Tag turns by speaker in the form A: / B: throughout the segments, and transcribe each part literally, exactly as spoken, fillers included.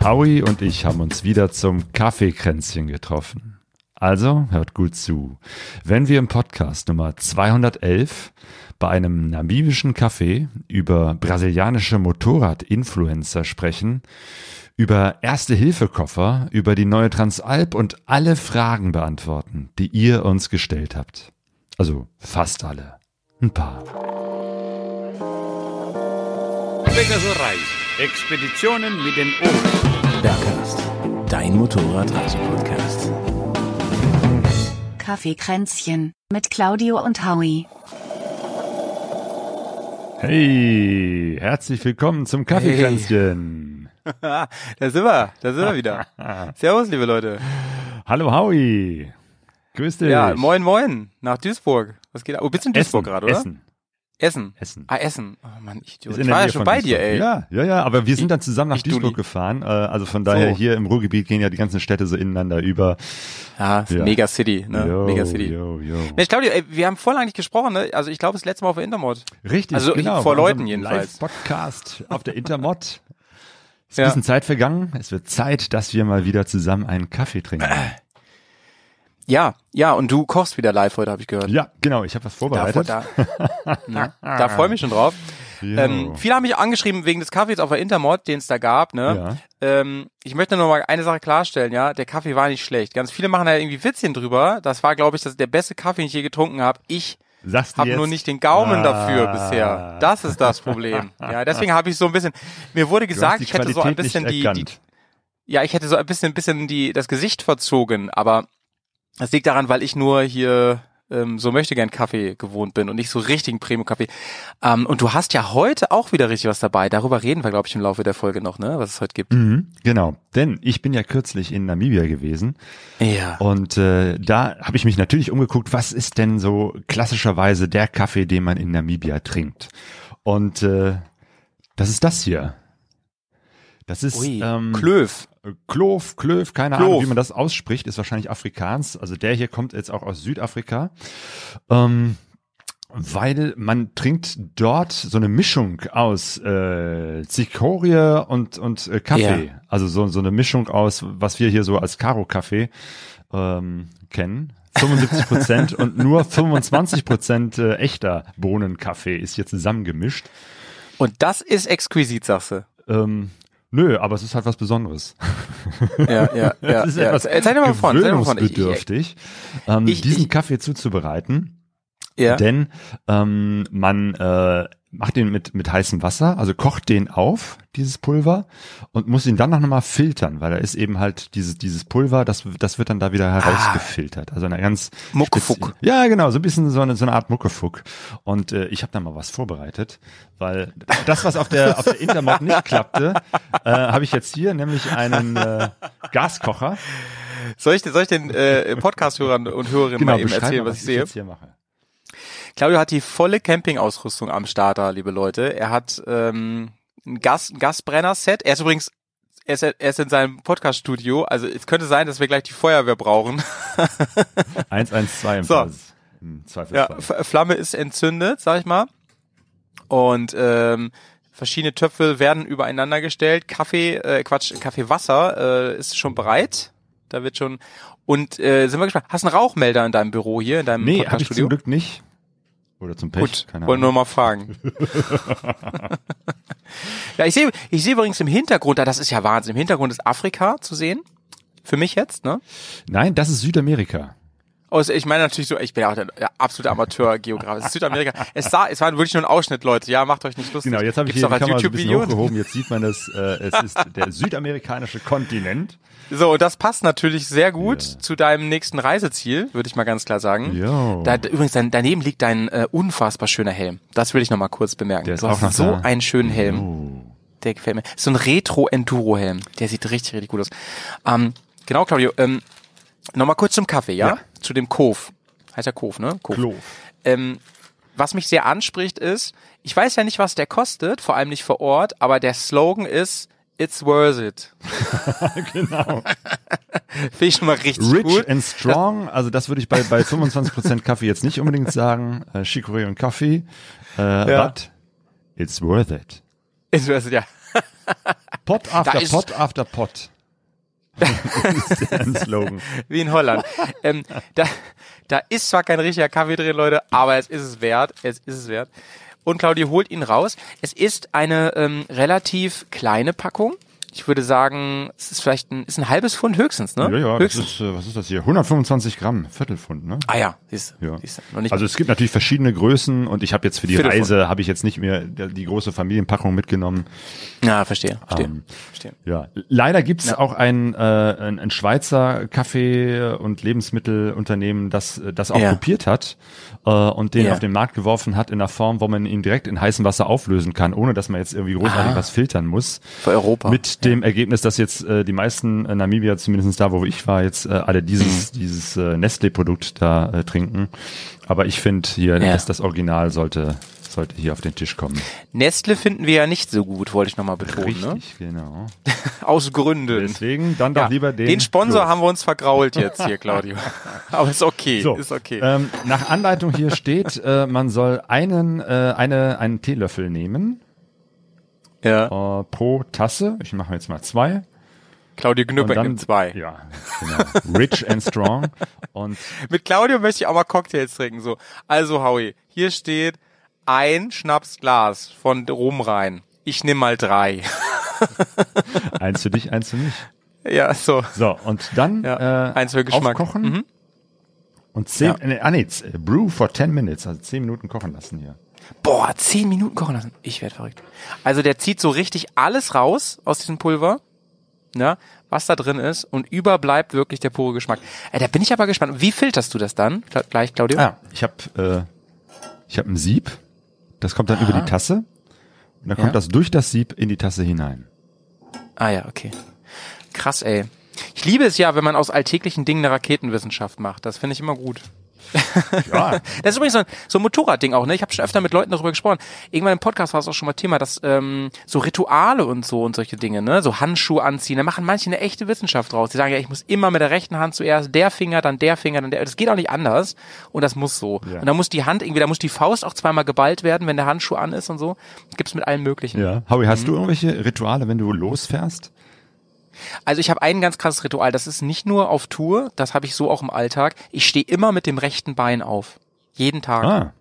A: Howie und ich haben uns wieder zum Kaffeekränzchen getroffen. Also hört gut zu. Wenn wir im Podcast Nummer zweihundertelf bei einem namibischen Café über brasilianische Motorrad-Influencer sprechen, über Erste-Hilfe-Koffer, über die neue Transalp und alle Fragen beantworten, die ihr uns gestellt habt. Also fast alle. Ein paar.
B: Pegasus Reisen. Expeditionen mit den Ohren.
C: Bergcast, dein Motorradreise-Podcast.
D: Kaffeekränzchen mit Claudio und Howie.
A: Hey, herzlich willkommen zum Kaffeekränzchen.
E: da sind wir, da sind wir wieder. Servus, liebe Leute.
A: Hallo Howie. Grüß dich.
E: Ja, moin moin, nach Duisburg. Was geht ab? Oh, bist du in Duisburg gerade, oder?
A: Essen.
E: Essen.
A: Essen.
E: Ah, Essen. Oh Mann, ich,
A: Ich
E: ich war ja schon bei dir, ey.
A: Ja, ja, ja, aber wir sind dann zusammen nach
E: ich,
A: Duisburg
E: Dulli.
A: gefahren. Äh, also von daher
E: So.
A: hier im Ruhrgebiet gehen ja die ganzen Städte so ineinander über.
E: Ja, ist
A: Ja.
E: Mega City, ne?
A: Yo,
E: Mega City.
A: yo, yo.
E: Mensch, Claudio, ey, wir haben voll lang nicht gesprochen, ne? Also ich glaube, das letzte Mal auf der Intermod.
A: Richtig,
E: Also
A: genau.
E: vor
A: bei
E: Leuten
A: unserem
E: jedenfalls.
A: Live-Podcast auf der Intermod. Ist
E: Ja.
A: ein bisschen Zeit vergangen. Es wird Zeit, dass wir mal wieder zusammen einen Kaffee trinken.
E: Ja, ja, und du kochst wieder live heute, habe ich gehört.
A: Ja, genau. Ich habe was vorbereitet.
E: Da, da, ne? da freue ich mich schon drauf.
A: Jo.
E: Ähm, viele haben mich angeschrieben wegen des Kaffees auf der Intermod, den es da gab. Ne? Ähm, ich möchte nur mal eine Sache klarstellen, ja, der Kaffee war nicht schlecht. Ganz viele machen da irgendwie Witzchen drüber. Das war, glaube ich, das der beste Kaffee, den ich je getrunken habe. Ich
A: Sagst du
E: habe
A: jetzt?
E: nur nicht den Gaumen
A: Ah.
E: dafür bisher. Das ist das Problem. Ja, deswegen habe ich so ein bisschen. Mir wurde
A: Du hast
E: gesagt,
A: die
E: ich hätte so ein
A: Qualität
E: bisschen
A: nicht
E: die, die.
A: erkannt.
E: Ja, ich hätte so ein bisschen, bisschen die das Gesicht verzogen, aber das liegt daran, weil ich nur hier ähm, so möchte gern Kaffee gewohnt bin und nicht so richtigen Premium-Kaffee. Ähm, und du hast ja heute auch wieder richtig was dabei. Darüber reden wir, glaube ich, im Laufe der Folge noch, ne, was es heute gibt.
A: Mhm, genau, denn ich bin ja kürzlich in Namibia gewesen.
E: Ja.
A: Und äh, da habe ich mich natürlich umgeguckt, was ist denn so klassischerweise der Kaffee, den man in Namibia trinkt. Und äh, das ist das hier. Das ist
E: Ui,
A: ähm,
E: Klöf.
A: Kloof, Klöf, keine
E: Kloof.
A: Ahnung, wie man das ausspricht, ist wahrscheinlich Afrikaans. Also der hier kommt jetzt auch aus Südafrika. Ähm, weil man trinkt dort so eine Mischung aus äh, Zichorie und und äh, Kaffee.
E: Ja.
A: Also so so eine Mischung aus, was wir hier so als Karo-Kaffee ähm, kennen. fünfundsiebzig Prozent und nur fünfundzwanzig Prozent äh, echter Bohnenkaffee ist hier zusammengemischt.
E: Und das ist exquisit, sagst du.
A: Ähm, nö, aber es ist halt was Besonderes.
E: Ja, ja, ja.
A: Es ist
E: ja.
A: etwas
E: Erzähl dir mal von, erzähl dir mal von. Ich, ich,
A: gewöhnungsbedürftig, ähm,
E: ich-
A: diesen
E: ich-
A: Kaffee zuzubereiten.
E: ja.
A: Denn ähm, man äh, macht den mit mit heißem Wasser, also kocht den auf, dieses Pulver, und muss ihn dann noch mal filtern, weil da ist eben halt dieses dieses Pulver, das das wird dann da wieder herausgefiltert. Also eine ganz
E: Muckefuck.
A: spezi- Ja, genau, so ein bisschen so eine so eine Art Muckefuck. Und äh, ich habe da mal was vorbereitet, weil das, was auf der auf der Intermod nicht klappte, äh, habe ich jetzt hier, nämlich einen äh, Gaskocher.
E: Soll ich, soll ich den äh, Podcast-Hörern und Hörerinnen
A: Genau,
E: mal eben
A: beschreib
E: erzählen,
A: mal,
E: was ich sehe?
A: jetzt hier mache.
E: Claudio hat die volle Campingausrüstung am Starter, liebe Leute. Er hat ähm, ein Gas, ein Gasbrenner-Set. Er ist übrigens, er ist, er ist in seinem Podcast-Studio. Also es könnte sein, dass wir gleich die Feuerwehr brauchen.
A: eins eins zwei im,
E: So.
A: Fall- im
E: Ja,
A: Zweifelsfall.
E: F- Flamme ist entzündet, sag ich mal. Und ähm, verschiedene Töpfe werden übereinander gestellt. Kaffee, äh, Quatsch, Kaffeewasser äh, ist schon bereit. Da wird schon. Und äh, sind wir gespannt. Hast du einen Rauchmelder in deinem Büro hier, in deinem
A: Nee, habe ich
E: Podcast-Studio?
A: zum Glück nicht. Oder zum Pech,
E: Gut,
A: keine
E: wollte
A: Ahnung.
E: nur mal fragen. Ja, ich sehe, ich sehe übrigens im Hintergrund, da das ist ja Wahnsinn, im Hintergrund ist Afrika zu sehen. Für mich jetzt, ne?
A: Nein, das ist Südamerika.
E: Oh, es- ich meine natürlich so, ich bin ja auch der, der absolute Amateur-Geograf. Es ist Südamerika. Es sah, es war wirklich nur ein Ausschnitt, Leute. Ja, macht euch nicht lustig.
A: Genau, jetzt habe ich
E: Gibt's
A: hier die
E: auch als
A: Kamera so ein bisschen
E: YouTube-Video.
A: hochgehoben. Jetzt sieht man das. Äh, es ist der südamerikanische Kontinent.
E: So, und das passt natürlich sehr gut
A: Ja.
E: zu deinem nächsten Reiseziel, würde ich mal ganz klar sagen.
A: Jo.
E: Da, übrigens, dann, daneben liegt dein äh, unfassbar schöner Helm. Das will ich noch mal kurz bemerken.
A: Der ist
E: du
A: auch
E: hast
A: noch
E: so
A: da.
E: einen schönen Helm.
A: Oh.
E: Der gefällt mir. Ist so ein Retro-Enduro-Helm. Der sieht richtig, richtig gut aus. Ähm, genau, Claudio. Ähm, Nochmal kurz zum Kaffee, ja?
A: Ja.
E: Zu dem Kof. Heißt ja Kof, ne? Kof.
A: Kloof.
E: Ähm, was mich sehr anspricht ist, ich weiß ja nicht, was der kostet, vor allem nicht vor Ort, aber der Slogan ist, it's worth it.
A: Genau.
E: Finde ich schon mal richtig
A: Rich
E: gut.
A: and strong. Also das würde ich bei, bei fünfundzwanzig Prozent Kaffee jetzt nicht unbedingt sagen. Äh, Chicorée und Kaffee. Äh,
E: Ja.
A: But it's worth it.
E: It's worth it, ja.
A: Pot after
E: Da ist-
A: Pot after Pot. Das ist ein Slogan.
E: Wie in Holland. ähm, da, da ist zwar kein richtiger Kaffee drin, Leute, aber es ist es wert. Es ist es wert. Und Claudia holt ihn raus. Es ist eine ähm, relativ kleine Packung. Ich würde sagen, es ist vielleicht ein, ist ein halbes Pfund höchstens, ne?
A: Ja, ja, das
E: höchstens.
A: ist, äh, was ist das hier? hundertfünfundzwanzig Gramm, Viertelpfund, ne?
E: Ah ja, siehst,
A: Ja.
E: siehst, noch nicht.
A: Also es gibt natürlich verschiedene Größen und ich habe jetzt für die
E: Viertelpfund.
A: Reise, habe ich jetzt nicht mehr die große Familienpackung mitgenommen.
E: Ja, verstehe, verstehe,
A: Ähm,
E: verstehe.
A: Ja, leider gibt's
E: Ja.
A: auch ein, äh, ein, ein Schweizer Kaffee- und Lebensmittelunternehmen, das das auch
E: Ja.
A: kopiert hat äh, und den
E: Ja.
A: auf den Markt geworfen hat in einer Form, wo man ihn direkt in heißem Wasser auflösen kann, ohne dass man jetzt irgendwie großartig
E: Ah.
A: was filtern muss.
E: Für Europa.
A: Mit dem Ergebnis, dass jetzt äh, die meisten äh, Namibier, zumindest da, wo ich war, jetzt äh, alle dieses
E: Mhm.
A: dieses äh, Nestlé-Produkt da äh, trinken. Aber ich finde hier,
E: Ja.
A: dass das Original sollte sollte hier auf den Tisch kommen.
E: Nestle finden wir ja nicht so gut, wollte ich nochmal betonen, ne?
A: Richtig, genau.
E: Aus Gründen.
A: Deswegen dann doch
E: Ja,
A: lieber den.
E: Den Sponsor
A: Plus.
E: haben wir uns vergrault jetzt hier, Claudio. Aber ist okay,
A: So,
E: ist okay.
A: Ähm, nach Anleitung hier steht, äh, man soll einen, äh, eine, einen Teelöffel nehmen
E: ja.
A: äh, pro Tasse. Ich mache jetzt mal zwei.
E: Claudio
A: Und
E: Knüppel
A: dann
E: nimmt zwei.
A: Ja, genau. Rich and strong. Und
E: Mit Claudio möchte ich auch mal Cocktails trinken. So, also Howie, hier steht ein Schnapsglas von Rum rein. Ich nehme mal drei.
A: eins für dich, eins für mich.
E: Ja, so.
A: So, und dann
E: Ja,
A: äh,
E: eins für Geschmack.
A: aufkochen
E: Mhm.
A: und zehn,
E: Ja.
A: äh, ah nee, z- brew for ten minutes, also zehn Minuten kochen lassen hier.
E: Boah, zehn Minuten kochen lassen. Ich werde verrückt. Also der zieht so richtig alles raus aus diesem Pulver, ne, was da drin ist, und überbleibt wirklich der pure Geschmack. Äh, da bin ich aber gespannt. Wie filterst du das dann? Kla- Gleich, Claudio?
A: Ah, ich habe äh, ich habe ein Sieb, das kommt dann
E: Aha.
A: über die Tasse und dann kommt
E: Ja.
A: das durch das Sieb in die Tasse hinein.
E: Ah ja, okay. Krass, ey. Ich liebe es ja, wenn man aus alltäglichen Dingen eine Raketenwissenschaft macht. Das finde ich immer gut.
A: Ja,
E: Das ist übrigens so ein, so ein Motorradding auch, ne? Ich habe schon öfter mit Leuten darüber gesprochen. Irgendwann im Podcast war es auch schon mal Thema, dass ähm, so Rituale und so und solche Dinge, ne? So Handschuhe anziehen, da machen manche eine echte Wissenschaft draus. Die sagen ja, ich muss immer mit der rechten Hand zuerst der Finger, dann der Finger, dann der. Das geht auch nicht anders und das muss so.
A: Ja.
E: Und da muss die Hand irgendwie, da muss die Faust auch zweimal geballt werden, wenn der Handschuh an ist und so. Gibt's mit allem Möglichen.
A: ja. Howie, hast
E: Mhm.
A: du irgendwelche Rituale, wenn du losfährst?
E: Also ich habe ein ganz krasses Ritual, das ist nicht nur auf Tour, das habe ich so auch im Alltag. Ich stehe immer mit dem rechten Bein auf. Jeden Tag.
A: Ah,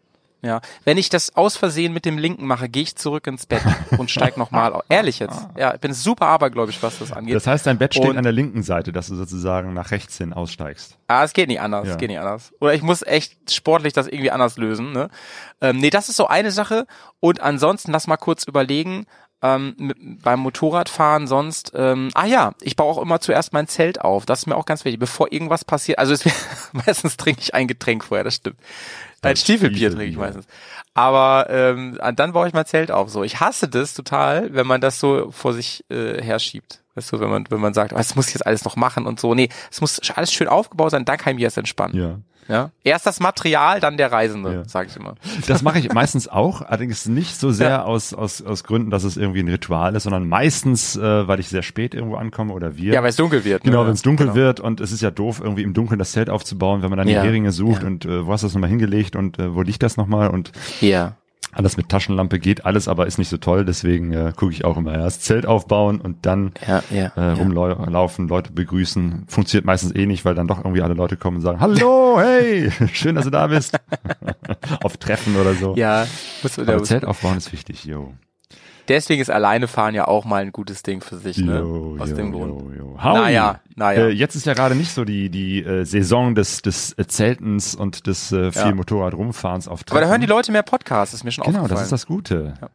E: Ja. Wenn ich das aus Versehen mit dem linken mache, gehe ich zurück ins Bett und steig nochmal auf. Ehrlich jetzt. Ja, ich bin super abergläubisch, was das angeht.
A: das heißt, dein Bett steht
E: Und-
A: an der linken Seite, dass du sozusagen nach rechts hin aussteigst.
E: Ah, es geht nicht anders,
A: Ja.
E: es geht nicht anders. Oder ich muss echt sportlich das irgendwie anders lösen, ne? Ähm, nee, das ist so eine Sache. Und ansonsten, lass mal kurz überlegen, ähm, mit, beim Motorradfahren sonst, ähm, ah ja, ich baue auch immer zuerst mein Zelt auf. Das ist mir auch ganz wichtig, bevor irgendwas passiert. Also es, meistens trinke ich ein Getränk vorher, das stimmt. Ein
A: Das
E: Stiefelbier trinke ich
A: Stiefelbier.
E: meistens. Aber ähm, dann baue ich mein Zelt auf. So, ich hasse das total, wenn man das so vor sich äh, herschiebt. Weißt du, wenn man wenn man sagt, oh, das muss ich jetzt alles noch machen und so. Nee, es muss alles schön aufgebaut sein, dann kann ich mich erst entspannen.
A: Ja.
E: Ja? Erst das Material, dann der Reisende,
A: Ja.
E: sage ich immer.
A: Das mache ich meistens auch, allerdings nicht so sehr
E: Ja.
A: aus, aus, aus Gründen, dass es irgendwie ein Ritual ist, sondern meistens, äh, weil ich sehr spät irgendwo ankomme oder wir.
E: Ja, weil es dunkel wird.
A: Genau,
E: ne?
A: wenn es dunkel
E: Genau.
A: wird und es ist ja doof, irgendwie im Dunkeln das Zelt aufzubauen, wenn man dann
E: Ja.
A: die Heringe sucht
E: Ja.
A: und äh, wo hast du das nochmal hingelegt und äh, wo liegt das nochmal und
E: Ja.
A: alles mit Taschenlampe geht, alles aber ist nicht so toll, deswegen äh, gucke ich auch immer erst Zelt aufbauen und dann
E: Ja, ja.
A: äh,
E: ja.
A: rumlaufen, Leute begrüßen. Funktioniert meistens eh nicht, weil dann doch irgendwie alle Leute kommen und sagen, hallo, hey, schön, dass du da bist. Auf Treffen oder so.
E: Ja, muss,
A: Aber
E: da,
A: Zelt aufbauen ist wichtig, yo.
E: deswegen ist alleine fahren ja auch mal ein gutes Ding für sich, ne?
A: Jo,
E: Aus
A: jo,
E: dem
A: jo,
E: Grund.
A: jo. Howie,
E: Naja, naja.
A: Äh, jetzt ist ja gerade nicht so die die äh, Saison des des äh, Zeltens und des äh, viel
E: Ja.
A: Motorradrumfahrens auf Treffen.
E: Aber da hören die Leute mehr Podcasts, ist mir schon
A: Genau,
E: aufgefallen.
A: das ist das Gute.
E: Ja.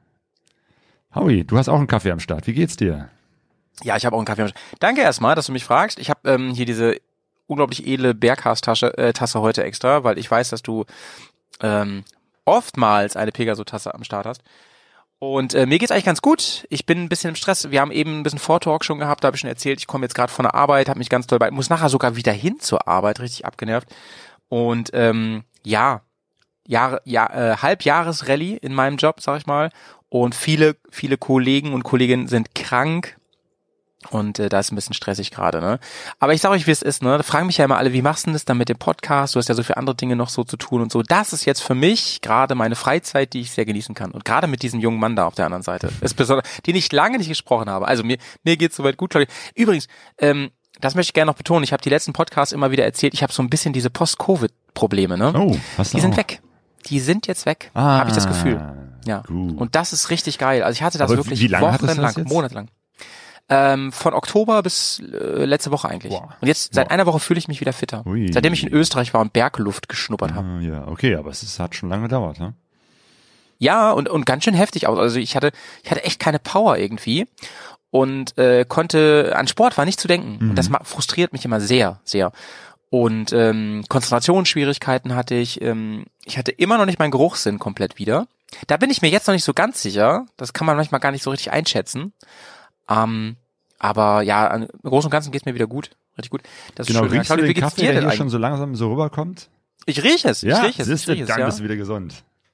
A: Howie, du hast auch einen Kaffee am Start. Wie geht's dir?
E: Ja, ich habe auch einen Kaffee. am Sch- Danke erstmal, dass du mich fragst. Ich habe ähm, hier diese unglaublich edle Berghaus-Tasche äh, Tasse heute extra, weil ich weiß, dass du ähm, oftmals eine Pegaso-Tasse am Start hast. Und äh, mir geht's eigentlich ganz gut. Ich bin ein bisschen im Stress. Wir haben eben ein bisschen Vortalk schon gehabt, da habe ich schon erzählt, ich komme jetzt gerade von der Arbeit, habe mich ganz doll bei, muss nachher sogar wieder hin zur Arbeit, richtig abgenervt. Und ähm, ja, Jahre, ja, äh, Halbjahresrallye in meinem Job, sag ich mal. Und viele, viele Kollegen und Kolleginnen sind krank. Und äh, da ist ein bisschen stressig gerade, ne? Aber ich sage euch, wie es ist, ne? Da fragen mich ja immer alle, wie machst du denn das dann mit dem Podcast? Du hast ja so viele andere Dinge noch so zu tun und so. Das ist jetzt für mich gerade meine Freizeit, die ich sehr genießen kann. Und gerade mit diesem jungen Mann da auf der anderen Seite. Ist besonders, den ich lange nicht gesprochen habe. Also mir mir geht's soweit gut, Claudia. Übrigens, ähm, das möchte ich gerne noch betonen. Ich habe die letzten Podcasts immer wieder erzählt. Ich habe so ein bisschen diese Post-Covid-Probleme, ne?
A: Oh, hast du
E: Die sind
A: auch?
E: weg. Die sind jetzt weg,
A: Ah,
E: habe ich das Gefühl. Ja.
A: gut.
E: Und das ist richtig geil. Also ich hatte das
A: Aber
E: wirklich
A: wie lange hattest du das
E: wochenlang,
A: jetzt?
E: monatelang. Ähm, von Oktober bis äh, letzte Woche eigentlich.
A: Boah.
E: Und jetzt seit
A: Boah.
E: einer Woche fühle ich mich wieder fitter.
A: Ui.
E: Seitdem ich in Österreich war und Bergluft geschnuppert habe.
A: Ah, ja, okay, aber es ist, hat schon lange gedauert, ne?
E: Ja, und und ganz schön heftig aus. Also ich hatte ich hatte echt keine Power irgendwie und äh, konnte an Sport war nicht zu denken.
A: Mhm.
E: Und das ma- frustriert mich immer sehr, sehr. Und ähm, Konzentrationsschwierigkeiten hatte ich. Ähm, ich hatte immer noch nicht meinen Geruchssinn komplett wieder. Da bin ich mir jetzt noch nicht so ganz sicher. Das kann man manchmal gar nicht so richtig einschätzen. Ähm, aber ja, im Großen und Ganzen geht's mir wieder gut. Richtig gut. Das
A: Genau,
E: ist schön.
A: riechst du
E: Claudia,
A: den
E: wie geht's
A: Kaffee,
E: dir
A: der
E: denn
A: hier
E: eigentlich?
A: schon so langsam so rüberkommt?
E: Ich rieche es,
A: Ja,
E: ich rieche es, ich
A: siehste,
E: rieche es,
A: dann
E: ja.
A: bist du wieder gesund.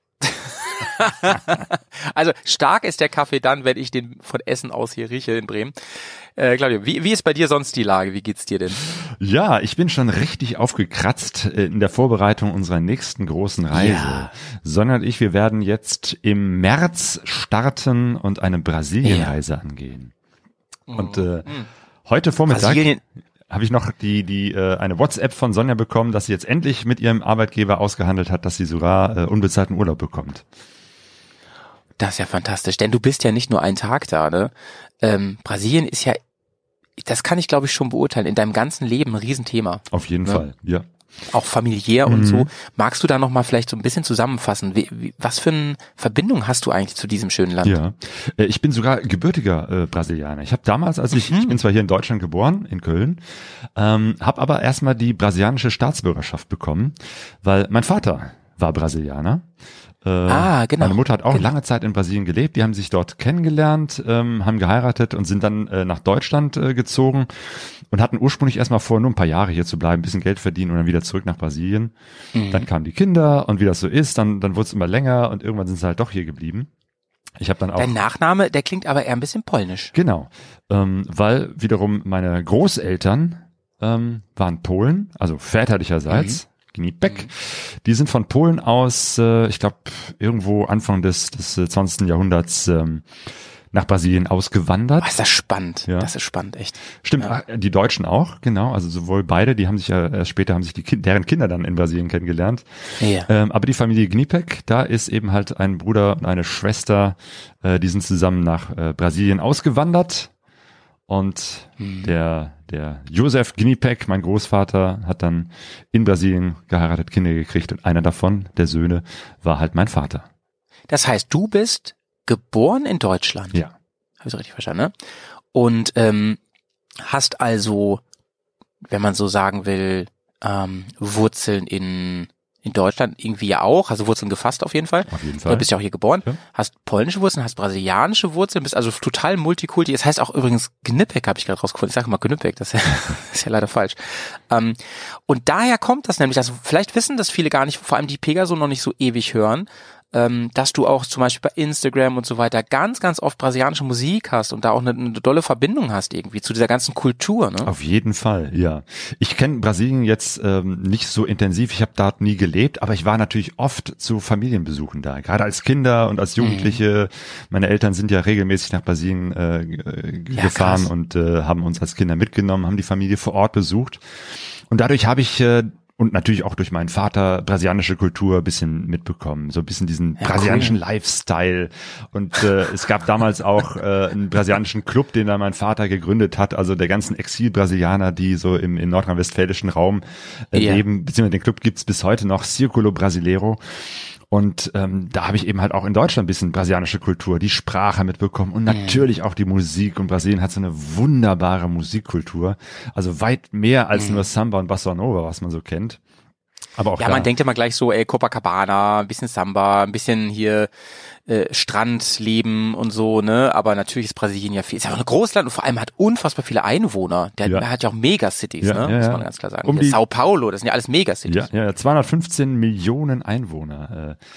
E: Also stark ist der Kaffee dann, wenn ich den von Essen aus hier rieche in Bremen. Äh, Claudia, wie, wie ist bei dir sonst die Lage? Wie geht's dir denn?
A: Ja, ich bin schon richtig aufgekratzt äh, in der Vorbereitung unserer nächsten großen Reise.
E: Ja.
A: Sonja und ich, wir werden jetzt im März starten und eine Brasilienreise angehen. Und äh, heute Vormittag
E: Brasilien.
A: habe ich noch die die äh, eine WhatsApp von Sonja bekommen, dass sie jetzt endlich mit ihrem Arbeitgeber ausgehandelt hat, dass sie sogar äh, unbezahlten Urlaub bekommt.
E: Das ist ja fantastisch, denn du bist ja nicht nur einen Tag da, ne? Ähm, Brasilien ist ja, das kann ich glaube ich schon beurteilen, in deinem ganzen Leben ein Riesenthema.
A: Auf jeden
E: Ja.
A: Fall, ja.
E: Auch familiär und so. Magst du da nochmal vielleicht so ein bisschen zusammenfassen? Wie, wie, was für eine Verbindung hast du eigentlich zu diesem schönen Land?
A: Ja, Äh, ich bin sogar gebürtiger äh, Brasilianer. Ich habe damals, als ich, ich bin zwar hier in Deutschland geboren, in Köln, ähm, habe aber erstmal die brasilianische Staatsbürgerschaft bekommen, weil mein Vater war Brasilianer. Äh,
E: Ah, genau.
A: Meine Mutter hat auch
E: Genau.
A: lange Zeit in Brasilien gelebt. Die haben sich dort kennengelernt, ähm, haben geheiratet und sind dann äh, nach Deutschland äh, gezogen und hatten ursprünglich erstmal vor, nur ein paar Jahre hier zu bleiben, ein bisschen Geld verdienen und dann wieder zurück nach Brasilien.
E: Mhm.
A: Dann kamen die Kinder und wie das so ist, dann, dann wurde es immer länger und irgendwann sind sie halt doch hier geblieben. Ich habe dann auch
E: Dein Nachname, der klingt aber eher ein bisschen polnisch.
A: Genau, ähm, weil wiederum meine Großeltern ähm, waren Polen, also väterlicherseits, Gnipek. Die sind von Polen aus, äh, ich glaube, irgendwo Anfang des, des äh, zwanzigsten Jahrhunderts ähm, nach Brasilien ausgewandert.
E: Oh, ist das spannend.
A: Ja.
E: Das ist spannend, echt.
A: Stimmt,
E: Ja.
A: ach, die Deutschen auch, genau, also sowohl beide, die haben sich ja erst später, haben sich die kind, deren Kinder dann in Brasilien kennengelernt.
E: Ja.
A: Ähm, aber die Familie Gnipek, da ist eben halt ein Bruder und eine Schwester, äh, die sind zusammen nach äh, Brasilien ausgewandert. Und
E: Hm.
A: der, der Josef Gnipek, mein Großvater, hat dann in Brasilien geheiratet, Kinder gekriegt und einer davon, der Söhne, war halt mein Vater.
E: Das heißt, du bist geboren in Deutschland.
A: Ja.
E: Habe ich so richtig verstanden, ne? Und ähm, hast also, wenn man so sagen will, ähm, Wurzeln in in Deutschland irgendwie ja auch, hast du Wurzeln gefasst auf jeden Fall.
A: Auf jeden
E: Du
A: Fall.
E: bist ja auch hier geboren,
A: Ja.
E: hast polnische Wurzeln, hast brasilianische Wurzeln, bist also total multikulti. Das heißt auch übrigens Gnipek, habe ich gerade rausgefunden. Ich sage immer Gnipek, das ist ja, ist ja leider falsch. Ähm, und daher kommt das nämlich, also vielleicht wissen das viele gar nicht, vor allem die Pegaso noch nicht so ewig hören, ähm, dass du auch zum Beispiel bei Instagram und so weiter ganz, ganz oft brasilianische Musik hast und da auch eine, eine dolle Verbindung hast irgendwie zu dieser ganzen Kultur, ne?
A: Auf jeden Fall, ja. Ich kenne Brasilien jetzt ähm, nicht so intensiv, ich habe dort nie gelebt, aber ich war natürlich oft zu Familienbesuchen da, gerade als Kinder und als Jugendliche. Mhm. Meine Eltern sind ja regelmäßig nach Brasilien äh, äh,
E: Ja,
A: gefahren
E: krass.
A: und äh, haben uns als Kinder mitgenommen, haben die Familie vor Ort besucht. Und dadurch habe ich äh, und natürlich auch durch meinen Vater brasilianische Kultur ein bisschen mitbekommen, so ein bisschen diesen
E: Ja,
A: brasilianischen
E: cool.
A: Lifestyle. Und äh, es gab damals auch äh, einen brasilianischen Club, den dann mein Vater gegründet hat, also der ganzen Exil-Brasilianer, die so im, im nordrhein-westfälischen Raum äh,
E: Ja.
A: leben, beziehungsweise den Club gibt's bis heute noch, Círculo Brasileiro. Und ähm, da habe ich eben halt auch in Deutschland ein bisschen brasilianische Kultur, die Sprache mitbekommen und natürlich auch die Musik. Und Brasilien hat so eine wunderbare Musikkultur, also weit mehr als nur Samba und Bossa Nova, was man so kennt. Aber auch
E: Ja,
A: da,
E: man denkt immer gleich so, ey, Copacabana, ein bisschen Samba, ein bisschen hier äh, Strandleben und so, ne? Aber natürlich ist Brasilien ja viel, ist ja auch ein Großland und vor allem hat unfassbar viele Einwohner. Der
A: Ja.
E: hat ja auch Megacities,
A: Ja,
E: ne?
A: ja,
E: Muss
A: ja.
E: man ganz klar sagen.
A: Um
E: Hier
A: die-
E: Sao Paulo, das sind ja alles Megacities.
A: ja, ja, zweihundertfünfzehn Millionen Einwohner äh,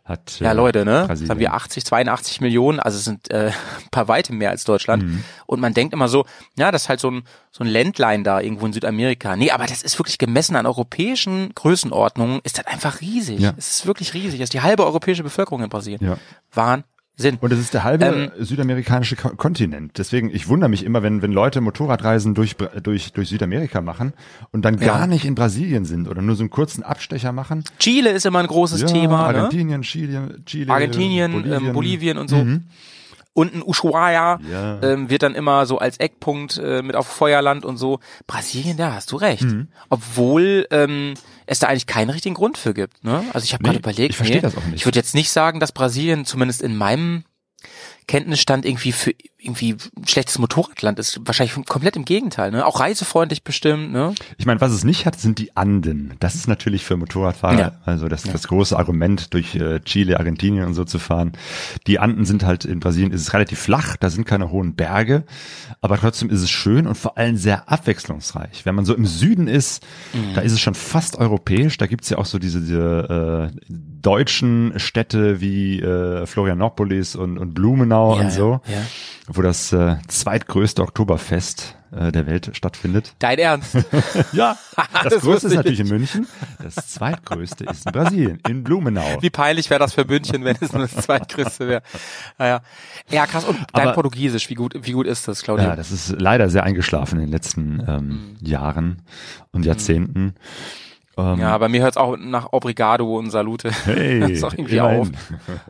A: hat
E: Ja,
A: äh,
E: Leute, ne?
A: Brasilien.
E: Das haben wir achtzig, zweiundachtzig Millionen, also es sind äh, ein paar Weitem mehr als Deutschland.
A: Mhm.
E: Und man denkt immer so, ja, das ist halt so ein so ein Ländlein da irgendwo in Südamerika. Nee, aber das ist wirklich gemessen an europäischen Größenordnungen, ist das einfach riesig.
A: Ja.
E: Es ist wirklich riesig. Das ist die halbe europäische Bevölkerung in Brasilien.
A: Ja.
E: Wahnsinn.
A: Und es ist der halbe
E: Ähm,
A: südamerikanische Ko- Kontinent. Deswegen, ich wundere mich immer, wenn wenn Leute Motorradreisen durch Bra- durch durch Südamerika machen und dann gar
E: Ja.
A: nicht in Brasilien sind oder nur so einen kurzen Abstecher machen.
E: Chile ist immer ein großes
A: Ja,
E: Thema. Ne?
A: Argentinien, Chile, Chile,
E: Argentinien,
A: Bolivien.
E: ähm, Bolivien und so.
A: Mhm.
E: Und ein Ushuaia
A: Ja.
E: ähm, wird dann immer so als Eckpunkt äh, mit auf Feuerland und so. Brasilien, da hast du recht.
A: Mhm.
E: Obwohl ähm, es da eigentlich keinen richtigen Grund für gibt. Ne? Also ich habe
A: Nee,
E: gerade überlegt,
A: ich verstehe
E: nee,
A: das auch nicht.
E: ich würde jetzt nicht sagen, dass Brasilien zumindest in meinem Kenntnisstand irgendwie für irgendwie ein schlechtes Motorradland ist. Wahrscheinlich komplett im Gegenteil. Ne? Auch reisefreundlich bestimmt. Ne?
A: Ich meine, was es nicht hat, sind die Anden. Das ist natürlich für Motorradfahrer,
E: Ja.
A: also das, das große Argument, durch äh, Chile, Argentinien und so zu fahren. Die Anden sind halt, in Brasilien ist es relativ flach, da sind keine hohen Berge, aber trotzdem ist es schön und vor allem sehr abwechslungsreich. Wenn man so im Süden ist,
E: Mhm.
A: da ist es schon fast europäisch, da gibt's ja auch so diese, diese äh, deutschen Städte wie äh, Florianopolis und, und Blumenau
E: Ja,
A: und so,
E: ja.
A: wo das äh, zweitgrößte Oktoberfest äh, der Welt stattfindet.
E: Dein Ernst?
A: Ja, das,
E: Das
A: größte
E: wusste
A: ist
E: ich
A: natürlich in München. Das zweitgrößte ist in Brasilien, in Blumenau.
E: Wie peinlich wäre das für München, wenn es nur das zweitgrößte wäre. Naja. Ja, krass. Und dein
A: Aber-
E: Portugiesisch, wie gut, wie gut ist das, Claudia?
A: Ja, das ist leider sehr eingeschlafen in den letzten ähm, Jahren und Jahrzehnten. Ähm,
E: Ja, bei mir hört es auch nach Obrigado und Salute.
A: Hey,
E: das ist auch irgendwie
A: immerhin.
E: auf.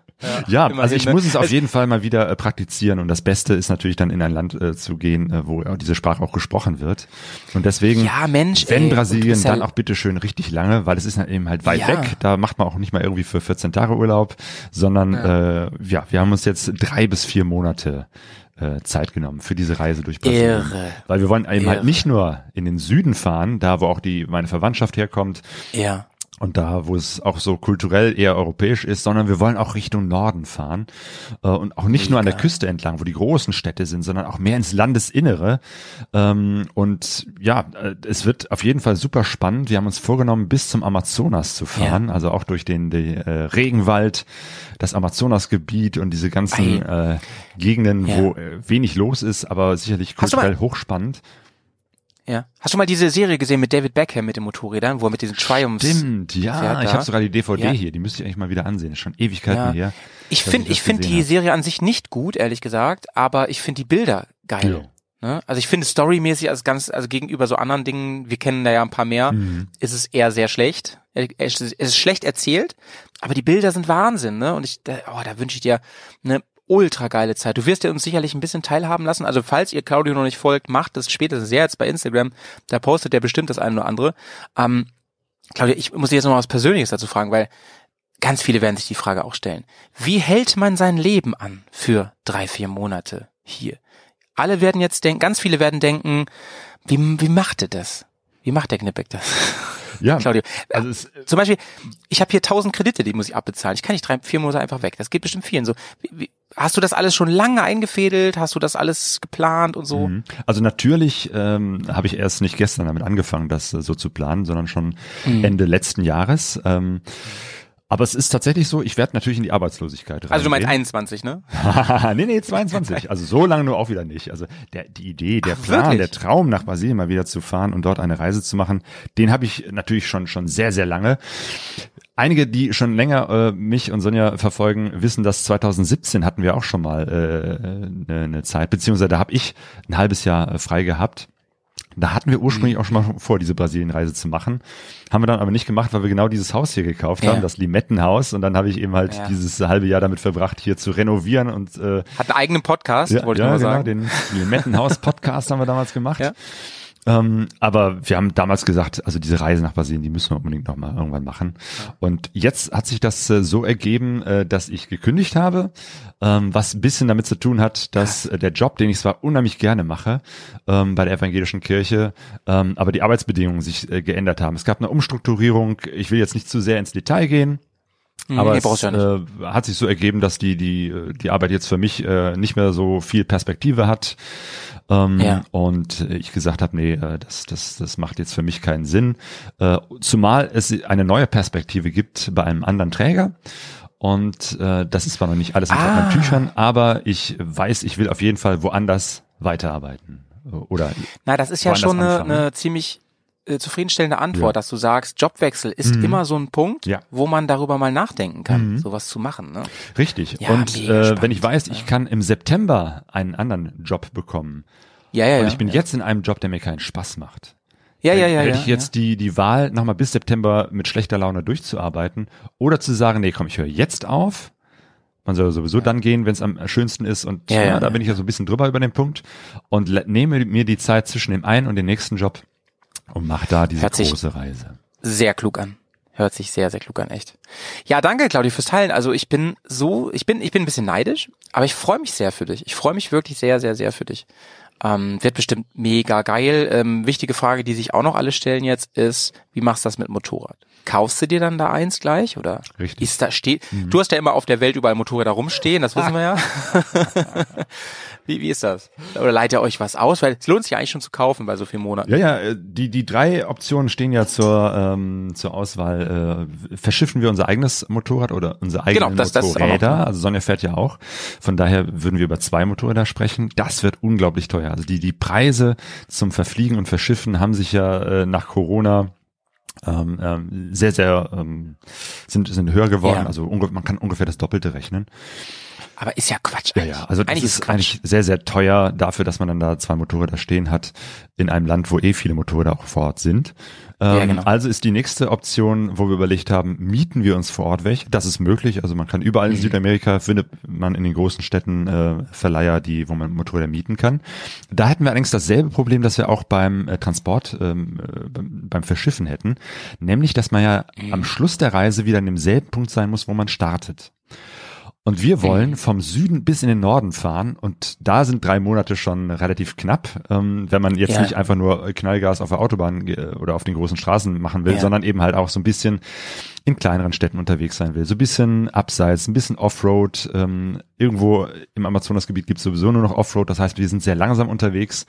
A: Ja,
E: immerhin,
A: also ich
E: ne?
A: muss es auf
E: Es-
A: jeden Fall mal wieder äh, praktizieren und das Beste ist natürlich dann in ein Land äh, zu gehen, äh, wo diese Sprache auch gesprochen wird. Und deswegen,
E: Ja, Mensch,
A: wenn
E: ey, und du
A: Brasilien,
E: bist ja-
A: dann auch bitteschön richtig lange, weil es ist dann eben halt weit
E: Ja.
A: weg. Da macht man auch nicht mal irgendwie für vierzehn Tage Urlaub, sondern ja, äh, ja wir haben uns jetzt drei bis vier Monate äh, Zeit genommen für diese Reise durch Brasilien.
E: Irre.
A: Weil wir wollen eben
E: Irre.
A: halt nicht nur in den Süden fahren, da wo auch die meine Verwandtschaft herkommt,
E: Ja.
A: und da, wo es auch so kulturell eher europäisch ist, sondern wir wollen auch Richtung Norden fahren äh, und auch nicht nur an der Küste entlang, wo die großen Städte sind, sondern auch mehr ins Landesinnere. Ähm, und ja, äh, es wird auf jeden Fall super spannend. Wir haben uns vorgenommen, bis zum Amazonas zu fahren,
E: Ja.
A: also auch durch den, den äh, Regenwald, das Amazonasgebiet und diese ganzen äh, Gegenden,
E: Ja.
A: wo äh, wenig los ist, aber sicherlich
E: Hast du mal-
A: kulturell hochspannend.
E: Ja. Hast du mal diese Serie gesehen mit David Beckham mit den Motorrädern, wo er mit diesen Triumphs
A: Stimmt, ja,
E: fährt
A: ich
E: da?
A: habe sogar die D V D
E: Ja.
A: hier, die müsste ich eigentlich mal wieder ansehen. Ist schon Ewigkeiten
E: Ja.
A: her.
E: Ich
A: dass
E: finde,
A: das
E: ich finde
A: gesehen
E: die
A: hab.
E: Serie an sich nicht gut, ehrlich gesagt, aber ich finde die Bilder geil. Ne? Also ich finde storymäßig als ganz, also gegenüber so anderen Dingen, wir kennen da ja ein paar mehr,
A: Mhm. ist
E: ist es eher sehr schlecht. Es ist, es ist schlecht erzählt, aber die Bilder sind Wahnsinn, ne? Und ich, da, oh, da wünsche ich dir eine ultra geile Zeit. Du wirst ja uns sicherlich ein bisschen teilhaben lassen. Also falls ihr Claudio noch nicht folgt, macht es spätestens jetzt bei Instagram. Da postet er bestimmt das eine oder andere. Ähm, Claudia, ich muss dir jetzt noch mal was Persönliches dazu fragen, weil ganz viele werden sich die Frage auch stellen. Wie hält man sein Leben an für drei, vier Monate hier? Alle werden jetzt denken, ganz viele werden denken, wie, wie macht er das? Wie macht der Knippek das?
A: Ja,
E: Claudio.
A: also es,
E: Zum Beispiel, ich habe hier tausend Kredite, die muss ich abbezahlen. Ich kann nicht drei, vier Monate einfach weg. Das geht bestimmt vielen so. Wie, wie, hast du das alles schon lange eingefädelt? Hast du das alles geplant und so?
A: Mhm. Also natürlich ähm, habe ich erst nicht gestern damit angefangen, das äh, so zu planen, sondern schon
E: Mhm.
A: Ende letzten Jahres. Ähm, aber es ist tatsächlich so, ich werde natürlich in die Arbeitslosigkeit rein.
E: Also du meinst einundzwanzig, ne?
A: nee, nee, zweiundzwanzig. Also so lange nur auch wieder nicht. Also der, die Idee, der
E: Ach,
A: Plan,
E: wirklich?
A: der Traum, nach Brasilien mal wieder zu fahren und dort eine Reise zu machen, den habe ich natürlich schon schon sehr, sehr lange. Einige, die schon länger äh, mich und Sonja verfolgen, wissen, dass zweitausendsiebzehn hatten wir auch schon mal äh, eine, eine Zeit, beziehungsweise da habe ich ein halbes Jahr äh, frei gehabt. Da hatten wir ursprünglich auch schon mal vor, diese Brasilienreise zu machen. Haben wir dann aber nicht gemacht, weil wir genau dieses Haus hier gekauft
E: Ja.
A: haben, das Limettenhaus. Und dann habe ich eben halt
E: Ja.
A: dieses halbe Jahr damit verbracht, hier zu renovieren und äh,
E: Hat einen eigenen Podcast,
A: ja,
E: wollte ich
A: ja,
E: mal
A: genau,
E: sagen.
A: den Limettenhaus-Podcast haben wir damals gemacht.
E: Ja.
A: Ähm, aber wir haben damals gesagt, also diese Reise nach Brasilien, die müssen wir unbedingt noch mal irgendwann machen. Und jetzt hat sich das äh, so ergeben, äh, dass ich gekündigt habe, ähm, was ein bisschen damit zu tun hat, dass äh, der Job, den ich zwar unheimlich gerne mache, ähm, bei der evangelischen Kirche, ähm, aber die Arbeitsbedingungen sich äh, geändert haben. Es gab eine Umstrukturierung. Ich will jetzt nicht zu sehr ins Detail gehen. Aber
E: nee,
A: es
E: brauchst du ja
A: äh, hat sich so ergeben, dass die die die Arbeit jetzt für mich äh, nicht mehr so viel Perspektive hat. Ähm,
E: Ja.
A: Und ich gesagt habe, nee, äh, das das das macht jetzt für mich keinen Sinn. Äh, zumal es eine neue Perspektive gibt bei einem anderen Träger. Und äh, das ist zwar noch nicht alles in
E: Ah.
A: trockenen Tüchern, aber ich weiß, ich will auf jeden Fall woanders weiterarbeiten. Oder
E: Na, das ist ja
A: woanders
E: schon eine,
A: anfangen.
E: eine ziemlich äh, zufriedenstellende Antwort,
A: Ja.
E: dass du sagst, Jobwechsel ist
A: Mhm.
E: immer so ein Punkt,
A: Ja.
E: wo man darüber mal nachdenken kann,
A: Mhm.
E: sowas zu machen. Ne?
A: Richtig.
E: Ja,
A: und
E: mega
A: äh,
E: spannend.
A: wenn ich weiß, ich kann im September einen anderen Job bekommen
E: Ja, ja,
A: und
E: ja.
A: ich bin
E: ja.
A: jetzt in einem Job, der mir keinen Spaß macht,
E: ja, ja, ja,
A: hätte
E: ja,
A: ich jetzt die die Wahl, nochmal bis September mit schlechter Laune durchzuarbeiten oder zu sagen, nee, komm, ich höre jetzt auf. Man soll sowieso dann gehen, wenn es am schönsten ist und
E: Ja,
A: ja,
E: ja,
A: da
E: ja.
A: bin ich ja so ein bisschen drüber über den Punkt und le- nehme mir die Zeit zwischen dem einen und dem nächsten Job und mache da diese
E: Hört sich-
A: große Reise.
E: ja. Sehr klug an. Hört sich sehr, sehr klug an, echt. Ja, danke, Claudia, fürs Teilen. Also ich bin so, ich bin, ich bin ein bisschen neidisch, aber ich freue mich sehr für dich. Ich freue mich wirklich sehr, sehr, sehr für dich. Ähm, wird bestimmt mega geil. Ähm, wichtige Frage, die sich auch noch alle stellen jetzt, ist, wie machst du das mit Motorrad? Kaufst du dir dann da eins gleich oder?
A: Richtig.
E: Ist da steht? Du hast ja immer auf der Welt überall Motorräder rumstehen, das wissen wir ja. wie, wie ist das? Oder leiht ihr euch was aus? Weil es lohnt sich ja eigentlich schon zu kaufen bei so vielen Monaten.
A: Ja, ja, äh, die, die drei Optionen stehen ja zur, ähm, zur Auswahl. Äh, verschiffen wir unser eigenes Motorrad oder unsere eigenen
E: Genau, das- das ist auch noch,
A: Motorräder?
E: ne?
A: Also Sonja fährt ja auch. Von daher würden wir über zwei Motorräder sprechen. Das wird unglaublich teuer. Also die, die Preise zum Verfliegen und Verschiffen haben sich ja äh, nach Corona ähm, ähm, sehr, sehr ähm, sind, sind höher geworden.
E: Ja.
A: Also unge- man kann ungefähr das Doppelte rechnen.
E: Aber ist ja Quatsch.
A: Ja,
E: eigentlich.
A: ja, also das
E: eigentlich
A: ist
E: Quatsch.
A: eigentlich sehr, sehr teuer dafür, dass man dann da zwei Motorräder stehen hat in einem Land, wo eh viele Motorräder auch vor Ort sind. Ähm,
E: Ja, genau.
A: Also ist die nächste Option, wo wir überlegt haben, mieten wir uns vor Ort welche? Das ist möglich. Also man kann überall in
E: Mhm.
A: Südamerika findet man in den großen Städten äh, Verleiher, die, wo man Motorräder mieten kann. Da hätten wir allerdings dasselbe Problem, das wir auch beim äh, Transport, ähm, äh, beim, beim Verschiffen hätten. Nämlich, dass man ja
E: Mhm.
A: am Schluss der Reise wieder an demselben Punkt sein muss, wo man startet. Und wir wollen vom Süden bis in den Norden fahren und da sind drei Monate schon relativ knapp, ähm, wenn man jetzt
E: Ja.
A: nicht einfach nur Knallgas auf der Autobahn äh, oder auf den großen Straßen machen will,
E: Ja.
A: sondern eben halt auch so ein bisschen in kleineren Städten unterwegs sein will. So ein bisschen abseits, ein bisschen Offroad. Ähm, irgendwo im Amazonasgebiet gibt es sowieso nur noch Offroad, das heißt, wir sind sehr langsam unterwegs.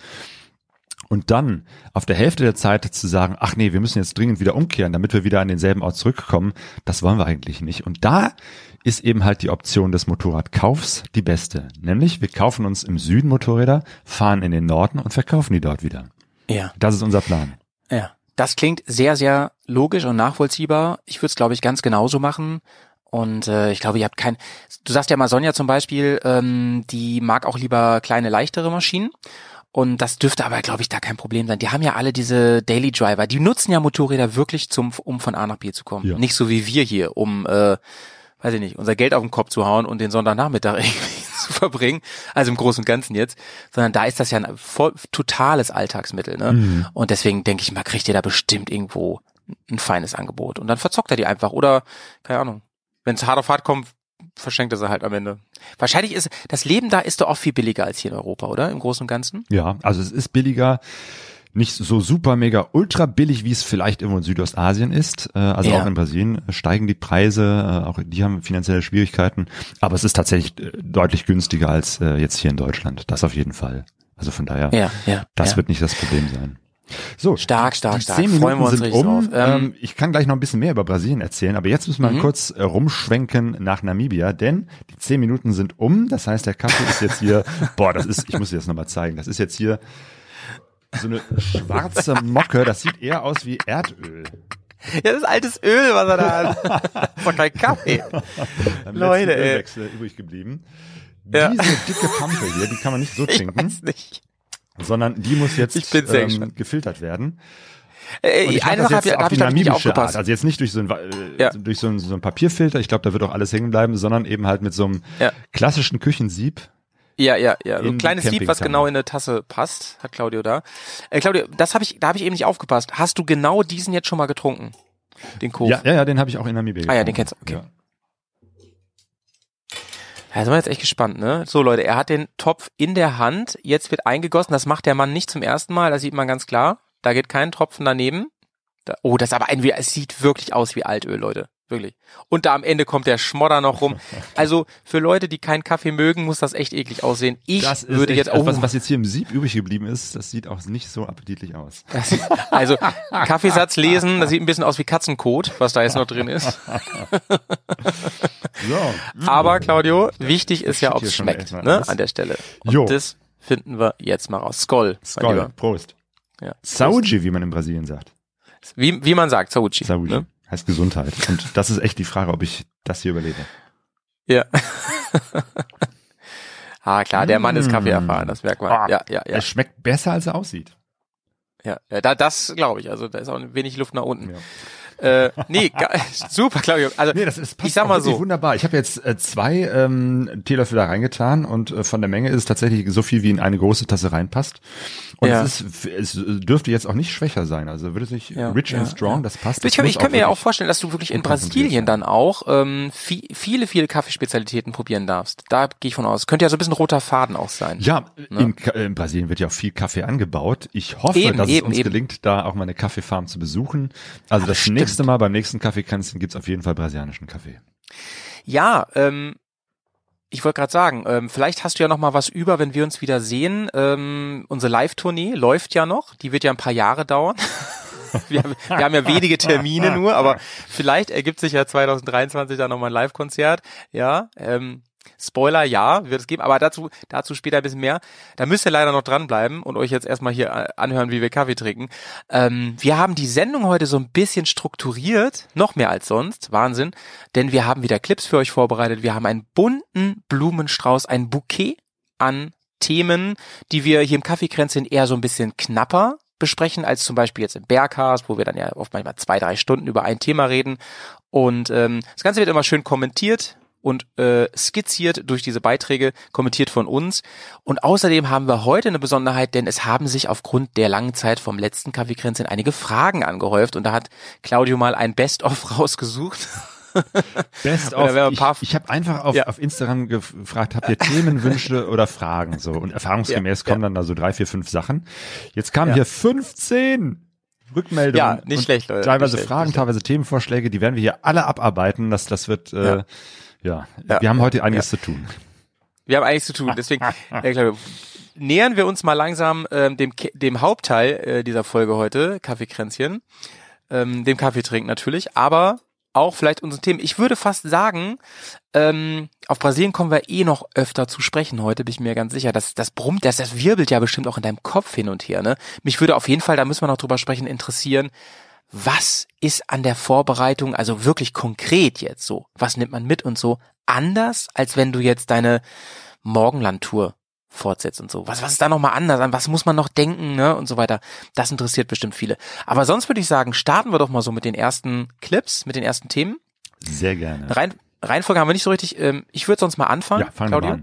A: Und dann auf der Hälfte der Zeit zu sagen, ach nee, wir müssen jetzt dringend wieder umkehren, damit wir wieder an denselben Ort zurückkommen, das wollen wir eigentlich nicht. Und da ist eben halt die Option des Motorradkaufs die beste. Nämlich, wir kaufen uns im Süden Motorräder, fahren in den Norden und verkaufen die dort wieder.
E: Ja.
A: Das ist unser Plan.
E: Ja, das klingt sehr, sehr logisch und nachvollziehbar. Ich würde es, glaube ich, ganz genauso machen. Und äh, ich glaube, ihr habt kein... Du sagst ja mal, Sonja zum Beispiel, ähm, die mag auch lieber kleine, leichtere Maschinen. Und das dürfte aber, glaube ich, da kein Problem sein. Die haben ja alle diese Daily Driver. Die nutzen ja Motorräder wirklich, zum, um von A nach B zu kommen.
A: Ja.
E: Nicht so wie wir hier, um, äh, weiß ich nicht, unser Geld auf den Kopf zu hauen und den Sonntagnachmittag irgendwie zu verbringen. Also im Großen und Ganzen jetzt. Sondern da ist das ja ein voll, totales Alltagsmittel. Ne?
A: Mhm.
E: Und deswegen denke ich mal, kriegt ihr da bestimmt irgendwo ein feines Angebot. Und dann verzockt er die einfach. Oder, keine Ahnung, wenn es hart auf hart kommt, verschenkt er sie halt am Ende. Wahrscheinlich ist das Leben da ist doch auch viel billiger als hier in Europa, oder? Im Großen und Ganzen?
A: Ja, also es ist billiger. Nicht so super mega ultra billig, wie es vielleicht irgendwo in Südostasien ist. Äh, also
E: Ja.
A: auch in Brasilien steigen die Preise, äh, auch die haben finanzielle Schwierigkeiten. Aber es ist tatsächlich äh, deutlich günstiger als äh, jetzt hier in Deutschland. Das auf jeden Fall. Also von daher,
E: Ja, ja.
A: das
E: ja.
A: wird nicht das Problem sein. So,
E: Stark, stark,
A: die
E: stark.
A: zehn Minuten
E: Freuen wir uns
A: sind
E: richtig
A: um.
E: drauf. Ähm,
A: Ähm, ich kann gleich noch ein bisschen mehr über Brasilien erzählen, aber jetzt müssen wir
E: Mhm.
A: kurz äh, rumschwenken nach Namibia, denn die zehn Minuten sind um. Das heißt, der Kaffee ist jetzt hier, boah, das ist, ich muss dir das nochmal zeigen, das ist jetzt hier so eine schwarze Mocke, das sieht eher aus wie Erdöl.
E: Ja, das ist altes Öl, was er da hat. Das ist doch kein Kaffee.
A: Beim
E: Leute,
A: letzten
E: ey.
A: Ölwechsel übrig geblieben.
E: Ja.
A: Diese dicke Pampe hier, die kann man nicht so
E: Ich
A: trinken,
E: weiß nicht.
A: sondern die muss jetzt
E: Ich bin sehr
A: ähm,
E: gespannt.
A: gefiltert werden.
E: Äh,
A: Und ich
E: eine
A: mache
E: Sache
A: das
E: habe
A: jetzt
E: ich,
A: auf
E: hab
A: die
E: ich glaube ich nicht
A: namibische Art.
E: aufgepasst.
A: Also jetzt nicht durch so ein, äh,
E: Ja.
A: durch so ein, so ein Papierfilter. Ich glaube, da wird auch alles hängen bleiben, sondern eben halt mit so einem
E: Ja.
A: klassischen Küchensieb.
E: Ja, ja, ja. So
A: in
E: ein
A: die
E: kleines Sieb, was
A: Campingkammer.
E: genau in eine Tasse passt, hat Claudio da. Äh, Claudio, das habe ich, da habe ich eben nicht aufgepasst. Hast du genau diesen jetzt schon mal getrunken? Den Kof?
A: Ja, ja, ja, den habe ich auch in Namibia
E: Ah ja,
A: getrunken.
E: den kennst du, okay.
A: Ja.
E: Da sind wir jetzt echt gespannt, ne? So Leute, er hat den Topf in der Hand, jetzt wird eingegossen, das macht der Mann nicht zum ersten Mal, das sieht man ganz klar. Da geht kein Tropfen daneben. Da, oh, das ist aber ein, es sieht wirklich aus wie Altöl, Leute. Wirklich. Und da am Ende kommt der Schmodder noch rum. Also für Leute, die keinen Kaffee mögen, muss das echt eklig aussehen. Ich
A: das ist
E: würde
A: echt,
E: jetzt auch...
A: was, was jetzt hier im Sieb übrig geblieben ist, das sieht auch nicht so appetitlich aus.
E: Das, also Kaffeesatz lesen, das sieht ein bisschen aus wie Katzenkot, was da jetzt noch drin ist.
A: So.
E: Aber Claudio, wichtig ist ja,
A: steht
E: ob
A: hier
E: es
A: schon
E: schmeckt,
A: echt mal
E: ne,
A: alles.
E: an der Stelle. Und
A: Jo.
E: das finden wir jetzt mal raus. Skol. mein
A: Skoll,
E: Lieber.
A: Prost.
E: Ja.
A: Saúde, wie man in Brasilien sagt.
E: Wie, wie man sagt, Saúde.
A: Saúde.
E: Ne?
A: Heißt Gesundheit. Und das ist echt die Frage, ob ich das hier überlebe.
E: Ja. ah, klar, der Mann ist Kaffee erfahren, das merkt man.
A: Ah,
E: Ja, ja, ja.
A: Es schmeckt besser, als er aussieht.
E: ja, ja da, das glaube ich. Also da ist auch wenig Luft nach unten.
A: Ja.
E: Äh, nee, ga, super, Claudio. Also
A: Nee, das ist, passt
E: ich sag
A: auch
E: mal
A: wirklich
E: so.
A: wunderbar. Ich habe jetzt äh, zwei ähm, Teelöffel da reingetan und äh, von der Menge ist es tatsächlich so viel, wie in eine große Tasse reinpasst. Und
E: Ja.
A: es, ist, es dürfte jetzt auch nicht schwächer sein. Also wird es nicht
E: Ja,
A: rich
E: ja,
A: and strong,
E: ja.
A: das passt.
E: Du, Ich
A: Das
E: kann,
A: muss
E: ich kann mir ja auch
A: wirklich
E: vorstellen, dass du wirklich in
A: gut konzentriert
E: Brasilien
A: sein.
E: dann auch ähm, viel, viele, viele Kaffeespezialitäten probieren darfst. Da gehe ich von aus. Könnte ja so ein bisschen roter Faden auch sein.
A: Ja,
E: Ne?
A: in, Ka- in Brasilien wird ja auch viel Kaffee angebaut. Ich hoffe,
E: Eben,
A: dass
E: eben,
A: es uns
E: eben.
A: gelingt, da auch mal eine Kaffeefarm zu besuchen. Also das
E: stimmt.
A: nächste Mal beim nächsten Kaffeekränzchen gibt's auf jeden Fall brasilianischen Kaffee.
E: Ja, ähm, ich wollte gerade sagen, ähm, vielleicht hast du ja noch mal was über, wenn wir uns wieder sehen. Ähm, unsere Live-Tournee läuft ja noch. Die wird ja ein paar Jahre dauern. wir, haben, wir haben ja wenige Termine nur, aber vielleicht ergibt sich ja zwanzig dreiundzwanzig da noch mal ein Live-Konzert. Ja, ähm, Spoiler, ja, wird es geben, aber dazu dazu später ein bisschen mehr. Da müsst ihr leider noch dranbleiben und euch jetzt erstmal hier äh, anhören, wie wir Kaffee trinken. Ähm, wir haben die Sendung heute so ein bisschen strukturiert, noch mehr als sonst, Wahnsinn, denn wir haben wieder Clips für euch vorbereitet. Wir haben einen bunten Blumenstrauß, ein Bouquet an Themen, die wir hier im Kaffeekränzchen eher so ein bisschen knapper besprechen, als zum Beispiel jetzt im Bergcast, wo wir dann ja oft manchmal zwei, drei Stunden über ein Thema reden. Und ähm, das Ganze wird immer schön kommentiert und äh, skizziert durch diese Beiträge, kommentiert von uns. Und außerdem haben wir heute eine Besonderheit, denn es haben sich aufgrund der langen Zeit vom letzten Kaffeekränzchen einige Fragen angehäuft. Und da hat Claudio mal ein Best-of rausgesucht.
A: Best
E: Oder
A: of,
E: wenn wir ein
A: ich,
E: paar-
A: ich habe einfach auf,
E: Ja.
A: auf Instagram gefragt, habt ihr Themenwünsche oder Fragen so? Und erfahrungsgemäß
E: Ja,
A: kommen
E: ja.
A: dann da so drei, vier, fünf Sachen. Jetzt kamen
E: Ja.
A: hier fünfzehn Rückmeldungen.
E: Ja, nicht
A: und
E: schlecht, Leute,
A: Teilweise
E: nicht schlecht,
A: Fragen,
E: nicht
A: teilweise Themenvorschläge, die werden wir hier alle abarbeiten. Das, das wird, äh,
E: Ja.
A: ja.
E: Ja.
A: wir haben heute einiges zu tun.
E: Wir haben einiges zu tun, deswegen äh, Claudio, nähern wir uns mal langsam ähm, dem Ke- dem Hauptteil äh, dieser Folge heute, Kaffeekränzchen, ähm, dem Kaffeetrinken natürlich, aber auch vielleicht unseren Themen. Ich würde fast sagen, ähm, auf Brasilien kommen wir eh noch öfter zu sprechen heute, bin ich mir ganz sicher. Das, das brummt, das, das wirbelt ja bestimmt auch in deinem Kopf hin und her. Ne? Mich würde auf jeden Fall, da müssen wir noch drüber sprechen, interessieren, was ist an der Vorbereitung, also wirklich konkret jetzt so, was nimmt man mit und so, anders, als wenn du jetzt deine Morgenland-Tour fortsetzt und so. Was, was ist da nochmal anders? An was muss man noch denken, ne? Und so weiter. Das interessiert bestimmt viele. Aber sonst würde ich sagen, starten wir doch mal so mit den ersten Clips, mit den ersten Themen.
A: Sehr gerne.
E: Rein, Reihenfolge haben wir nicht so richtig. Ähm, ich würde sonst mal anfangen,
A: Ja, fangen wir
E: Claudio.
A: mal an.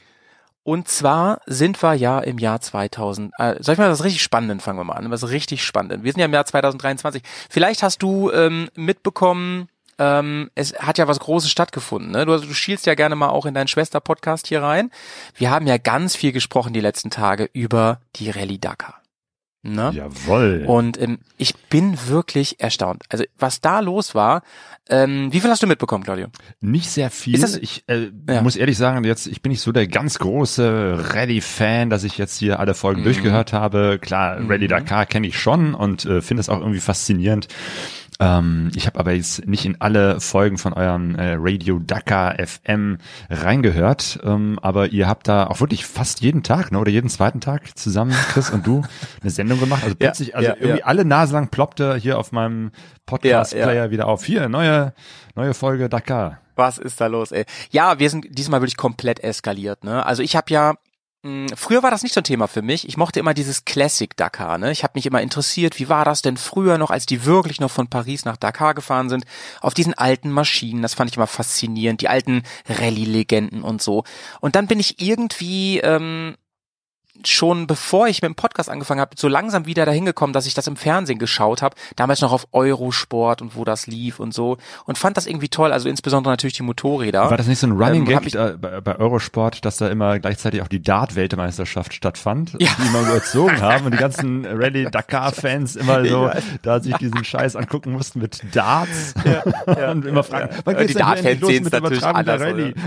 E: Und zwar sind wir ja im Jahr zweitausend. Äh, soll ich mal was richtig Spannendes fangen wir mal an? Was richtig Spannendes. Wir sind ja im Jahr zwanzig dreiundzwanzig. Vielleicht hast du ähm, mitbekommen, ähm, es hat ja was Großes stattgefunden. Ne? Du, also, du schielst ja gerne mal auch in deinen Schwester-Podcast hier rein. Wir haben ja ganz viel gesprochen die letzten Tage über die Rallye Dakar. Ne?
A: Jawohl.
E: Und ähm, ich bin wirklich erstaunt. Also was da los war, ähm, wie viel hast du mitbekommen, Claudio?
A: Nicht sehr viel.
E: Ist das-
A: ich äh,
E: Ja.
A: muss ehrlich sagen, jetzt ich bin nicht so der ganz große Rallye-Fan, dass ich jetzt hier alle Folgen
E: Mhm.
A: durchgehört habe. Klar,
E: Mhm.
A: Rallye Dakar kenne ich schon und äh, finde es auch irgendwie faszinierend. Ähm, ich habe aber jetzt nicht in alle Folgen von eurem äh, Radio Dakar F M reingehört, ähm, aber ihr habt da auch wirklich fast jeden Tag, ne, oder jeden zweiten Tag zusammen, Chris und du, eine Sendung gemacht. Also
E: Ja,
A: plötzlich, also
E: ja,
A: irgendwie
E: ja.
A: alle Nase lang ploppte hier auf meinem Podcast-Player
E: Ja, ja.
A: wieder auf. Hier, neue, neue Folge Dakar.
E: Was ist da los, ey? Ja, wir sind diesmal wirklich komplett eskaliert, ne? Also ich habe ja mh, früher war das nicht so ein Thema für mich. Ich mochte immer dieses Classic Dakar, ne? Ich habe mich immer interessiert, wie war das denn früher noch, als die wirklich noch von Paris nach Dakar gefahren sind, auf diesen alten Maschinen. Das fand ich immer faszinierend, die alten Rallye-Legenden und so. Und dann bin ich irgendwie ähm, schon bevor ich mit dem Podcast angefangen habe, so langsam wieder dahin gekommen, dass ich das im Fernsehen geschaut habe, damals noch auf Eurosport und wo das lief und so und fand das irgendwie toll, also insbesondere natürlich die Motorräder.
A: War das nicht so ein Running
E: ähm,
A: Gag äh, bei, bei Eurosport, dass da immer gleichzeitig auch die Dart-Weltmeisterschaft stattfand,
E: ja.
A: die immer überzogen haben und die ganzen Rallye-Dakar-Fans immer so da sich diesen Scheiß angucken mussten mit Darts
E: ja, ja,
A: und immer fragen,
E: ja.
A: wann geht's
E: die
A: denn
E: Dart-Fans
A: los
E: sehen
A: mit
E: es
A: der
E: natürlich
A: Übertragung der
E: anders,
A: Rallye?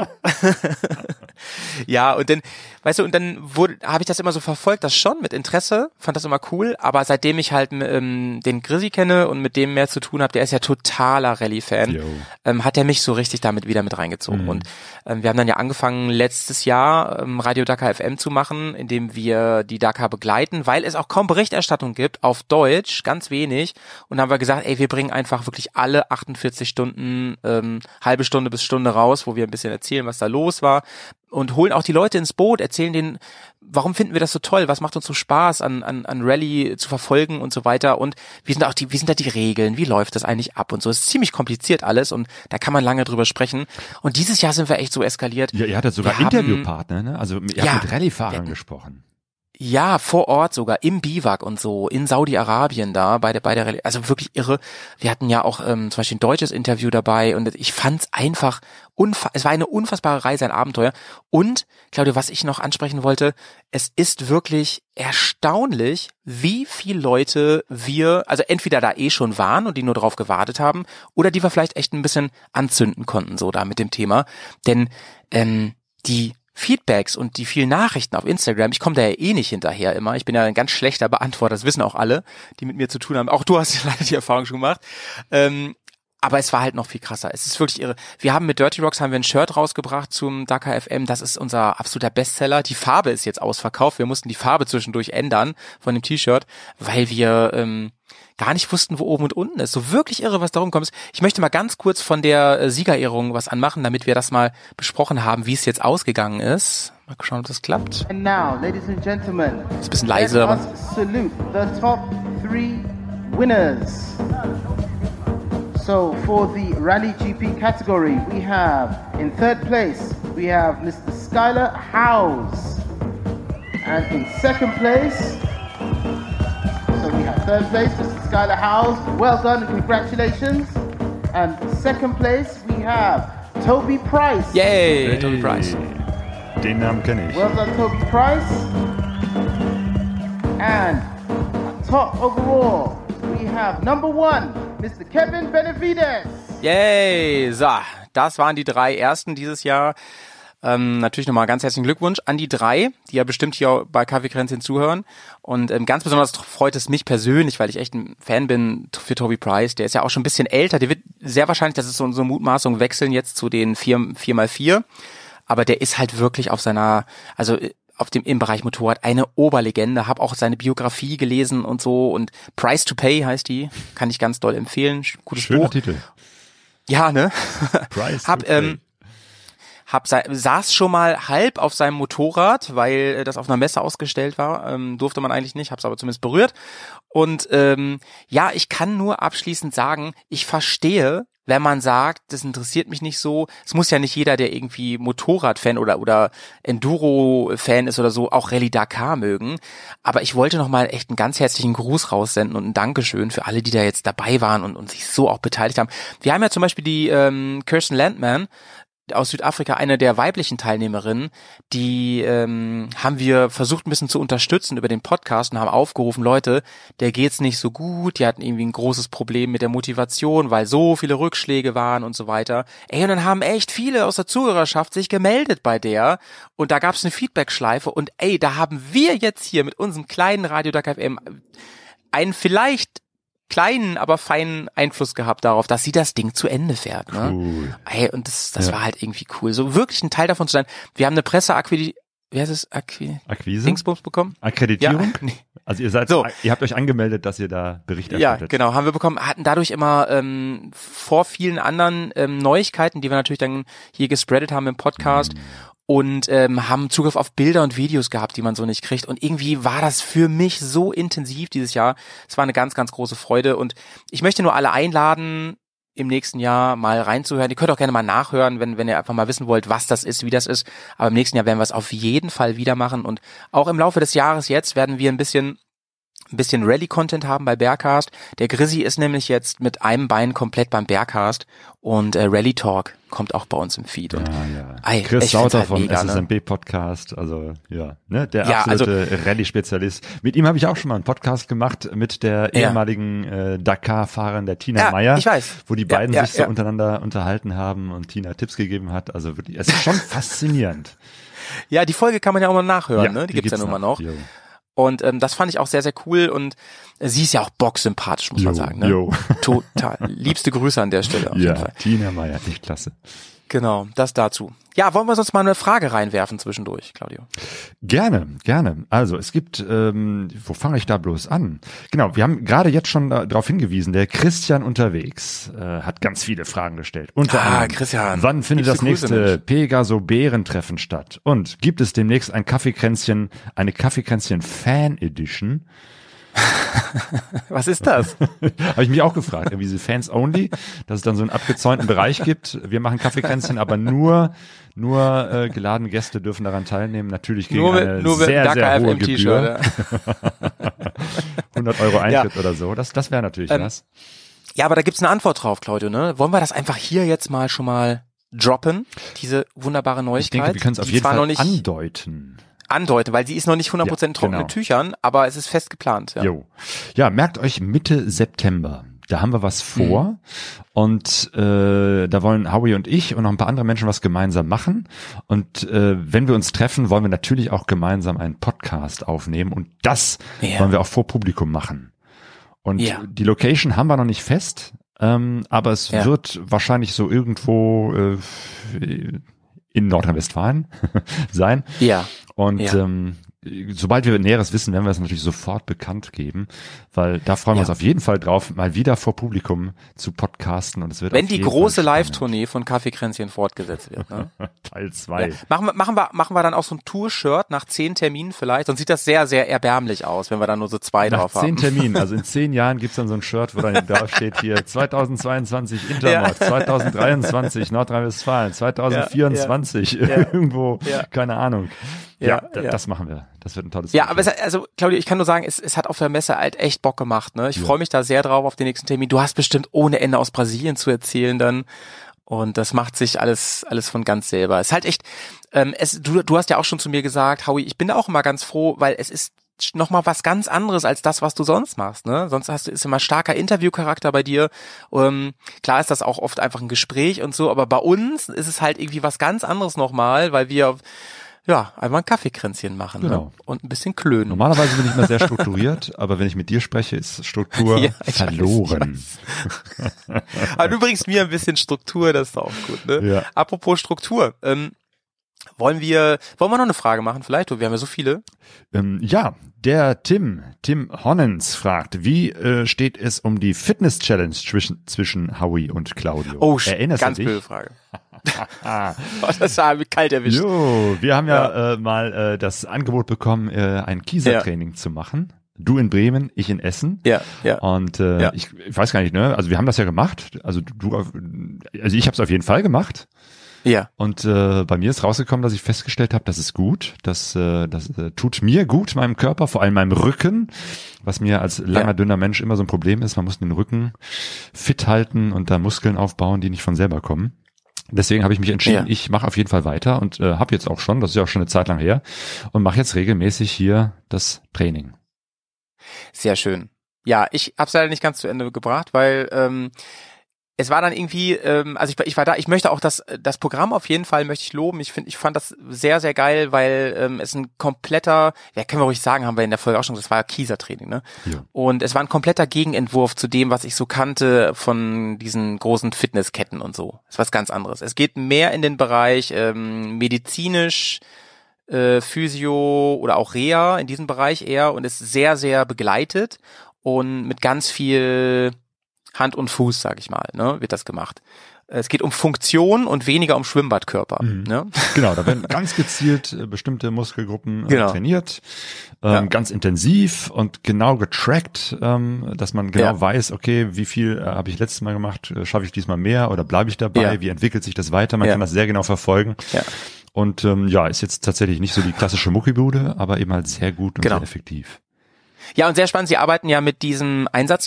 E: Ja, und dann, weißt du, und dann wurde, habe ich das immer so verfolgt, das schon mit Interesse, fand das immer cool, aber seitdem ich halt ähm, den Grizzly kenne und mit dem mehr zu tun habe, der ist ja totaler Rallye-Fan, ähm, hat er mich so richtig damit wieder mit reingezogen. Mhm. Und ähm, wir haben dann ja angefangen, letztes Jahr ähm, Radio Dakar F M zu machen, indem wir die Dakar begleiten, weil es auch kaum Berichterstattung gibt, auf Deutsch, ganz wenig. Und dann haben wir gesagt, ey, wir bringen einfach wirklich alle achtundvierzig Stunden, ähm, halbe Stunde bis Stunde raus, wo wir ein bisschen erzählen, was da los war. Und holen auch die Leute ins Boot, erzählen denen, warum finden wir das so toll, was macht uns so Spaß an, an, an Rallye zu verfolgen und so weiter und wie sind auch die, wie sind da die Regeln, wie läuft das eigentlich ab und so. Es ist ziemlich kompliziert alles und da kann man lange drüber sprechen. Und dieses Jahr sind wir echt so eskaliert.
A: Ja, ihr hattet sogar
E: wir
A: Interviewpartner, ne? Also ihr
E: ja,
A: habt mit Rallye-Fahrern gesprochen.
E: Ja, vor Ort sogar, im Biwak und so, in Saudi-Arabien da, bei der, bei der, Rallye, also wirklich irre. Wir hatten ja auch ähm, zum Beispiel ein deutsches Interview dabei und ich fand's einfach, unfa- es war eine unfassbare Reise, ein Abenteuer. Und, Claudia, was ich noch ansprechen wollte, es ist wirklich erstaunlich, wie viele Leute wir, also entweder da eh schon waren und die nur drauf gewartet haben, oder die wir vielleicht echt ein bisschen anzünden konnten, so da mit dem Thema. Denn ähm, die Feedbacks und die vielen Nachrichten auf Instagram, ich komme da ja eh nicht hinterher immer, ich bin ja ein ganz schlechter Beantworter, das wissen auch alle, die mit mir zu tun haben, auch du hast ja leider die Erfahrung schon gemacht, ähm, aber es war halt noch viel krasser, es ist wirklich irre. Wir haben mit Dirty Rocks haben wir ein Shirt rausgebracht zum Dakar F M, das ist unser absoluter Bestseller, die Farbe ist jetzt ausverkauft, wir mussten die Farbe zwischendurch ändern von dem T-Shirt, weil wir ähm, gar nicht wussten, wo oben und unten ist. So wirklich irre, was darum kommt. Ich möchte mal ganz kurz von der äh, Siegerehrung was anmachen, damit wir das mal besprochen haben, wie es jetzt ausgegangen ist. Mal schauen, ob das klappt.
F: And now, ladies and gentlemen,
E: ist ein bisschen leise, aber
F: let us salute the top three winners. So for the Rally G P category, we have in third place we have Mister Skylar Howes, and in second place. So we have third place, Mister Skylar Howes. Well done and congratulations. And second place, we have Toby Price.
E: Yay,
A: Hey,
E: Toby Price.
A: Den Namen kenne ich.
F: Well done, Toby Price. And top overall, we have number one, Mister Kevin Benavides.
E: Yay, so, das waren die drei ersten dieses Jahr. Ähm, natürlich nochmal ganz herzlichen Glückwunsch an die drei, die ja bestimmt hier bei Kaffeekränzchen zuhören. Und ähm, ganz besonders freut es mich persönlich, weil ich echt ein Fan bin für Toby Price. Der ist ja auch schon ein bisschen älter. Der wird sehr wahrscheinlich, das ist so unsere Mutmaßung, wechseln jetzt zu den vier, vier mal vier. Aber der ist halt wirklich auf seiner, also auf dem im Bereich Motorrad eine Oberlegende. Hab auch seine Biografie gelesen und so. Und Price to Pay heißt die. Kann ich ganz doll empfehlen. Gutes
A: Schöner
E: Buch.
A: Titel.
E: Ja, ne?
A: Price
E: Hab,
A: to Pay.
E: ähm, Hab saß schon mal halb auf seinem Motorrad, weil das auf einer Messe ausgestellt war. Ähm, durfte man eigentlich nicht, hab's aber zumindest berührt. Und ähm, ja, ich kann nur abschließend sagen, ich verstehe, wenn man sagt, das interessiert mich nicht so. Es muss ja nicht jeder, der irgendwie Motorradfan oder oder Enduro-Fan ist oder so, auch Rallye Dakar mögen. Aber ich wollte nochmal echt einen ganz herzlichen Gruß raussenden und ein Dankeschön für alle, die da jetzt dabei waren und, und sich so auch beteiligt haben. Wir haben ja zum Beispiel die ähm, Kirsten Landman aus Südafrika, eine der weiblichen Teilnehmerinnen, die ähm, haben wir versucht ein bisschen zu unterstützen über den Podcast und haben aufgerufen, Leute, der geht's nicht so gut, die hatten irgendwie ein großes Problem mit der Motivation, weil so viele Rückschläge waren und so weiter. Ey, und dann haben echt viele aus der Zuhörerschaft sich gemeldet bei der und da gab's eine Feedback-Schleife und ey, da haben wir jetzt hier mit unserem kleinen Radio Dakar F M einen vielleicht kleinen, aber feinen Einfluss gehabt darauf, dass sie das Ding zu Ende fährt. Ne?
A: Cool.
E: Hey, und das, das
A: Ja.
E: war halt irgendwie cool. So wirklich ein Teil davon zu sein. Wir haben eine Presseakquisition, wie heißt es? Akqui
A: Akquise?
E: Dingsbums bekommen?
A: Akkreditierung?
E: Ja, nee.
A: Also ihr seid,
E: So.
A: ihr habt euch angemeldet, dass ihr da Bericht
E: Ja,
A: erstattet.
E: genau, haben wir bekommen, hatten dadurch immer ähm, vor vielen anderen ähm, Neuigkeiten, die wir natürlich dann hier gespreadet haben im Podcast.
A: Mhm.
E: Und ähm, haben Zugriff auf Bilder und Videos gehabt, die man so nicht kriegt. Und irgendwie war das für mich so intensiv dieses Jahr. Es war eine ganz, ganz große Freude. Und ich möchte nur alle einladen, im nächsten Jahr mal reinzuhören. Ihr könnt auch gerne mal nachhören, wenn wenn ihr einfach mal wissen wollt, was das ist, wie das ist. Aber im nächsten Jahr werden wir es auf jeden Fall wieder machen. Und auch im Laufe des Jahres jetzt werden wir ein bisschen ein bisschen Rally-Content haben bei Bearcast. Der Grizzly ist nämlich jetzt mit einem Bein komplett beim Bearcast und äh, Rally Talk kommt auch bei uns im Feed. Und,
A: ja, ja.
E: Ei,
A: Chris Sauter
E: halt
A: vom
E: mega,
A: S S M B
E: ne?
A: Podcast, also ja, ne, der
E: Ja,
A: absolute also, Rallye-Spezialist. Mit ihm habe ich auch schon mal einen Podcast gemacht mit der
E: ja.
A: ehemaligen äh, Dakar-Fahrerin der Tina
E: ja,
A: Meyer,
E: ich weiß.
A: wo die
E: ja,
A: beiden
E: ja,
A: sich so
E: ja.
A: untereinander unterhalten haben und Tina Tipps gegeben hat. Also wirklich, es ist schon faszinierend.
E: Ja, die Folge kann man ja auch mal nachhören,
A: Ja,
E: ne? Die,
A: die
E: gibt's ja
A: gibt's
E: nun mal noch.
A: Jo.
E: Und ähm, das fand ich auch sehr, sehr cool und äh, sie ist ja auch bocksympathisch, muss
A: Jo,
E: man sagen. Ne?
A: jo.
E: Total. Liebste Grüße an der Stelle auf
A: Ja,
E: jeden Fall.
A: Tina Meyer, echt klasse.
E: Genau, das dazu. Ja, wollen wir sonst mal eine Frage reinwerfen zwischendurch, Claudio?
A: Gerne, gerne. Also es gibt, ähm, wo fange ich da bloß an? Genau, wir haben gerade jetzt schon äh, darauf hingewiesen, der Christian unterwegs äh, hat ganz viele Fragen gestellt. Unter
E: Ah,
A: anderem,
E: Christian.
A: wann findet
E: Liebste
A: das nächste
E: Grüße, Mensch.
A: Pegaso-Bärentreffen statt? Und gibt es demnächst ein Kaffeekränzchen, eine Kaffeekränzchen-Fan-Edition?
E: Was ist das?
A: Habe ich mich auch gefragt, irgendwie diese Fans Only, dass es dann so einen abgezäunten Bereich gibt. Wir machen Kaffeekränzchen, aber nur nur äh, geladene Gäste dürfen daran teilnehmen. Natürlich gegen
E: nur mit,
A: eine
E: nur mit
A: sehr,
E: Dakar
A: sehr
E: F
A: hohe
E: M
A: Gebühr.
E: T-Shirt. Ja.
A: hundert Euro Eintritt oder so. Das, das wäre natürlich
E: Ähm,
A: was.
E: Ja, aber da gibt's eine Antwort drauf, Claudio, ne? Wollen wir das einfach hier jetzt mal schon mal droppen? Diese wunderbare Neuigkeit.
A: Ich denke, wir können es auf
E: die
A: jeden
E: zwar
A: Fall
E: noch nicht
A: andeuten.
E: andeuten, weil sie ist noch nicht hundert Prozent
A: Ja,
E: trocken
A: genau.
E: in Tüchern, aber es ist fest geplant. Ja.
A: Jo. Ja, merkt euch Mitte September. Da haben wir was vor
E: Mhm.
A: und äh, da wollen Howie und ich und noch ein paar andere Menschen was gemeinsam machen. Und äh, wenn wir uns treffen, wollen wir natürlich auch gemeinsam einen Podcast aufnehmen und das
E: Ja.
A: wollen wir auch vor Publikum machen. Und
E: Ja.
A: die Location haben wir noch nicht fest, ähm, aber es
E: Ja.
A: wird wahrscheinlich so irgendwo äh, in Nordrhein-Westfalen sein.
E: Ja.
A: Und
E: Ja.
A: ähm, sobald wir Näheres wissen, werden wir es natürlich sofort bekannt geben, weil da freuen wir
E: Ja.
A: uns auf jeden Fall drauf, mal wieder vor Publikum zu podcasten und es wird
E: Wenn
A: auf
E: die
A: jeden
E: große
A: Fall spannend.
E: Live-Tournee von Kaffeekränzchen fortgesetzt wird. Ne?
A: Teil zwei.
E: Ja. Machen, wir, machen, wir, machen wir dann auch so ein Tour-Shirt nach zehn Terminen vielleicht, sonst sieht das sehr, sehr erbärmlich aus, wenn wir dann nur so zwei
A: Nach
E: drauf
A: zehn
E: haben.
A: Terminen, also in zehn Jahren gibt's dann so ein Shirt, wo dann drauf steht hier zweitausendzweiundzwanzig Intermod,
E: Ja.
A: zweitausenddreiundzwanzig Nordrhein-Westfalen, zweitausendzvierundzwanzig
E: Ja, ja.
A: irgendwo,
E: Ja.
A: keine Ahnung. Ja,
E: Ja,
A: d-
E: ja.
A: das machen wir. Das wird ein tolles
E: Ja,
A: T-Shirt.
E: aber es, hat- also Claudio, ich kann nur sagen, es, es hat auf der Messe halt echt Bock gemacht. Ne? Ich
A: Ja.
E: freue mich da sehr drauf auf den nächsten Termin. Du hast bestimmt ohne Ende aus Brasilien zu erzählen dann. Und das macht sich alles alles von ganz selber. Es ist halt echt, ähm, es, du, du hast ja auch schon zu mir gesagt, Howie, ich bin da auch immer ganz froh, weil es ist nochmal was ganz anderes als das, was du sonst machst. Ne? Sonst hast du ist immer starker Interviewcharakter bei dir. Ähm, klar ist das auch oft einfach ein Gespräch und so, aber bei uns ist es halt irgendwie was ganz anderes nochmal, weil wir ja einfach ein Kaffeekränzchen machen,
A: Genau.
E: ne? Und ein bisschen klönen.
A: Normalerweise bin ich immer sehr strukturiert, aber wenn ich mit dir spreche, ist Struktur
E: Ja, ich
A: verloren.
E: Aber du bringst mir ein bisschen Struktur, das ist auch gut, ne?
A: Ja.
E: Apropos Struktur, ähm, wollen wir, wollen wir noch eine Frage machen vielleicht? Wir haben ja so viele.
A: Ähm, ja, der Tim, Tim Honnens fragt, wie äh, steht es um die Fitness-Challenge zwischen, zwischen Howie und Claudio?
E: Oh, sch-
A: Erinnerst
E: ganz
A: du dich?
E: blöde Frage. Oh, das war mir kalt erwischt.
A: Jo, wir haben ja, Äh, mal äh, das Angebot bekommen, äh, ein Kiesertraining zu machen. Du in Bremen, ich in Essen.
E: Ja, ja.
A: Und äh,
E: Ja.
A: ich, ich weiß gar nicht, ne? Also wir haben das ja gemacht. Also du, auf- also ich habe es auf jeden Fall gemacht.
E: Ja.
A: Und äh, bei mir ist rausgekommen, dass ich festgestellt habe, das ist gut. Das, äh, das äh, tut mir gut, meinem Körper, vor allem meinem Rücken, was mir als langer,
E: Ja.
A: dünner Mensch immer so ein Problem ist. Man muss den Rücken fit halten und da Muskeln aufbauen, die nicht von selber kommen. Deswegen habe ich mich entschieden,
E: Ja.
A: ich mache auf jeden Fall weiter und äh, habe jetzt auch schon, das ist ja auch schon eine Zeit lang her, und mache jetzt regelmäßig hier das Training.
E: Sehr schön. Ja, ich hab's leider nicht ganz zu Ende gebracht, weil ähm, es war dann irgendwie, ähm, also ich, ich war da, ich möchte auch das das Programm auf jeden Fall möchte ich loben. Ich finde, ich fand das sehr, sehr geil, weil ähm, es ein kompletter, ja, können wir ruhig sagen, haben wir in der Folge auch schon, das war Kiesertraining, ne?
A: Ja.
E: Und es war ein kompletter Gegenentwurf zu dem, was ich so kannte von diesen großen Fitnessketten und so. Es ist was ganz anderes. Es geht mehr in den Bereich ähm, medizinisch, äh, Physio oder auch Reha, in diesem Bereich eher, und ist sehr, sehr begleitet und mit ganz viel Hand und Fuß, sag ich mal, ne, wird das gemacht. es geht um Funktion und weniger um Schwimmbadkörper.
A: Mhm.
E: Ne?
A: Genau, da werden ganz gezielt äh, bestimmte Muskelgruppen äh,
E: Genau.
A: trainiert, ähm,
E: Ja.
A: ganz intensiv und genau getrackt, ähm, dass man genau
E: Ja.
A: weiß, okay, wie viel äh, habe ich letztes Mal gemacht, äh, schaffe ich diesmal mehr oder bleibe ich dabei,
E: Ja.
A: wie entwickelt sich das weiter, man
E: Ja.
A: kann das sehr genau verfolgen.
E: Ja.
A: Und ähm, ja, ist jetzt tatsächlich nicht so die klassische Muckibude, aber eben halt sehr gut und
E: Genau.
A: sehr effektiv.
E: Ja, und sehr spannend, Sie arbeiten ja mit diesem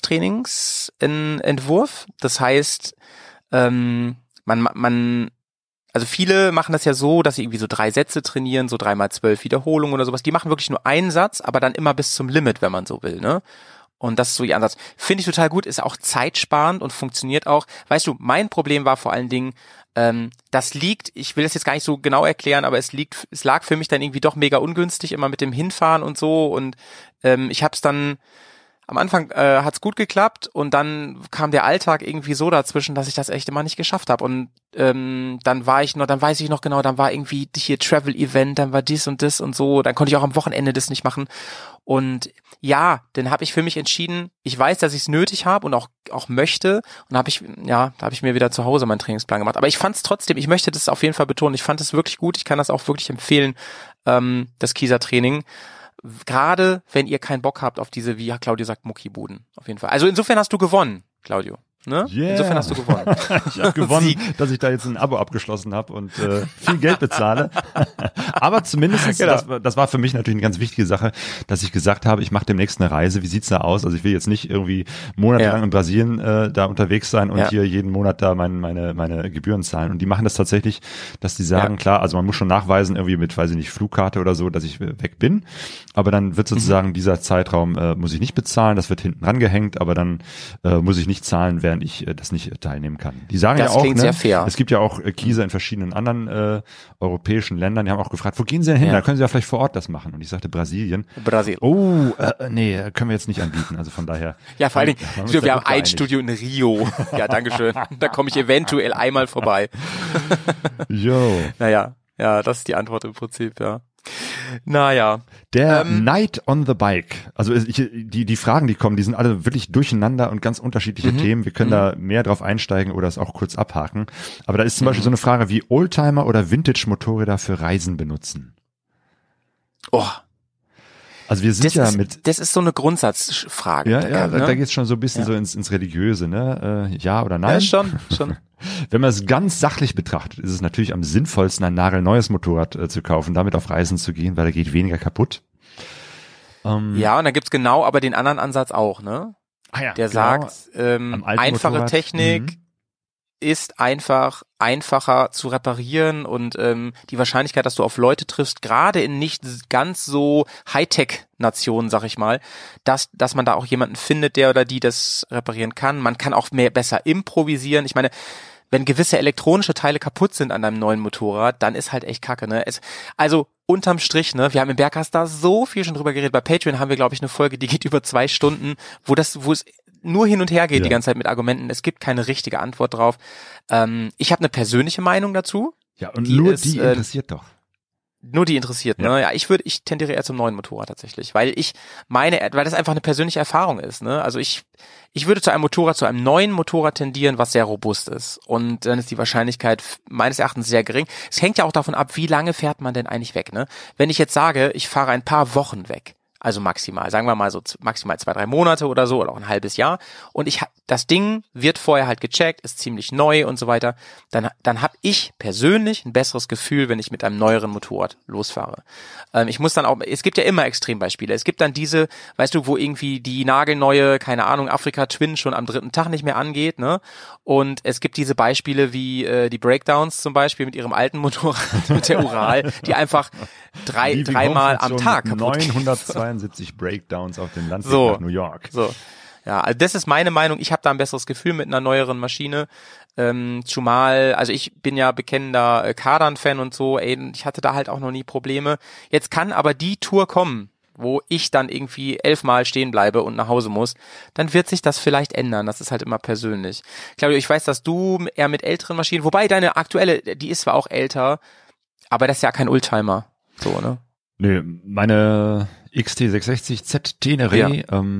E: Einsatztrainingsentwurf. Das heißt, ähm, man, man, also viele machen das ja so, dass sie irgendwie so drei Sätze trainieren, so dreimal zwölf Wiederholungen oder sowas. Die machen wirklich nur einen Satz, aber dann immer bis zum Limit, wenn man so will, ne? Und das ist so ihr Ansatz. Finde ich total gut, ist auch zeitsparend und funktioniert auch. Weißt du, mein Problem war vor allen Dingen, ähm, das liegt, ich will das jetzt gar nicht so genau erklären, aber es liegt, es lag für mich dann irgendwie doch mega ungünstig, immer mit dem Hinfahren und so. Und ähm, ich habe es dann, am Anfang äh, hat's gut geklappt und dann kam der Alltag irgendwie so dazwischen, dass ich das echt immer nicht geschafft habe. Und ähm, dann war ich noch, dann weiß ich noch genau, dann war irgendwie hier Travel-Event, dann war dies und das und so. Dann konnte ich auch am Wochenende das nicht machen. Und ja, dann habe ich für mich entschieden, ich weiß, dass ich es nötig habe und auch auch möchte. Und habe ich, ja, da habe ich mir wieder zu Hause meinen Trainingsplan gemacht. Aber ich fand es trotzdem, ich möchte das auf jeden Fall betonen, ich fand es wirklich gut. Ich kann das auch wirklich empfehlen, ähm, das Kieser-Training. Gerade wenn ihr keinen Bock habt auf diese, wie Claudio sagt, Muckibuden. Auf jeden Fall. Also insofern hast du gewonnen, Claudio. Ne?
A: Yeah.
E: Insofern hast du gewonnen.
A: Ich habe gewonnen,
E: Sieg.
A: dass ich da jetzt ein Abo abgeschlossen habe und äh, viel Geld bezahle. Aber zumindest,
E: Genau.
A: das, das war für mich natürlich eine ganz wichtige Sache, dass ich gesagt habe, ich mache demnächst eine Reise. Wie sieht's da aus? Also ich will jetzt nicht irgendwie monatelang
E: Ja.
A: in Brasilien äh, da unterwegs sein und
E: Ja.
A: hier jeden Monat da mein, meine meine Gebühren zahlen. Und die machen das tatsächlich, dass die sagen,
E: Ja.
A: klar, also man muss schon nachweisen, irgendwie mit, weiß ich nicht, Flugkarte oder so, dass ich weg bin. Aber dann wird sozusagen
E: Mhm.
A: dieser Zeitraum, äh, muss ich nicht bezahlen, das wird hinten rangehängt, aber dann äh, muss ich nicht zahlen, während ich äh, das nicht äh, teilnehmen kann. Die sagen
E: Das
A: ja auch,
E: klingt
A: ne,
E: sehr fair.
A: es gibt ja auch äh, Kieser in verschiedenen anderen äh, europäischen Ländern, die haben auch gefragt, wo gehen Sie denn hin?
E: Ja.
A: Da können Sie ja vielleicht vor Ort das machen. Und ich sagte Brasilien.
E: Brasil.
A: Oh, äh, nee, können wir jetzt nicht anbieten. Also von daher.
E: Ja, vor allen
A: haben
E: Dingen,
A: uns
E: wir
A: da
E: haben
A: gut
E: ein
A: geeinigt.
E: Studio in Rio. Ja, dankeschön. Da komme ich eventuell einmal vorbei.
A: Jo.
E: Naja, ja, das ist die Antwort im Prinzip, ja. Naja.
A: Der
E: Ähm,
A: Night on the Bike. Also ich, die die Fragen, die kommen, die sind alle wirklich durcheinander und ganz unterschiedliche
E: Mhm.
A: Themen. Wir können da mehr drauf einsteigen oder es auch kurz abhaken. Aber da ist zum Beispiel so eine Frage wie Oldtimer oder Vintage-Motorräder für Reisen benutzen.
E: Oh,
A: Also wir sind
E: das,
A: ja
E: ist,
A: mit
E: das ist so eine Grundsatzfrage.
A: ja, ja, da,
E: ne?
A: da geht's schon so ein bisschen
E: Ja.
A: so ins, ins Religiöse, ne? Äh, ja oder nein?
E: Ja, schon, schon.
A: Wenn man es ganz sachlich betrachtet, ist es natürlich am sinnvollsten, ein nagelneues Motorrad äh, zu kaufen, damit auf Reisen zu gehen, weil da geht weniger kaputt. Ähm,
E: Ja, und da gibt's genau aber den anderen Ansatz auch, ne?
A: ah ja,
E: Der
A: genau.
E: sagt, ähm,
A: Am alten
E: einfache
A: Motorrad.
E: Technik
A: Mhm.
E: ist einfach einfacher zu reparieren und ähm, die Wahrscheinlichkeit, dass du auf Leute triffst, gerade in nicht ganz so Hightech-Nationen, sag ich mal, dass dass man da auch jemanden findet, der oder die das reparieren kann. Man kann auch mehr besser improvisieren. Ich meine, wenn gewisse elektronische Teile kaputt sind an deinem neuen Motorrad, dann ist halt echt Kacke, ne? Es, also unterm Strich, ne? Wir haben im Bergcast da so viel schon drüber geredet. Bei Patreon haben wir, glaube ich, eine Folge, die geht über zwei Stunden, wo das, wo es nur hin und her geht
A: Ja.
E: die ganze Zeit mit Argumenten. Es gibt keine richtige Antwort drauf. Ähm, ich habe eine persönliche Meinung dazu.
A: Ja, und
E: die
A: nur
E: ist,
A: die
E: äh,
A: interessiert doch.
E: Nur die interessiert, ne?
A: Ja.
E: Ja, ich würde, ich tendiere eher zum neuen Motorrad tatsächlich, weil ich meine, weil das einfach eine persönliche Erfahrung ist, ne? Also ich, ich würde zu einem Motorrad, zu einem neuen Motorrad tendieren, was sehr robust ist. Und dann ist die Wahrscheinlichkeit f- meines Erachtens sehr gering. Es hängt ja auch davon ab, wie lange fährt man denn eigentlich weg, ne? Wenn ich jetzt sage, ich fahre ein paar Wochen weg, also maximal, sagen wir mal so z- maximal zwei, drei Monate oder so oder auch ein halbes Jahr und ich ha- das Ding wird vorher halt gecheckt, ist ziemlich neu und so weiter, dann dann habe ich persönlich ein besseres Gefühl, wenn ich mit einem neueren Motorrad losfahre. Ähm, ich muss dann auch, es gibt ja immer Extrembeispiele. Es gibt dann diese, weißt du, wo irgendwie die nagelneue, keine Ahnung, Afrika Twin schon am dritten Tag nicht mehr angeht, ne? Und es gibt diese Beispiele wie äh, die Breakdowns zum Beispiel mit ihrem alten Motorrad, mit der Ural, die einfach drei,
A: Leaving
E: dreimal
A: Home
E: am
A: schon
E: Tag
A: mit
E: kaputt gehen.
A: neunhundertzweiundsiebzig Breakdowns auf dem Landweg
E: So.
A: nach New York.
E: So. Ja, also das ist meine Meinung. Ich habe da ein besseres Gefühl mit einer neueren Maschine. Ähm, zumal, also ich bin ja bekennender äh, Kardan-Fan und so, ey, ich hatte da halt auch noch nie Probleme. Jetzt kann aber die Tour kommen, wo ich dann irgendwie elfmal stehen bleibe und nach Hause muss, dann wird sich das vielleicht ändern. Das ist halt immer persönlich. Claudio, ich weiß, dass du eher mit älteren Maschinen, wobei deine aktuelle, die ist zwar auch älter, aber das ist ja kein Oldtimer. So, ne?
A: Nö, meine X T sechshundertsechzig Z Tenere,
E: Ja.
A: ähm,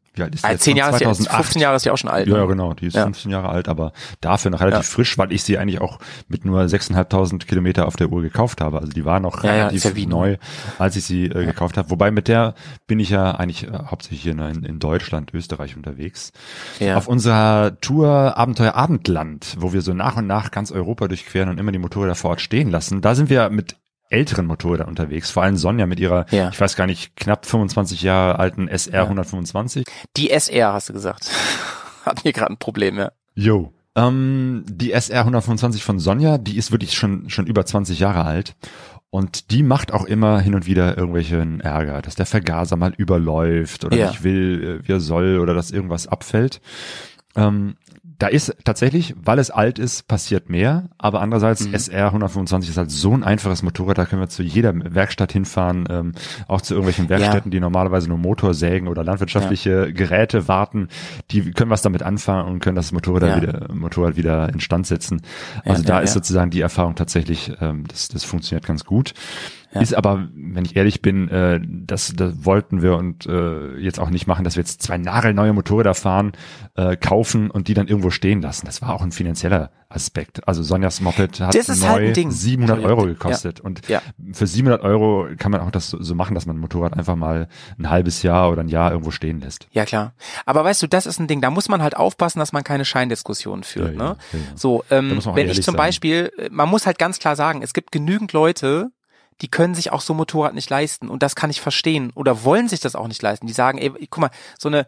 A: Wie alt ist die
E: Also
A: jetzt?
E: zehn Jahre, ist die,
A: zweitausendacht.
E: fünfzehn Jahre ist die auch schon alt.
A: Ja,
E: Ne?
A: genau, die ist
E: Ja.
A: fünfzehn Jahre alt, aber dafür noch relativ
E: Ja.
A: frisch, weil ich sie eigentlich auch mit nur sechstausendfünfhundert Kilometer auf der Uhr gekauft habe. Also die war noch
E: Ja, ja,
A: relativ
E: ist ja wie
A: neu, als ich sie äh, gekauft habe. Wobei mit der bin ich ja eigentlich äh, hauptsächlich hier in, in Deutschland, Österreich unterwegs.
E: Ja.
A: Auf unserer Tour Abenteuer Abendland, wo wir so nach und nach ganz Europa durchqueren und immer die Motorräder vor Ort stehen lassen, da sind wir mit älteren Motorrädern unterwegs, vor allem Sonja mit ihrer,
E: Ja.
A: ich weiß gar nicht, knapp fünfundzwanzig Jahre alten S R hundertfünfundzwanzig.
E: Die S R, hast du gesagt. Hatten wir gerade ein Problem, ja.
A: Jo. Ähm, die S R hundertfünfundzwanzig von Sonja, die ist wirklich schon schon über zwanzig Jahre alt und die macht auch immer hin und wieder irgendwelchen Ärger, dass der Vergaser mal überläuft oder
E: Ja.
A: nicht will, äh, wie er soll oder dass irgendwas abfällt. Ähm, da ist tatsächlich, weil es alt ist, passiert mehr, aber andererseits
E: Mhm.
A: S R hundertfünfundzwanzig ist halt so ein einfaches Motorrad, da können wir zu jeder Werkstatt hinfahren, ähm, auch zu irgendwelchen Werkstätten, die normalerweise nur Motorsägen oder landwirtschaftliche Geräte warten, die können was damit anfangen und können das Motorrad
E: Ja.
A: wieder, Motorrad wieder instand setzen.
E: Ja,
A: Also da
E: ja,
A: ist
E: ja.
A: sozusagen die Erfahrung tatsächlich, ähm, das, das funktioniert ganz gut.
E: Ja.
A: Ist aber, wenn ich ehrlich bin, äh, das, das wollten wir und äh, jetzt auch nicht machen, dass wir jetzt zwei nagelneue Motorräder fahren, äh, kaufen und die dann irgendwo stehen lassen. Das war auch ein finanzieller Aspekt. Also Sonjas Moped hat
E: Das ist
A: neu
E: halt ein Ding.
A: siebenhundert Euro
E: Entschuldigung.
A: gekostet. Und
E: Ja.
A: für siebenhundert Euro kann man auch das so, so machen, dass man ein Motorrad einfach mal ein halbes Jahr oder ein Jahr irgendwo stehen lässt.
E: Ja, klar. Aber weißt du, das ist ein Ding, da muss man halt aufpassen, dass man keine Scheindiskussionen führt.
A: Ja, ja,
E: ne?
A: ja, ja.
E: So,
A: Da
E: ähm,
A: muss man auch
E: wenn ich
A: ehrlich
E: zum
A: sein.
E: Beispiel, äh, man muss halt ganz klar sagen, es gibt genügend Leute, die können sich auch so ein Motorrad nicht leisten und das kann ich verstehen oder wollen sich das auch nicht leisten. Die sagen, ey, guck mal, so eine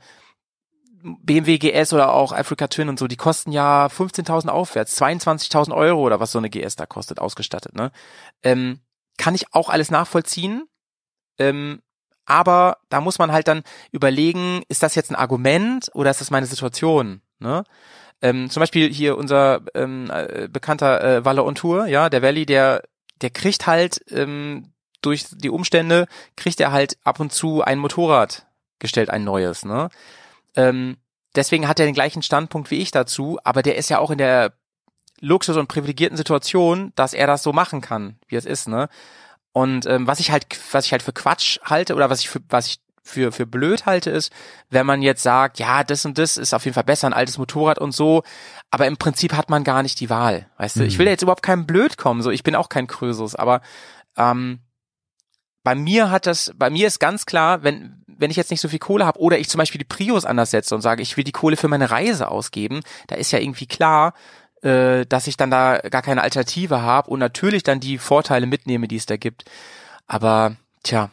E: B M W G S oder auch Africa Twin und so, die kosten ja fünfzehntausend aufwärts, zweiundzwanzigtausend Euro oder was so eine G S da kostet, ausgestattet. Ne? Ähm, kann ich auch alles nachvollziehen, ähm, aber da muss man halt dann überlegen, ist das jetzt ein Argument oder ist das meine Situation? Ne? Ähm, zum Beispiel hier unser ähm, äh, bekannter äh, Valle on Tour, ja, der Valley, der der kriegt halt ähm, durch die Umstände, kriegt er halt ab und zu ein Motorrad gestellt, ein neues, ne? Ähm, deswegen hat er den gleichen Standpunkt wie ich dazu, aber der ist ja auch in der Luxus- und privilegierten Situation, dass er das so machen kann, wie es ist, ne? Und ähm, was ich halt, was ich halt für Quatsch halte oder was ich für, was ich für für blöd halte, ist, wenn man jetzt sagt, ja, das und das ist auf jeden Fall besser, ein altes Motorrad und so, aber im Prinzip hat man gar nicht die Wahl, weißt du? Ich will jetzt überhaupt keinem blöd kommen, so, ich bin auch kein Krösus, aber ähm, bei mir hat das, bei mir ist ganz klar, wenn wenn ich jetzt nicht so viel Kohle habe oder ich zum Beispiel die Prius anders setze und sage, ich will die Kohle für meine Reise ausgeben, da ist ja irgendwie klar, äh, dass ich dann da gar keine Alternative habe und natürlich dann die Vorteile mitnehme, die es da gibt. Aber tja,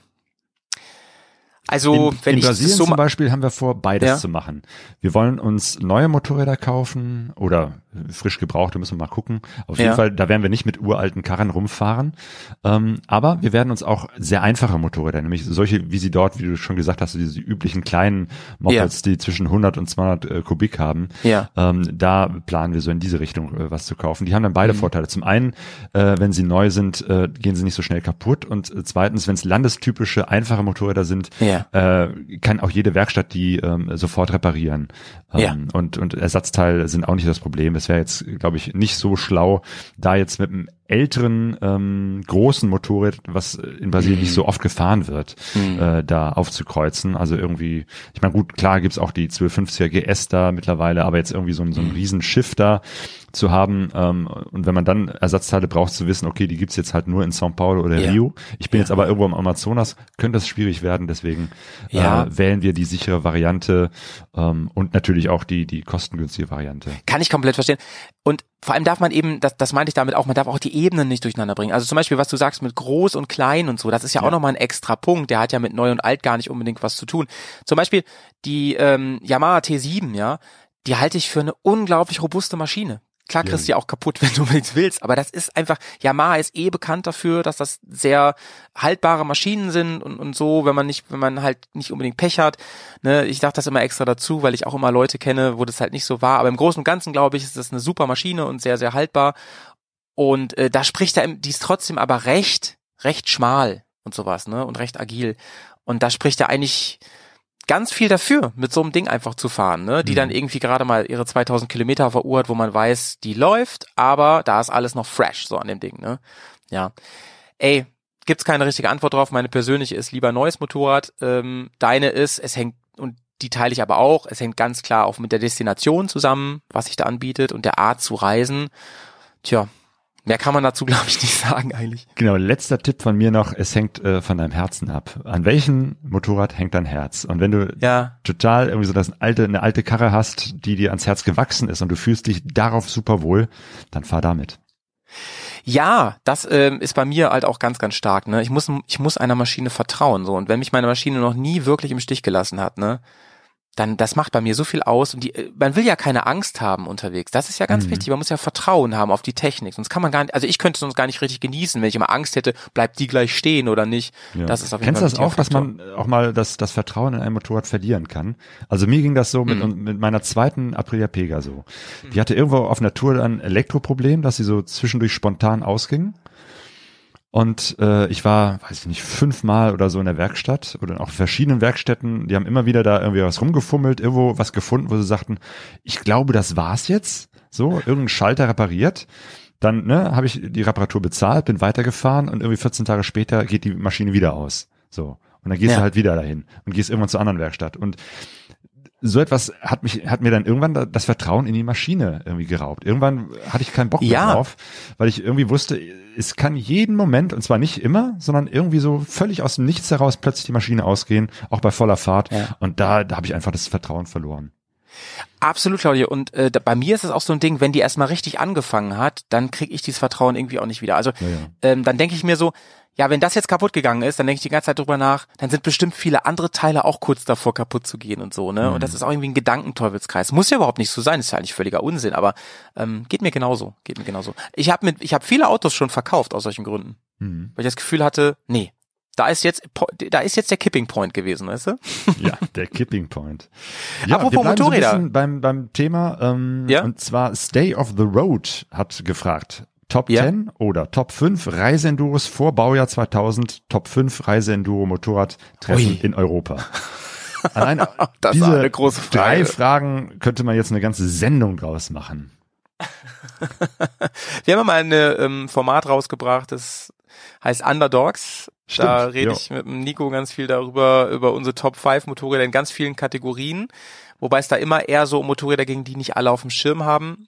E: also
A: in,
E: wenn
A: in
E: ich
A: Brasilien
E: das so
A: zum
E: ma-
A: Beispiel haben wir vor, beides
E: Ja.
A: zu machen. Wir wollen uns neue Motorräder kaufen oder frisch gebrauchte, müssen wir mal gucken. Auf jeden
E: Ja.
A: Fall, da werden wir nicht mit uralten Karren rumfahren. Ähm, aber wir werden uns auch sehr einfache Motorräder, nämlich solche, wie sie dort, wie du schon gesagt hast, diese üblichen kleinen Mopeds, die zwischen hundert und zweihundert äh, Kubik haben.
E: Ja.
A: Ähm, da planen wir so in diese Richtung äh, was zu kaufen. Die haben dann beide
E: Mhm.
A: Vorteile. Zum einen, äh, wenn sie neu sind, äh, gehen sie nicht so schnell kaputt und äh, zweitens, wenn es landestypische, einfache Motorräder sind,
E: Ja.
A: äh, kann auch jede Werkstatt die ähm, sofort reparieren. Ähm,
E: Ja.
A: und, und Ersatzteile sind auch nicht das Problem. Es wäre jetzt, glaube ich, nicht so schlau, da jetzt mit einem älteren, ähm, großen Motorrad, was in Brasilien
E: Mhm.
A: nicht so oft gefahren wird,
E: Mhm.
A: äh, da aufzukreuzen. Also irgendwie, ich meine, gut, klar gibt's auch die zwölfhundertfünfziger G S da mittlerweile, aber jetzt irgendwie so, ein- so ein Riesenschiff da zu haben ähm, und wenn man dann Ersatzteile braucht, zu wissen, okay, die gibt's jetzt halt nur in São Paulo oder
E: Ja.
A: Rio. Ich bin
E: Ja.
A: jetzt aber irgendwo im Amazonas, könnte das schwierig werden, deswegen
E: Ja.
A: äh, wählen wir die sichere Variante ähm, und natürlich auch die die kostengünstige Variante.
E: Kann ich komplett verstehen. Und vor allem darf man eben, das, das meinte ich damit auch, man darf auch die Ebenen nicht durcheinander bringen. Also zum Beispiel, was du sagst mit groß und klein und so, das ist ja,
A: Ja.
E: auch nochmal ein extra Punkt. Der hat ja mit neu und alt gar nicht unbedingt was zu tun. Zum Beispiel die ähm, Yamaha T sieben, ja, die halte ich für eine unglaublich robuste Maschine. Klar kriegst du
A: Ja.
E: die auch kaputt, wenn du nichts willst, aber das ist einfach, Yamaha ist eh bekannt dafür, dass das sehr haltbare Maschinen sind und, und so, wenn man nicht, wenn man halt nicht unbedingt Pech hat. Ne, ich sage das immer extra dazu, weil ich auch immer Leute kenne, wo das halt nicht so war. Aber im Großen und Ganzen, glaube ich, ist das eine super Maschine und sehr, sehr haltbar. Und äh, da spricht er, die ist trotzdem aber recht, recht schmal und sowas, ne, und recht agil. Und da spricht er eigentlich ganz viel dafür, mit so einem Ding einfach zu fahren, ne, die
A: Mhm.
E: dann irgendwie gerade mal ihre zweitausend Kilometer auf der Uhr hat, wo man weiß, die läuft, aber da ist alles noch fresh, so an dem Ding, ne. Ja. Ey, gibt's keine richtige Antwort drauf. Meine persönliche ist lieber neues Motorrad. Ähm, deine ist, es hängt, und die teile ich aber auch. Es hängt ganz klar auch mit der Destination zusammen, was sich da anbietet und der Art zu reisen. Tja, mehr kann man dazu, glaube ich, nicht sagen eigentlich.
A: Genau, letzter Tipp von mir noch, es hängt äh, von deinem Herzen ab. An welchem Motorrad hängt dein Herz? Und wenn du
E: ja.
A: total irgendwie so das alte, eine alte Karre hast, die dir ans Herz gewachsen ist und du fühlst dich darauf super wohl, dann fahr damit.
E: Ja, das ähm, ist bei mir halt auch ganz, ganz stark. Ne, ich muss, ich muss einer Maschine vertrauen. So, und wenn mich meine Maschine noch nie wirklich im Stich gelassen hat, ne, dann das macht bei mir so viel aus. Und die, man will ja keine Angst haben unterwegs. Das ist ja ganz mhm. wichtig. Man muss ja Vertrauen haben auf die Technik. Sonst kann man gar nicht. Also ich könnte es sonst gar nicht richtig genießen, wenn ich immer Angst hätte, bleibt die gleich stehen oder nicht.
A: Ja.
E: Das ist auf jeden
A: Kennst
E: Fall
A: du das auch, dass man auch mal das, das Vertrauen in ein Motorrad verlieren kann? Also mir ging das so mit, mhm. mit meiner zweiten Aprilia Pega so. Die hatte irgendwo auf einer Tour ein Elektroproblem, dass sie so zwischendurch spontan ausging. Und äh, ich war, weiß ich nicht, fünfmal oder so in der Werkstatt oder auch in verschiedenen Werkstätten. Die haben immer wieder da irgendwie was rumgefummelt, irgendwo was gefunden, wo sie sagten, ich glaube, das war's jetzt. So, irgendein Schalter repariert. Dann ne, habe ich die Reparatur bezahlt, bin weitergefahren und irgendwie vierzehn Tage später geht die Maschine wieder aus. So, und dann gehst
E: ja.
A: du halt wieder dahin und gehst irgendwann zur anderen Werkstatt. Und so etwas hat mich, hat mir dann irgendwann das Vertrauen in die Maschine irgendwie geraubt. Irgendwann hatte ich keinen Bock mehr
E: ja.
A: drauf, weil ich irgendwie wusste, es kann jeden Moment, und zwar nicht immer, sondern irgendwie so völlig aus dem Nichts heraus plötzlich die Maschine ausgehen, auch bei voller Fahrt. Ja. Und da, da habe ich einfach das Vertrauen verloren.
E: Absolut, Claudia. Und äh, bei mir ist es auch so ein Ding, wenn die erstmal richtig angefangen hat, dann kriege ich dieses Vertrauen irgendwie auch nicht wieder. Also ja, ja. Ähm, dann denke ich mir so, ja, wenn das jetzt kaputt gegangen ist, dann denke ich die ganze Zeit drüber nach, dann sind bestimmt viele andere Teile auch kurz davor kaputt zu gehen und so, ne? Mhm. Und das ist auch irgendwie ein Gedankenteufelskreis. Muss ja überhaupt nicht so sein, ist ja eigentlich völliger Unsinn, aber ähm, geht mir genauso, geht mir genauso. Ich habe mit, ich habe viele Autos schon verkauft aus solchen Gründen, mhm. weil ich das Gefühl hatte, nee, da ist jetzt, da ist jetzt der Kipping Point gewesen, weißt du?
A: Ja, der Kipping Point. Ja,
E: apropos
A: wir
E: Motorräder.
A: So ein bisschen beim beim Thema ähm, ja? Und zwar Stay of the Road hat gefragt. Top
E: ja.
A: zehn oder Top fünf Reiseenduros vor Baujahr zweitausend, Top fünf Reiseenduro Motorradtreffen in Europa. Allein
E: das
A: diese
E: eine große Frage.
A: Drei Fragen könnte man jetzt eine ganze Sendung draus machen.
E: Wir haben mal ein ähm, Format rausgebracht, das heißt Underdogs. Stimmt, da rede ich mit dem Nico ganz viel darüber, über unsere Top fünf Motorräder in ganz vielen Kategorien. Wobei es da immer eher so um Motorräder ging, die nicht alle auf dem Schirm haben.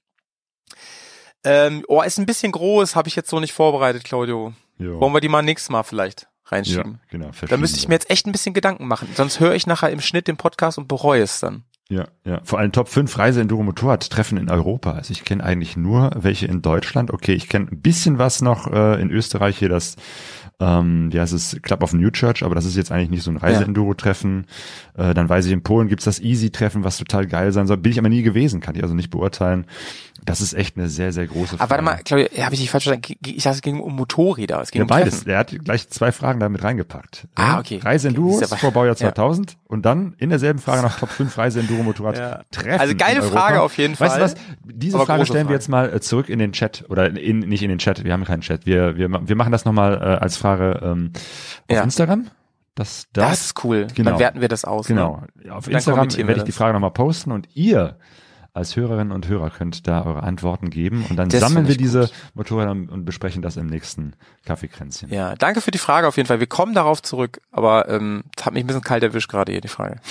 E: Ähm, oh, ist ein bisschen groß, habe ich jetzt so nicht vorbereitet, Claudio. Jo. Wollen wir die mal nächstes Mal vielleicht reinschieben?
A: Ja, genau.
E: Da müsste ich mir jetzt echt ein bisschen Gedanken machen. Sonst höre ich nachher im Schnitt den Podcast und bereue es dann.
A: Ja, ja. Vor allem Top fünf Reise-Enduro-Motorradtreffen in Europa. Also ich kenne eigentlich nur welche in Deutschland. Okay, ich kenne ein bisschen was noch äh, in Österreich hier, das ähm, wie heißt es, Club of New Church, aber das ist jetzt eigentlich nicht so ein Reise-Enduro-Treffen. Äh, dann weiß ich, in Polen gibt's das Easy-Treffen, was total geil sein soll. Bin ich aber nie gewesen, kann ich also nicht beurteilen. Das ist echt eine sehr, sehr große Frage.
E: Aber warte mal, Claudia, habe ich dich falsch verstanden? Ich dachte, es ging um Motorräder. Es ging
A: ja,
E: um
A: beides.
E: Treffen.
A: Der hat gleich zwei Fragen damit reingepackt.
E: Ah, okay.
A: Reise-Enduros
E: okay.
A: vor Baujahr zweitausend ja. Und dann in derselben Frage noch Top fünf Reise-Enduro-Motorrad-Treffen.
E: Ja. Also geile Frage auf jeden
A: weißt
E: Fall.
A: Weißt du was? Diese aber Frage stellen Frage. wir jetzt mal zurück in den Chat. Oder in, nicht in den Chat, wir haben keinen Chat. Wir, wir, wir machen das nochmal äh, als Frage ähm, auf ja. Instagram. Das, das,
E: das ist cool.
A: Genau.
E: Dann werten wir das aus.
A: Genau.
E: Ne?
A: Auf Instagram werde ich die Frage nochmal posten und ihr als Hörerinnen und Hörer könnt da eure Antworten geben und dann das sammeln wir diese gut. Motorräder und besprechen das im nächsten Kaffeekränzchen.
E: Ja, danke für die Frage auf jeden Fall. Wir kommen darauf zurück, aber ähm, das hat mich ein bisschen kalt erwischt gerade hier, die Frage.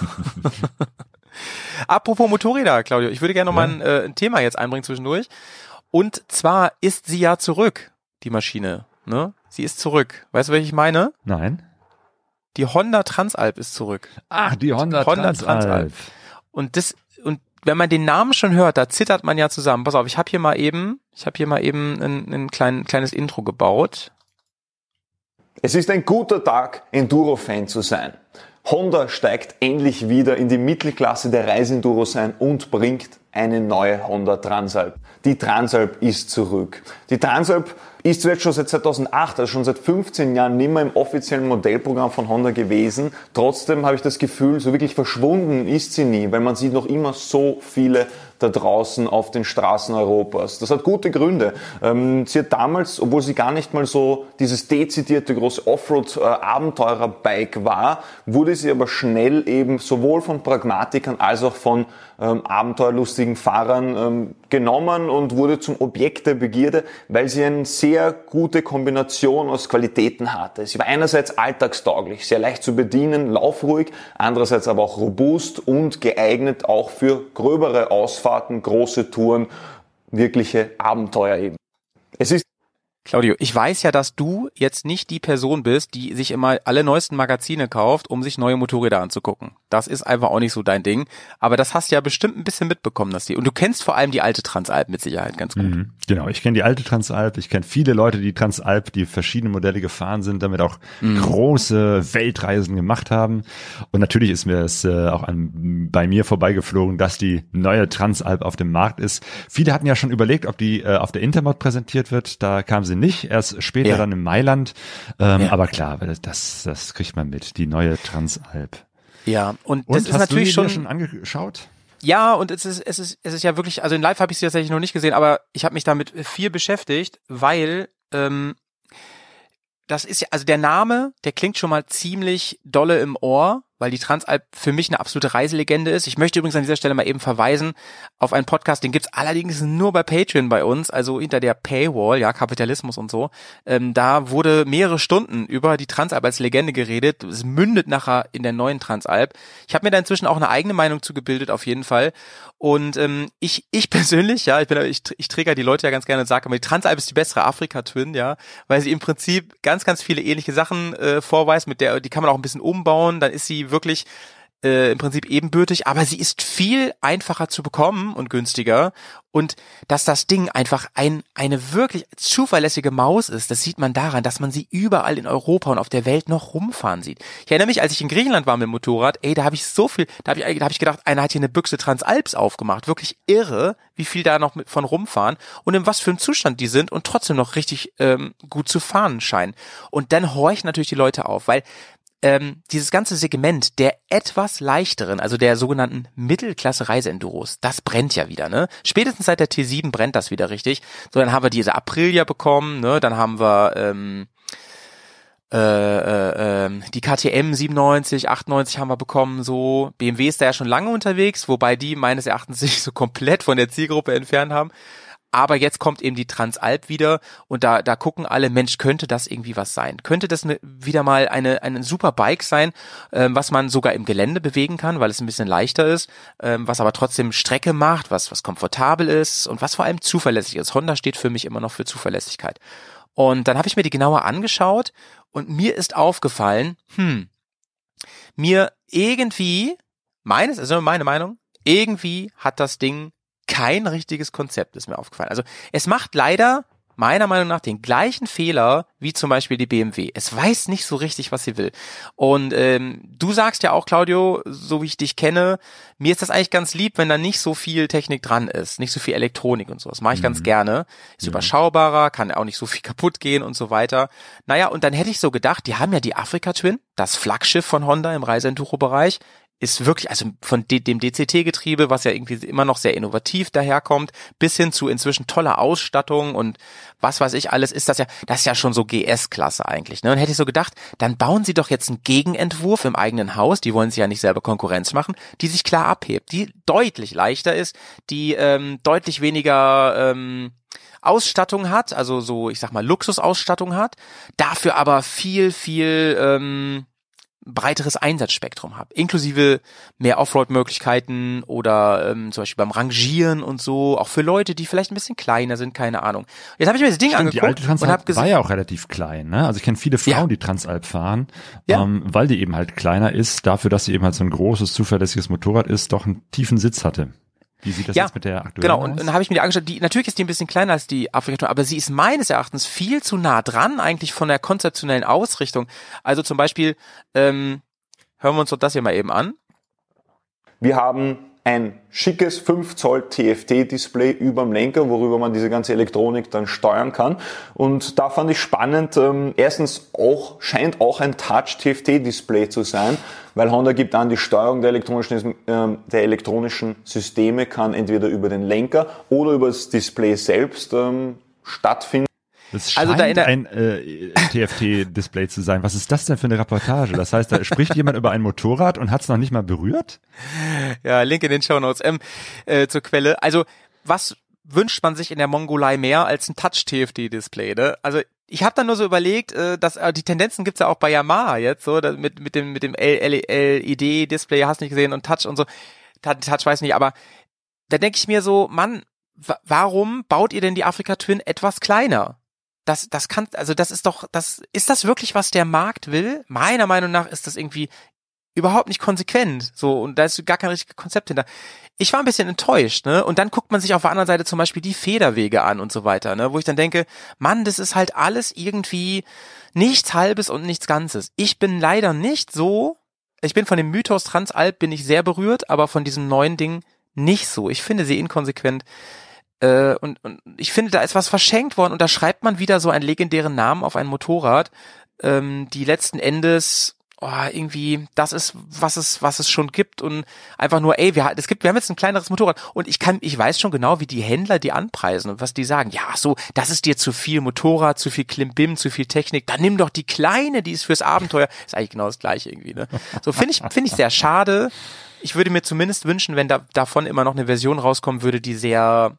E: Apropos Motorräder, Claudio, ich würde gerne noch ja. mal ein, äh, ein Thema jetzt einbringen zwischendurch. Und zwar ist sie ja zurück, die Maschine. Ne? Sie ist zurück. Weißt du, welche ich meine?
A: Nein.
E: Die Honda Transalp ist zurück.
A: Ach, die Honda,
E: Honda
A: Transalp.
E: Transalp. Und das und wenn man den Namen schon hört, da zittert man ja zusammen. Pass auf, ich habe hier mal eben, ich habe hier mal eben ein, ein klein, kleines Intro gebaut.
G: Es ist ein guter Tag, Enduro-Fan zu sein. Honda steigt endlich wieder in die Mittelklasse der Reiseenduro ein und bringt eine neue Honda Transalp. Die Transalp ist zurück. Die Transalp ist zwar jetzt schon seit zweitausendacht, also schon seit fünfzehn Jahren nicht mehr im offiziellen Modellprogramm von Honda gewesen. Trotzdem habe ich das Gefühl, so wirklich verschwunden ist sie nie, weil man sieht noch immer so viele da draußen auf den Straßen Europas. Das hat gute Gründe. Ähm, sie hat damals, obwohl sie gar nicht mal so dieses dezidierte große Offroad-Abenteurer-Bike war, wurde sie aber schnell eben sowohl von Pragmatikern als auch von ähm, abenteuerlustigen Fahrern ähm, genommen und wurde zum Objekt der Begierde, weil sie eine sehr gute Kombination aus Qualitäten hatte. Sie war einerseits alltagstauglich, sehr leicht zu bedienen, laufruhig, andererseits aber auch robust und geeignet auch für gröbere Ausfahrten, große Touren, wirkliche Abenteuer eben. Es ist
E: Claudio, ich weiß ja, dass du jetzt nicht die Person bist, die sich immer alle neuesten Magazine kauft, um sich neue Motorräder anzugucken. Das ist einfach auch nicht so dein Ding. Aber das hast du ja bestimmt ein bisschen mitbekommen, dass die. Und du kennst vor allem die alte Transalp mit Sicherheit ganz gut.
A: Mhm, genau, ich kenne die alte Transalp. Ich kenne viele Leute, die Transalp, die verschiedene Modelle gefahren sind, damit auch mhm. große Weltreisen gemacht haben. Und natürlich ist mir es äh, auch an, bei mir vorbeigeflogen, dass die neue Transalp auf dem Markt ist. Viele hatten ja schon überlegt, ob die äh, auf der Intermod präsentiert wird. Da kam sie nicht, erst später ja. dann in Mailand. Ähm, ja. Aber klar, das, das kriegt man mit, die neue Transalp.
E: Ja, und,
A: und
E: das ist natürlich
A: schon,
E: schon
A: schon angeschaut.
E: Ja, und es ist es ist es ist ja wirklich, also in Live habe ich sie tatsächlich noch nicht gesehen, aber ich habe mich damit viel beschäftigt, weil ähm, das ist ja, also der Name, der klingt schon mal ziemlich dolle im Ohr, weil die Transalp für mich eine absolute Reiselegende ist. Ich möchte übrigens an dieser Stelle mal eben verweisen auf einen Podcast, den gibt's allerdings nur bei Patreon bei uns, also hinter der Paywall, ja, Kapitalismus und so. Ähm, da wurde mehrere Stunden über die Transalp als Legende geredet. Es mündet nachher in der neuen Transalp. Ich habe mir da inzwischen auch eine eigene Meinung zu gebildet, auf jeden Fall. Und ähm, ich ich persönlich, ja, ich bin ich, ich träger die Leute ja ganz gerne und sage immer, die Transalp ist die bessere Afrika-Twin, ja, weil sie im Prinzip ganz, ganz viele ähnliche Sachen äh, vorweist, mit der, die kann man auch ein bisschen umbauen, dann ist sie wirklich äh, im Prinzip ebenbürtig, aber sie ist viel einfacher zu bekommen und günstiger, und dass das Ding einfach ein eine wirklich zuverlässige Maus ist, das sieht man daran, dass man sie überall in Europa und auf der Welt noch rumfahren sieht. Ich erinnere mich, als ich in Griechenland war mit dem Motorrad, ey, da habe ich so viel, da habe ich, da hab ich gedacht, einer hat hier eine Büchse Transalps aufgemacht, wirklich irre, wie viel da noch mit von rumfahren und in was für einem Zustand die sind und trotzdem noch richtig ähm, gut zu fahren scheinen. Und dann horchen natürlich die Leute auf, weil Ähm, dieses ganze Segment der etwas leichteren, also der sogenannten Mittelklasse-Reiseenduros, das brennt ja wieder, ne? Spätestens seit der T sieben brennt das wieder richtig. So, dann haben wir diese Aprilia bekommen, ne? Dann haben wir ähm, äh, äh, äh, die K T M siebenundneunzig, achtundneunzig haben wir bekommen, so. B M W ist da ja schon lange unterwegs, wobei die meines Erachtens sich so komplett von der Zielgruppe entfernt haben. Aber jetzt kommt eben die Transalp wieder und da da gucken alle, Mensch, könnte das irgendwie was sein? Könnte das ne, wieder mal eine eine super Bike sein, ähm, was man sogar im Gelände bewegen kann, weil es ein bisschen leichter ist, ähm, was aber trotzdem Strecke macht, was was komfortabel ist und was vor allem zuverlässig ist. Honda steht für mich immer noch für Zuverlässigkeit. Und dann habe ich mir die genauer angeschaut und mir ist aufgefallen, hm, mir irgendwie, meines, also meine Meinung, irgendwie hat das Ding kein richtiges Konzept, ist mir aufgefallen. Also es macht leider meiner Meinung nach den gleichen Fehler wie zum Beispiel die B M W. Es weiß nicht so richtig, was sie will. Und ähm, du sagst ja auch, Claudio, so wie ich dich kenne, mir ist das eigentlich ganz lieb, wenn da nicht so viel Technik dran ist, nicht so viel Elektronik und so. Das mache ich mhm. ganz gerne. Ist mhm. überschaubarer, kann auch nicht so viel kaputt gehen und so weiter. Naja, und dann hätte ich so gedacht, die haben ja die Afrika Twin, das Flaggschiff von Honda im Reise-Enduro-Bereich, ist wirklich, also von dem D C T-Getriebe, was ja irgendwie immer noch sehr innovativ daherkommt, bis hin zu inzwischen toller Ausstattung und was weiß ich alles, ist das ja, das ist ja schon so G S-Klasse eigentlich, ne? Und hätte ich so gedacht, dann bauen sie doch jetzt einen Gegenentwurf im eigenen Haus, die wollen sich ja nicht selber Konkurrenz machen, die sich klar abhebt, die deutlich leichter ist, die ähm, deutlich weniger ähm, Ausstattung hat, also so, ich sag mal, Luxusausstattung hat, dafür aber viel, viel ähm, breiteres Einsatzspektrum habe, inklusive mehr Offroad-Möglichkeiten oder ähm, zum Beispiel beim Rangieren und so, auch für Leute, die vielleicht ein bisschen kleiner sind, keine Ahnung. Jetzt habe ich mir das Ding
A: Stimmt,
E: angeguckt
A: die alte Transalp
E: und habe gesehen,
A: war ja auch relativ klein, ne? Also ich kenne viele Frauen,
E: ja.
A: die Transalp fahren,
E: ja.
A: ähm, weil die eben halt kleiner ist, dafür, dass sie eben halt so ein großes, zuverlässiges Motorrad ist, doch einen tiefen Sitz hatte. Wie sieht das
E: ja,
A: jetzt mit der aktuellen
E: genau,
A: aus?
E: und dann habe ich mir die angeschaut, die, natürlich ist die ein bisschen kleiner als die Afrika, aber sie ist meines Erachtens viel zu nah dran eigentlich von der konzeptionellen Ausrichtung. Also zum Beispiel, ähm, hören wir uns doch das hier mal eben an.
G: Wir haben ein schickes fünf Zoll T F T-Display überm Lenker, worüber man diese ganze Elektronik dann steuern kann. Und da fand ich spannend, ähm, erstens auch, scheint auch ein Touch-T F T-Display zu sein, weil Honda gibt an, die Steuerung der elektronischen, äh, der elektronischen Systeme kann entweder über den Lenker oder über das Display selbst ähm, stattfinden.
A: Das scheint also da in der ein äh, T F T-Display zu sein. Was ist das denn für eine Reportage? Das heißt, da spricht jemand über ein Motorrad und hat es noch nicht mal berührt?
E: Ja, Link in den Shownotes ähm, äh, zur Quelle. Also was wünscht man sich in der Mongolei mehr als ein Touch-T F T-Display, ne? Also ich habe dann nur so überlegt, äh, dass äh, die Tendenzen gibt's ja auch bei Yamaha jetzt, so da, mit mit dem mit dem L E D-Display, hast nicht gesehen, und Touch und so. Touch weiß nicht, aber da denke ich mir so, Mann, w- warum baut ihr denn die Afrika Twin etwas kleiner? Das das kann, also das ist doch, das ist das wirklich, was der Markt will? Meiner Meinung nach ist das irgendwie überhaupt nicht konsequent, so, und da ist gar kein richtiges Konzept hinter. Ich war ein bisschen enttäuscht, ne, und dann guckt man sich auf der anderen Seite zum Beispiel die Federwege an und so weiter, ne, wo ich dann denke, Mann, das ist halt alles irgendwie nichts Halbes und nichts Ganzes. Ich bin leider nicht so, ich bin von dem Mythos Transalp bin ich sehr berührt, aber von diesem neuen Ding nicht so. Ich finde sie inkonsequent, äh, und, und ich finde, da ist was verschenkt worden, und da schreibt man wieder so einen legendären Namen auf ein Motorrad, ähm, die letzten Endes oh, irgendwie, das ist, was es, was es schon gibt, und einfach nur, ey, wir, es gibt, wir haben jetzt ein kleineres Motorrad, und ich kann, ich weiß schon genau, wie die Händler die anpreisen und was die sagen. Ja, so, das ist dir zu viel Motorrad, zu viel Klimbim, zu viel Technik, dann nimm doch die kleine, die ist fürs Abenteuer. Ist eigentlich genau das Gleiche irgendwie, ne? So, finde ich, finde ich sehr schade. Ich würde mir zumindest wünschen, wenn da, davon immer noch eine Version rauskommen würde, die sehr,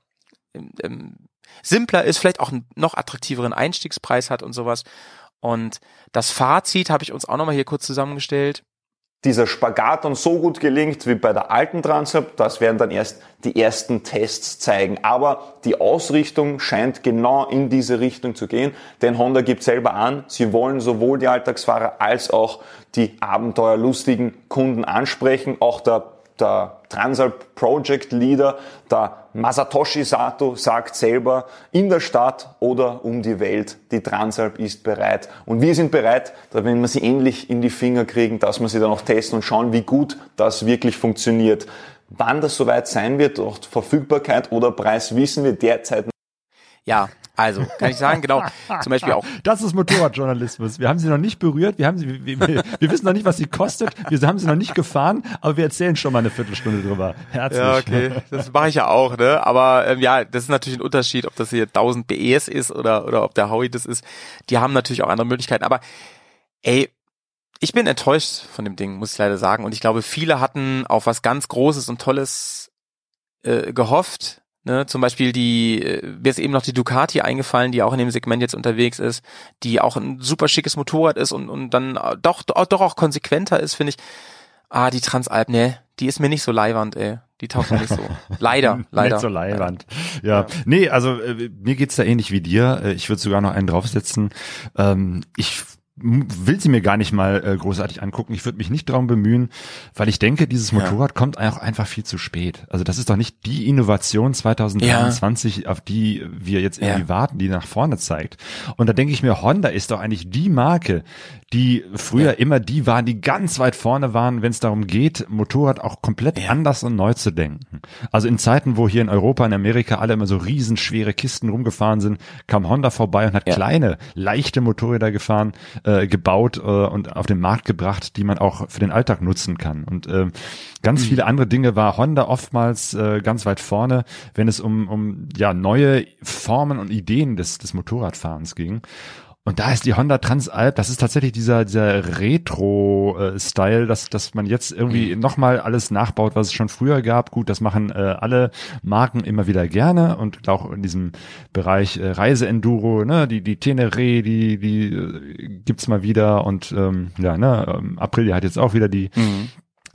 E: ähm, simpler ist, vielleicht auch einen noch attraktiveren Einstiegspreis hat und sowas. Und das Fazit habe ich uns auch nochmal hier kurz zusammengestellt.
G: Dieser Spagat dann so gut gelingt wie bei der alten Transalp, das werden dann erst die ersten Tests zeigen. Aber die Ausrichtung scheint genau in diese Richtung zu gehen, denn Honda gibt selber an, sie wollen sowohl die Alltagsfahrer als auch die abenteuerlustigen Kunden ansprechen. Auch der Der Transalp Project Leader, der Masatoshi Sato, sagt selber, in der Stadt oder um die Welt, die Transalp ist bereit. Und wir sind bereit, wenn wir sie endlich in die Finger kriegen, dass wir sie dann auch testen und schauen, wie gut das wirklich funktioniert. Wann das soweit sein wird, auch Verfügbarkeit oder Preis, wissen wir derzeit.
E: Ja, also, kann ich sagen, genau, zum Beispiel auch.
A: Das ist Motorradjournalismus. Wir haben sie noch nicht berührt, wir haben sie, wir, wir, wir wissen noch nicht, was sie kostet, wir haben sie noch nicht gefahren, aber wir erzählen schon mal eine Viertelstunde drüber. Herzlich.
E: Ja, okay, das mache ich ja auch, ne, aber ähm, ja, das ist natürlich ein Unterschied, ob das hier tausend B E S ist oder oder ob der Howie das ist. Die haben natürlich auch andere Möglichkeiten, aber ey, ich bin enttäuscht von dem Ding, muss ich leider sagen, und ich glaube, viele hatten auf was ganz Großes und Tolles äh, gehofft. Ne, zum Beispiel die, mir ist eben noch die Ducati eingefallen, die auch in dem Segment jetzt unterwegs ist, die auch ein super schickes Motorrad ist und und dann doch doch, doch auch konsequenter ist, finde ich. Ah, die Transalp, ne, die ist mir nicht so leiwand, ey. Die taugt mir nicht so. Leider, leider.
A: Nicht so leiwand. Ja. ja. Nee, also äh, mir geht's da ähnlich wie dir. Ich würde sogar noch einen draufsetzen. Ähm, ich will sie mir gar nicht mal äh, großartig angucken. Ich würde mich nicht darum bemühen, weil ich denke, dieses Motorrad ja. kommt auch einfach viel zu spät. Also das ist doch nicht die Innovation zwanzig dreiundzwanzig, ja. auf die wir jetzt irgendwie ja. warten, die nach vorne zeigt. Und da denke ich mir, Honda ist doch eigentlich die Marke, die früher ja. immer die waren, die ganz weit vorne waren, wenn es darum geht, Motorrad auch komplett ja. anders und neu zu denken. Also in Zeiten, wo hier in Europa, in Amerika alle immer so riesenschwere Kisten rumgefahren sind, kam Honda vorbei und hat ja. kleine, leichte Motorräder gefahren, äh, gebaut äh, und auf den Markt gebracht, die man auch für den Alltag nutzen kann. Und äh, ganz mhm. viele andere Dinge war Honda oftmals äh, ganz weit vorne, wenn es um um ja neue Formen und Ideen des des Motorradfahrens ging. Und da ist die Honda Transalp, das ist tatsächlich dieser dieser Retro-Style, dass dass man jetzt irgendwie nochmal alles nachbaut, was es schon früher gab. Gut, das machen äh, alle Marken immer wieder gerne und auch in diesem Bereich äh, Reise-Enduro, ne, die die Tenere, die die äh, gibt's mal wieder und ähm, ja, ne, ähm, Aprilia hat jetzt auch wieder die mhm.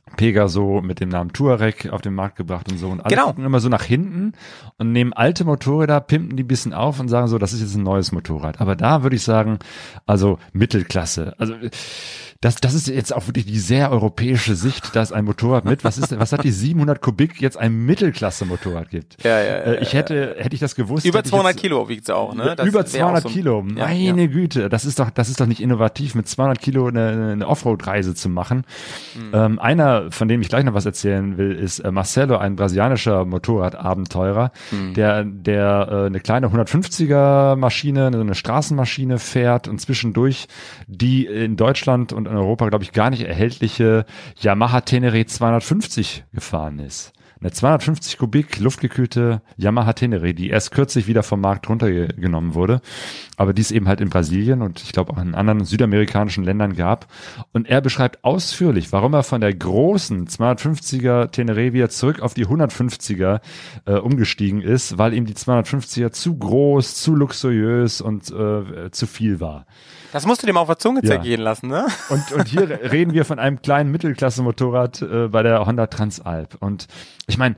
A: Pegaso mit dem Namen Touareg auf den Markt gebracht und so. Und alle
E: genau.
A: gucken immer so nach hinten und nehmen alte Motorräder, pimpen die ein bisschen auf und sagen so, das ist jetzt ein neues Motorrad. Aber da würde ich sagen, also Mittelklasse. Also das, das ist jetzt auch wirklich die sehr europäische Sicht, dass ein Motorrad mit, was ist, was hat die siebenhundert Kubik jetzt ein Mittelklasse-Motorrad gibt.
E: Ja, ja, ja,
A: äh, ich hätte, hätte ich das gewusst.
E: Über zweihundert
A: jetzt,
E: Kilo wiegt es auch, ne? Das
A: über zweihundert
E: so,
A: Kilo. Meine ja, ja. Güte. Das ist doch, das ist doch nicht innovativ, mit zweihundert Kilo eine, eine Offroad-Reise zu machen. Mhm. Ähm, einer, von dem ich gleich noch was erzählen will, ist äh, Marcelo, ein brasilianischer Motorradabenteurer, mhm. der, der äh, eine kleine hundertfünfziger Maschine, eine Straßenmaschine fährt und zwischendurch die in Deutschland und in Europa, glaube ich, gar nicht erhältliche Yamaha Tenere zweihundertfünfzig gefahren ist. Eine zweihundertfünfzig Kubik luftgekühlte Yamaha Tenere, die erst kürzlich wieder vom Markt runtergenommen wurde, aber die es eben halt in Brasilien und ich glaube auch in anderen südamerikanischen Ländern gab. Und er beschreibt ausführlich, warum er von der großen zweihundertfünfziger Tenere wieder zurück auf die hundertfünfziger äh, umgestiegen ist, weil ihm die zweihundertfünfziger zu groß, zu luxuriös und äh, zu viel war.
E: Das musst du dir mal auf der Zunge
A: Ja.
E: zergehen lassen, ne?
A: Und, und hier reden wir von einem kleinen Mittelklasse-Motorrad äh, bei der Honda Transalp. Und ich meine,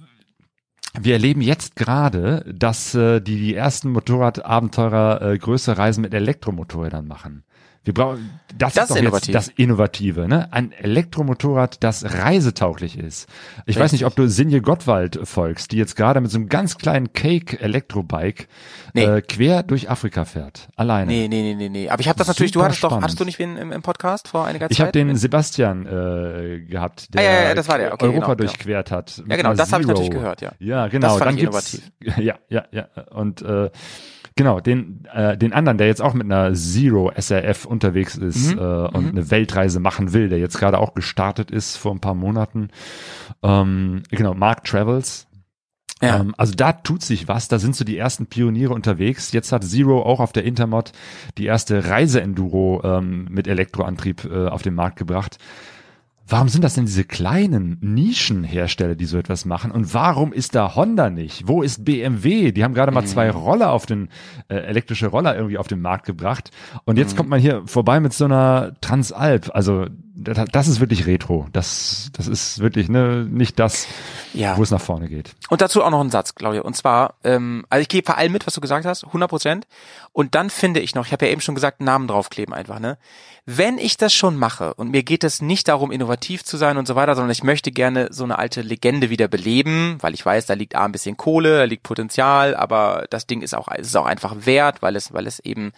A: wir erleben jetzt gerade, dass äh, die, die ersten Motorradabenteurer äh, größere Reisen mit Elektromotorrädern machen. Wir brauchen, das,
E: Das
A: ist doch
E: ist innovativ.
A: jetzt das Innovative, ne? Ein Elektromotorrad, das reisetauglich ist. Ich
E: Richtig.
A: weiß nicht, ob du Sinje Gottwald folgst, die jetzt gerade mit so einem ganz kleinen Cake-Elektrobike
E: Nee.
A: äh, quer durch Afrika fährt. Alleine.
E: Nee, nee, nee, nee, nee. Aber ich habe das natürlich, du
A: Super
E: hattest doch,
A: spannend.
E: hattest du nicht wen im, im Podcast vor einiger Zeit?
A: Ich habe den Sebastian äh, gehabt, der
E: Ah, ja, ja, das war der. Okay,
A: Europa
E: genau,
A: durchquert hat.
E: Ja,
A: mit
E: genau,
A: einer
E: das habe ich
A: Zero.
E: natürlich gehört, ja.
A: Ja, genau.
E: Das fand
A: Dann
E: ich
A: gibt's, ja, ja, ja. Und äh, genau, den äh, den anderen, der jetzt auch mit einer Zero S R F unterwegs ist
E: Mhm.
A: äh, und
E: Mhm.
A: eine Weltreise machen will, der jetzt gerade auch gestartet ist vor ein paar Monaten. Ähm, genau, Mark Travels.
E: Ja.
A: Ähm, also da tut sich was, da sind so die ersten Pioniere unterwegs. Jetzt hat Zero auch auf der Intermod die erste Reise-Enduro ähm, mit Elektroantrieb äh, auf den Markt gebracht. Warum sind das denn diese kleinen Nischenhersteller, die so etwas machen? Und warum ist da Honda nicht? Wo ist B M W? Die haben gerade mal zwei Roller auf den, äh, elektrische Roller irgendwie auf den Markt gebracht. Und jetzt kommt man hier vorbei mit so einer Transalp. Also, das, das ist wirklich Retro. Das, das ist wirklich, ne, nicht das,
E: Ja.
A: wo es nach vorne geht.
E: Und dazu auch noch ein Satz, Claudia. Und zwar, ähm, also ich gehe bei allem mit, was du gesagt hast, hundert Prozent. Und dann finde ich noch, ich habe ja eben schon gesagt, Namen draufkleben einfach, ne? Wenn ich das schon mache und mir geht es nicht darum, innovativ zu sein und so weiter, sondern ich möchte gerne so eine alte Legende wieder beleben, weil ich weiß, da liegt A, ein bisschen Kohle, da liegt Potenzial, aber das Ding ist auch, es ist auch einfach wert, weil es, weil es eben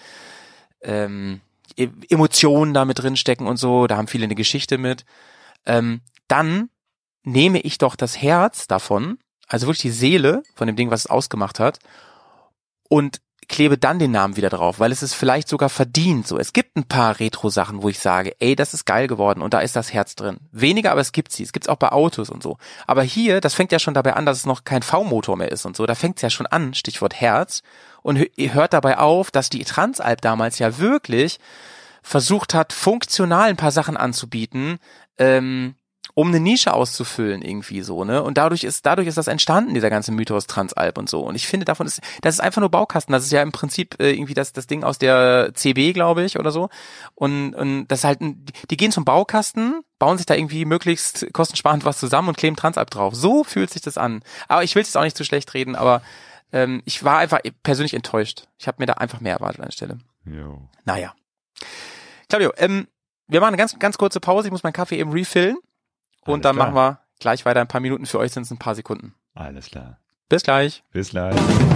E: ähm, E- Emotionen da mit drin stecken und so, da haben viele eine Geschichte mit. Ähm, dann nehme ich doch das Herz davon, also wirklich die Seele von dem Ding, was es ausgemacht hat, und klebe dann den Namen wieder drauf, weil es ist vielleicht sogar verdient. So, es gibt ein paar Retro-Sachen, wo ich sage, ey, das ist geil geworden und da ist das Herz drin. Weniger, aber es gibt sie. Es gibt's auch bei Autos und so. Aber hier, das fängt ja schon dabei an, dass es noch kein V-Motor mehr ist und so. Da fängt's ja schon an, Stichwort Herz. Und hö- hört dabei auf, dass die Transalp damals ja wirklich versucht hat, funktional ein paar Sachen anzubieten, ähm, um eine Nische auszufüllen irgendwie so, ne? Und dadurch ist dadurch ist das entstanden, dieser ganze Mythos Transalp und so. Und ich finde, davon ist das ist einfach nur Baukasten. Das ist ja im Prinzip äh, irgendwie das das Ding aus der C B, glaube ich, oder so. Und und das ist halt ein, die gehen zum Baukasten, bauen sich da irgendwie möglichst kostensparend was zusammen und kleben Transalp drauf. So fühlt sich das an. Aber ich will es jetzt auch nicht zu schlecht reden, aber ähm, ich war einfach persönlich enttäuscht. Ich habe mir da einfach mehr erwartet an der Stelle.
A: Jo.
E: Naja. Claudio, ähm, wir machen eine ganz, ganz kurze Pause. Ich muss meinen Kaffee eben refillen. Und
A: Alles
E: dann
A: klar.
E: machen wir gleich weiter. Ein paar Minuten. Für euch sind es ein paar Sekunden.
A: Alles klar.
E: Bis gleich.
A: Bis gleich.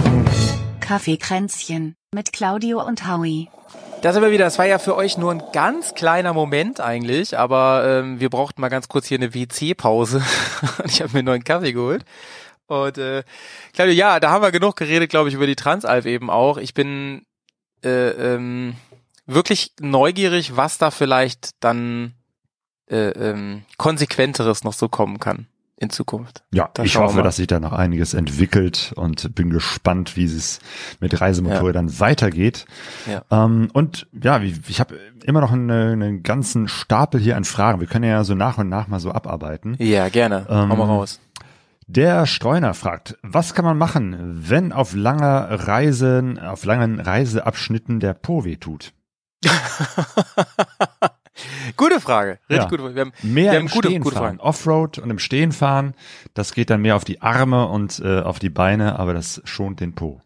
D: Kaffeekränzchen mit Claudio und Howie.
E: Da sind wir wieder. Das war ja für euch nur ein ganz kleiner Moment eigentlich. Aber ähm, wir brauchten mal ganz kurz hier eine W C-Pause. Und ich habe mir einen neuen Kaffee geholt. Und äh, Claudio, ja, da haben wir genug geredet, glaube ich, über die Transalp eben auch. Ich bin äh, ähm, wirklich neugierig, was da vielleicht dann Äh, ähm, konsequenteres noch so kommen kann in Zukunft.
A: Ja,
E: Da
A: ich
E: schauen wir
A: hoffe,
E: mal.
A: dass sich da noch einiges entwickelt und bin gespannt, wie es mit Reisemotorrädern weitergeht.
E: Ja.
A: Ähm, und ja, wie- ich habe immer noch eine, einen ganzen Stapel hier an Fragen. Wir können ja so nach und nach mal so abarbeiten.
E: Ja, gerne.
A: Ähm,
E: Hau mal raus.
A: Der Streuner fragt, was kann man machen, wenn auf langer Reisen, auf langen Reiseabschnitten der Po weh tut?
E: Gute Frage. Richtig
A: Ja.
E: gute Frage. Wir haben,
A: Mehr
E: wir
A: im
E: haben gute,
A: Stehen
E: gute
A: fahren.
E: Fragen.
A: Offroad und im Stehen fahren, das geht dann mehr auf die Arme und äh, auf die Beine, aber das schont den Po.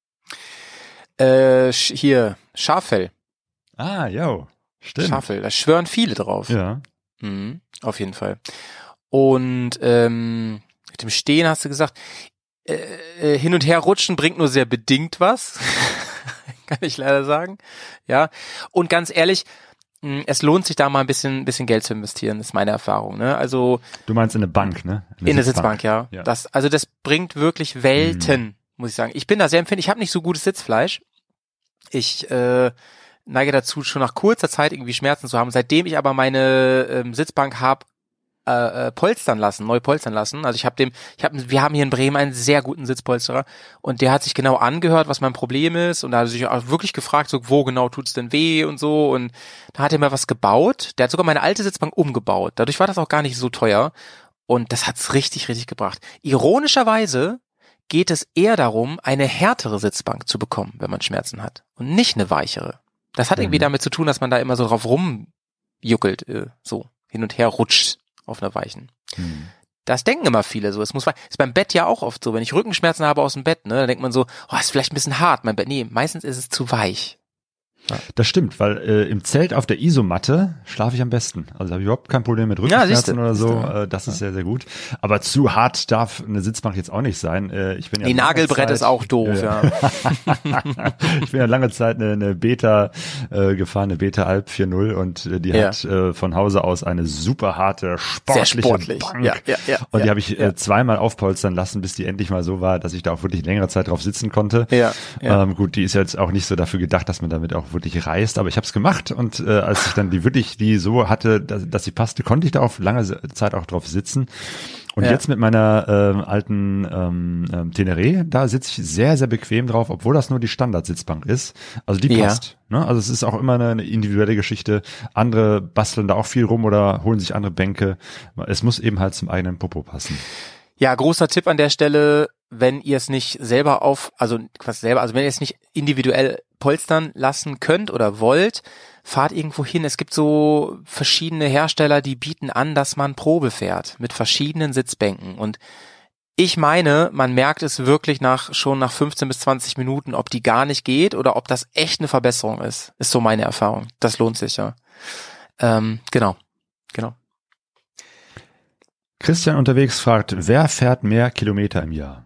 E: Äh, sch- hier, Schaffell.
A: Ah, jo, stimmt.
E: Schaffell, da schwören viele drauf.
A: Ja.
E: Mhm, auf jeden Fall. Und ähm, mit dem Stehen hast du gesagt, äh, äh, hin und her rutschen bringt nur sehr bedingt was. Kann ich leider sagen. Ja. Und ganz ehrlich, mh, es lohnt sich da mal ein bisschen, bisschen Geld zu investieren, ist meine Erfahrung. Ne? Also
A: Du meinst in eine Bank, ne?
E: in der Sitzbank, ja.
A: Ja.
E: Das, also das bringt wirklich Welten,
A: Mhm.
E: muss ich sagen. Ich bin da sehr empfindlich. Ich habe nicht so gutes Sitzfleisch. Ich äh, neige dazu, schon nach kurzer Zeit irgendwie Schmerzen zu haben. Seitdem ich aber meine ähm, Sitzbank habe, äh, polstern lassen, neu polstern lassen. Also ich habe dem, ich habe, wir haben hier in Bremen einen sehr guten Sitzpolsterer und der hat sich genau angehört, was mein Problem ist und da hat er sich auch wirklich gefragt, so wo genau tut's denn weh und so und da hat er mir was gebaut. Der hat sogar meine alte Sitzbank umgebaut. Dadurch war das auch gar nicht so teuer und das hat's richtig, richtig gebracht. Ironischerweise geht es eher darum, eine härtere Sitzbank zu bekommen, wenn man Schmerzen hat und nicht eine weichere. Das hat mhm. irgendwie damit zu tun, dass man da immer so drauf rumjuckelt, äh, so hin und her rutscht auf einer weichen. Hm. Das denken immer viele so. Es muss, ist beim Bett ja auch oft so. Wenn ich Rückenschmerzen habe aus dem Bett, ne, dann denkt man so, oh, ist vielleicht ein bisschen hart, mein Bett. Nee, meistens ist es zu weich.
A: Ja. Das stimmt, weil äh, im Zelt auf der Isomatte schlafe ich am besten. Also habe ich überhaupt kein Problem mit Rückenschmerzen ja, oder so. Äh, das ja. ist sehr, sehr gut. Aber zu hart darf eine Sitzbank jetzt auch nicht sein. Äh, ich bin ja
E: Die Nagelbrett Zeit, ist auch doof, ja.
A: ja. Ich bin ja lange Zeit eine, eine Beta äh, gefahren, eine Beta Alp vier null und äh, die ja. hat äh, von Hause aus eine super harte, sportliche
E: sportlich.
A: Bank.
E: Ja, ja, ja,
A: und die
E: ja,
A: habe ich
E: ja.
A: äh, zweimal aufpolstern lassen, bis die endlich mal so war, dass ich da auch wirklich längere Zeit drauf sitzen konnte.
E: Ja, ja.
A: Ähm, gut, die ist jetzt auch nicht so dafür gedacht, dass man damit auch wirklich reißt, aber ich habe es gemacht und äh, als ich dann die wirklich die so hatte, dass, dass sie passte, konnte ich da auf lange Zeit auch drauf sitzen. Und ja. jetzt mit meiner ähm, alten ähm, ähm, Teneré, da sitze ich sehr, sehr bequem drauf, obwohl das nur die Standardsitzbank ist. Also die passt. Ja. Ne? Also es ist auch immer eine, eine individuelle Geschichte. Andere basteln da auch viel rum oder holen sich andere Bänke. Es muss eben halt zum eigenen Popo passen.
E: Ja, großer Tipp an der Stelle, wenn ihr es nicht selber auf, also quasi selber, also wenn ihr es nicht individuell polstern lassen könnt oder wollt, fahrt irgendwo hin. Es gibt so verschiedene Hersteller, die bieten an, dass man Probe fährt mit verschiedenen Sitzbänken. Und ich meine, man merkt es wirklich nach schon nach fünfzehn bis zwanzig Minuten, ob die gar nicht geht oder ob das echt eine Verbesserung ist. Ist so meine Erfahrung. Das lohnt sich ja. Ähm, genau, genau.
A: Christian unterwegs fragt, wer fährt mehr Kilometer im Jahr?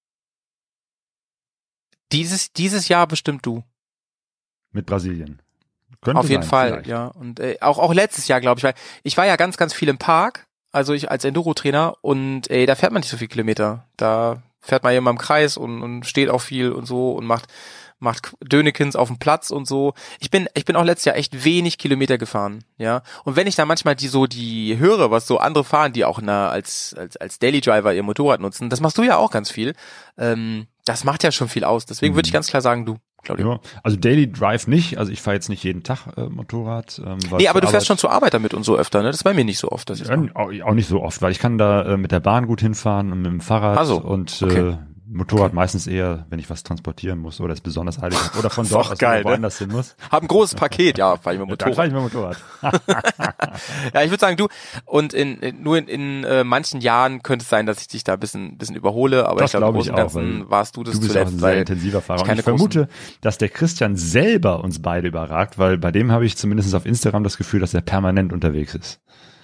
E: Dieses dieses Jahr bestimmt du.
A: Mit Brasilien. Könnte
E: Auf jeden
A: sein,
E: Fall,
A: vielleicht.
E: ja. Und äh, auch auch letztes Jahr, glaube ich, weil ich war ja ganz, ganz viel im Park, also ich als Enduro-Trainer und ey, da fährt man nicht so viel Kilometer. Da fährt man ja immer im Kreis und, und steht auch viel und so und macht macht Dönekins auf dem Platz und so. Ich bin ich bin auch letztes Jahr echt wenig Kilometer gefahren, ja. Und wenn ich da manchmal die so die höre, was so andere fahren, die auch na, als als als Daily Driver ihr Motorrad nutzen, das machst du ja auch ganz viel. Ähm, das macht ja schon viel aus. Deswegen mhm. würde ich ganz klar sagen, du. Claudio.
A: Ja, also Daily Drive nicht, also ich fahre jetzt nicht jeden Tag äh, Motorrad. Ähm,
E: nee, aber du fährst schon zur Arbeit damit und so öfter, ne? Das ist bei mir nicht so oft. Dass ich
A: ja, auch, auch nicht so oft, weil ich kann da äh, mit der Bahn gut hinfahren und mit dem Fahrrad
E: also,
A: und
E: okay.
A: äh, Motorrad
E: okay.
A: meist eher, wenn ich was transportieren muss oder es besonders heilig ist oder von dort aus
E: geil,
A: woanders ne? hin muss.
E: Hab ein großes Paket, ja, fahr ich mit Motorrad.
A: Dann fahr ich mit Motorrad.
E: Ja, ich würde sagen, du, und in, in nur in, in äh, manchen Jahren könnte es sein, dass ich dich da ein bisschen, bisschen überhole, aber
A: das
E: ich glaube, im
A: Großen
E: und Ganzen warst du das
A: du bist
E: zuletzt.
A: Auch ein sehr intensiver Fahrer.
E: Ich,
A: und ich vermute, dass der Christian selber uns beide überragt, weil bei dem habe ich zumindest auf Instagram das Gefühl, dass er permanent unterwegs ist.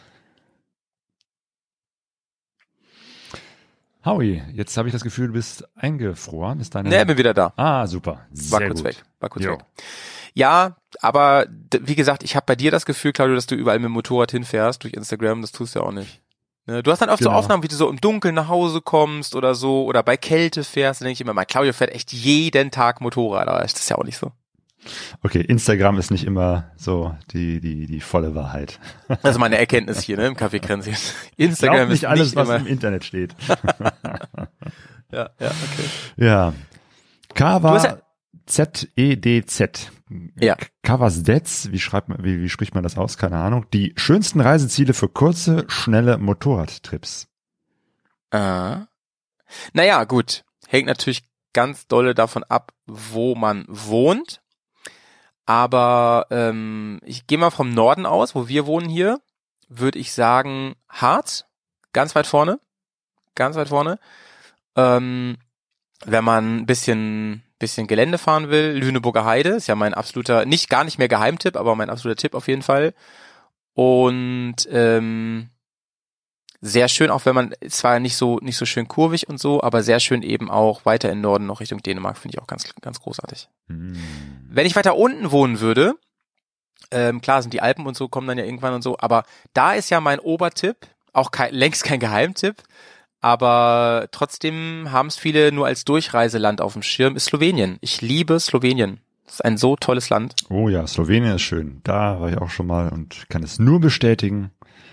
A: Howie, jetzt habe ich das Gefühl, du bist eingefroren. Ist deine?
E: Nee, bin wieder da.
A: Ah, super. Sehr
E: War kurz
A: gut.
E: weg. War kurz
A: jo.
E: weg. Ja, aber d- wie gesagt, ich habe bei dir das Gefühl, Claudio, dass du überall mit dem Motorrad hinfährst durch Instagram. Das tust du ja auch nicht. Ne? Du hast dann oft
A: genau.
E: so Aufnahmen, wie du so im Dunkeln nach Hause kommst oder so oder bei Kälte fährst. Da denke ich immer, mein Claudio fährt echt jeden Tag Motorrad. Aber das ist ja auch nicht so.
A: Okay, Instagram ist nicht immer so die die die volle Wahrheit.
E: Das ist meine Erkenntnis hier, ne, im Kaffeekränzchen. Instagram
A: Glaub nicht
E: ist
A: alles,
E: nicht
A: was
E: immer
A: im Internet steht.
E: Ja, ja, okay.
A: Ja. Kawa
E: ja
A: Z E D Z.
E: Ja.
A: Kawasdetz, wie schreibt man, wie, wie spricht man das aus? Keine Ahnung. Die schönsten Reiseziele für kurze, schnelle Motorradtrips.
E: Äh. Naja, gut. Hängt natürlich ganz dolle davon ab, wo man wohnt. Aber ähm, ich gehe mal vom Norden aus, wo wir wohnen hier, würde ich sagen Harz, ganz weit vorne, ganz weit vorne. Ähm, wenn man ein bisschen bisschen Gelände fahren will, Lüneburger Heide ist ja mein absoluter, nicht gar nicht mehr Geheimtipp, aber mein absoluter Tipp auf jeden Fall. Und ähm, sehr schön, auch wenn man zwar nicht so nicht so schön kurvig und so, aber sehr schön eben auch weiter in Norden noch Richtung Dänemark, finde ich auch ganz ganz großartig.
A: Hm.
E: Wenn ich weiter unten wohnen würde, ähm, klar sind die Alpen und so, kommen dann ja irgendwann und so, aber da ist ja mein Obertipp, auch kein, längst kein Geheimtipp, aber trotzdem haben es viele nur als Durchreiseland auf dem Schirm, ist Slowenien. Ich liebe Slowenien. Das ist ein so tolles Land.
A: Oh ja, Slowenien ist schön. Da war ich auch schon mal und kann es nur bestätigen.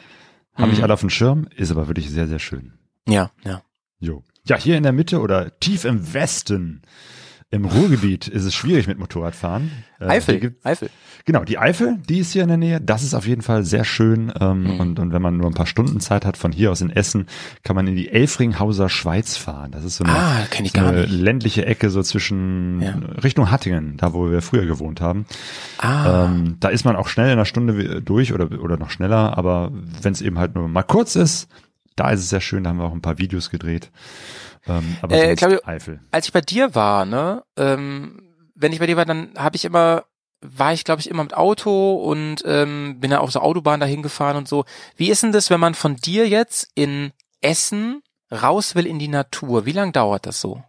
A: Haben
E: Mhm.
A: nicht alle auf dem Schirm, ist aber wirklich sehr, sehr schön.
E: Ja, ja.
A: Jo. Ja, hier in der Mitte oder tief im Westen, im Ruhrgebiet, ist es schwierig mit Motorradfahren. Äh, hier
E: Eifel,
A: gibt's-
E: Eifel.
A: Genau, die Eifel, die ist hier in der Nähe. Das ist auf jeden Fall sehr schön. Ähm,
E: Mhm.
A: und, und wenn man nur ein paar Stunden Zeit hat, von hier aus in Essen, kann man in die Elfringhauser Schweiz fahren. Das ist so eine,
E: Ah, kenn ich
A: so
E: gar
A: eine
E: nicht.
A: ländliche Ecke so zwischen
E: Ja.
A: Richtung Hattingen, da wo wir früher gewohnt haben.
E: Ah,
A: Ähm, da ist man auch schnell in einer Stunde durch oder, oder noch schneller. Aber wenn es eben halt nur mal kurz ist, da ist es sehr schön. Da haben wir auch ein paar Videos gedreht. Ähm, aber
E: Äh,
A: sonst
E: Claudio,
A: Eifel.
E: als ich bei dir war, ne, ähm, wenn ich bei dir war, dann habe ich immer, war ich glaube ich immer mit Auto und ähm, bin ja auf so Autobahn dahin gefahren und so. Wie ist denn das, wenn man von dir jetzt in Essen raus will in die Natur? Wie lange dauert das so?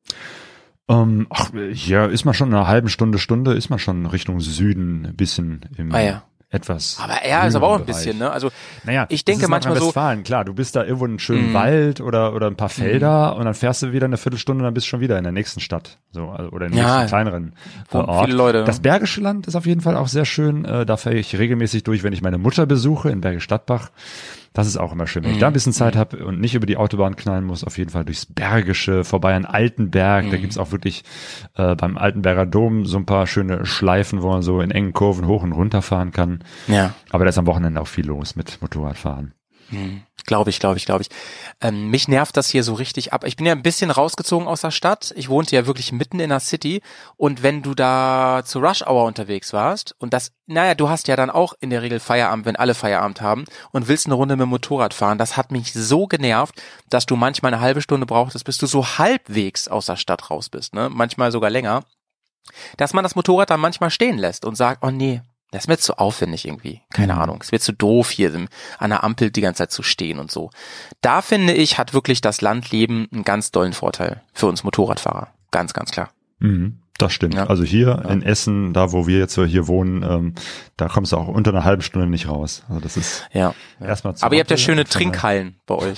A: Ähm, ach, hier ist man schon in einer halben Stunde, Stunde ist man schon Richtung Süden ein bisschen im
E: Ah ja.
A: etwas.
E: Aber er ist aber auch ein
A: grüneren
E: bisschen,
A: Bereich.
E: ne? Also
A: Naja,
E: ich denke
A: das ist
E: manchmal so-
A: Nordrhein-Westfalen, klar, du bist da irgendwo in einem schönen
E: Mhm.
A: Wald oder oder ein paar Felder und dann fährst du wieder eine Viertelstunde und dann bist du schon wieder in der nächsten Stadt, so also, oder in der
E: Ja,
A: nächsten kleineren äh,
E: wohnen
A: Ort.
E: viele Leute.
A: Das Bergische Land ist auf jeden Fall auch sehr schön, äh, da fahre ich regelmäßig durch, wenn ich meine Mutter besuche in Bergisch Gladbach. Das ist auch immer schön, wenn ich
E: Mhm.
A: da ein bisschen Zeit habe und nicht über die Autobahn knallen muss, auf jeden Fall durchs Bergische, vorbei an Altenberg.
E: Mhm.
A: Da gibt's auch wirklich äh, beim Altenberger Dom so ein paar schöne Schleifen, wo man so in engen Kurven hoch und runter fahren kann.
E: ja.
A: Aber da ist am Wochenende auch viel los mit Motorradfahren.
E: Hm, glaube ich, glaube ich, glaube ich. Ähm, mich nervt das hier so richtig ab. Ich bin ja ein bisschen rausgezogen aus der Stadt. Ich wohnte ja wirklich mitten in der City. Und wenn du da zur Rush Hour unterwegs warst und das, naja, du hast ja dann auch in der Regel Feierabend, wenn alle Feierabend haben und willst eine Runde mit dem Motorrad fahren. Das hat mich so genervt, dass du manchmal eine halbe Stunde brauchtest, bis du so halbwegs aus der Stadt raus bist, ne? Manchmal sogar länger. Dass man das Motorrad dann manchmal stehen lässt und sagt, oh nee, das ist mir zu aufwendig irgendwie. Keine
A: Mhm.
E: Ahnung. Es wird zu doof, hier im- an der Ampel die ganze Zeit zu stehen und so. Da finde ich, hat wirklich das Landleben einen ganz dollen Vorteil für uns Motorradfahrer. Ganz, ganz klar.
A: Mhm, das stimmt.
E: Ja.
A: Also hier
E: Ja.
A: in Essen, da wo wir jetzt so hier wohnen, ähm, da kommst du auch unter einer halben Stunde nicht raus. Also das ist
E: Ja.
A: erstmal zu
E: Aber ihr habt ja
A: Ampel
E: schöne
A: und von
E: Trinkhallen bei euch.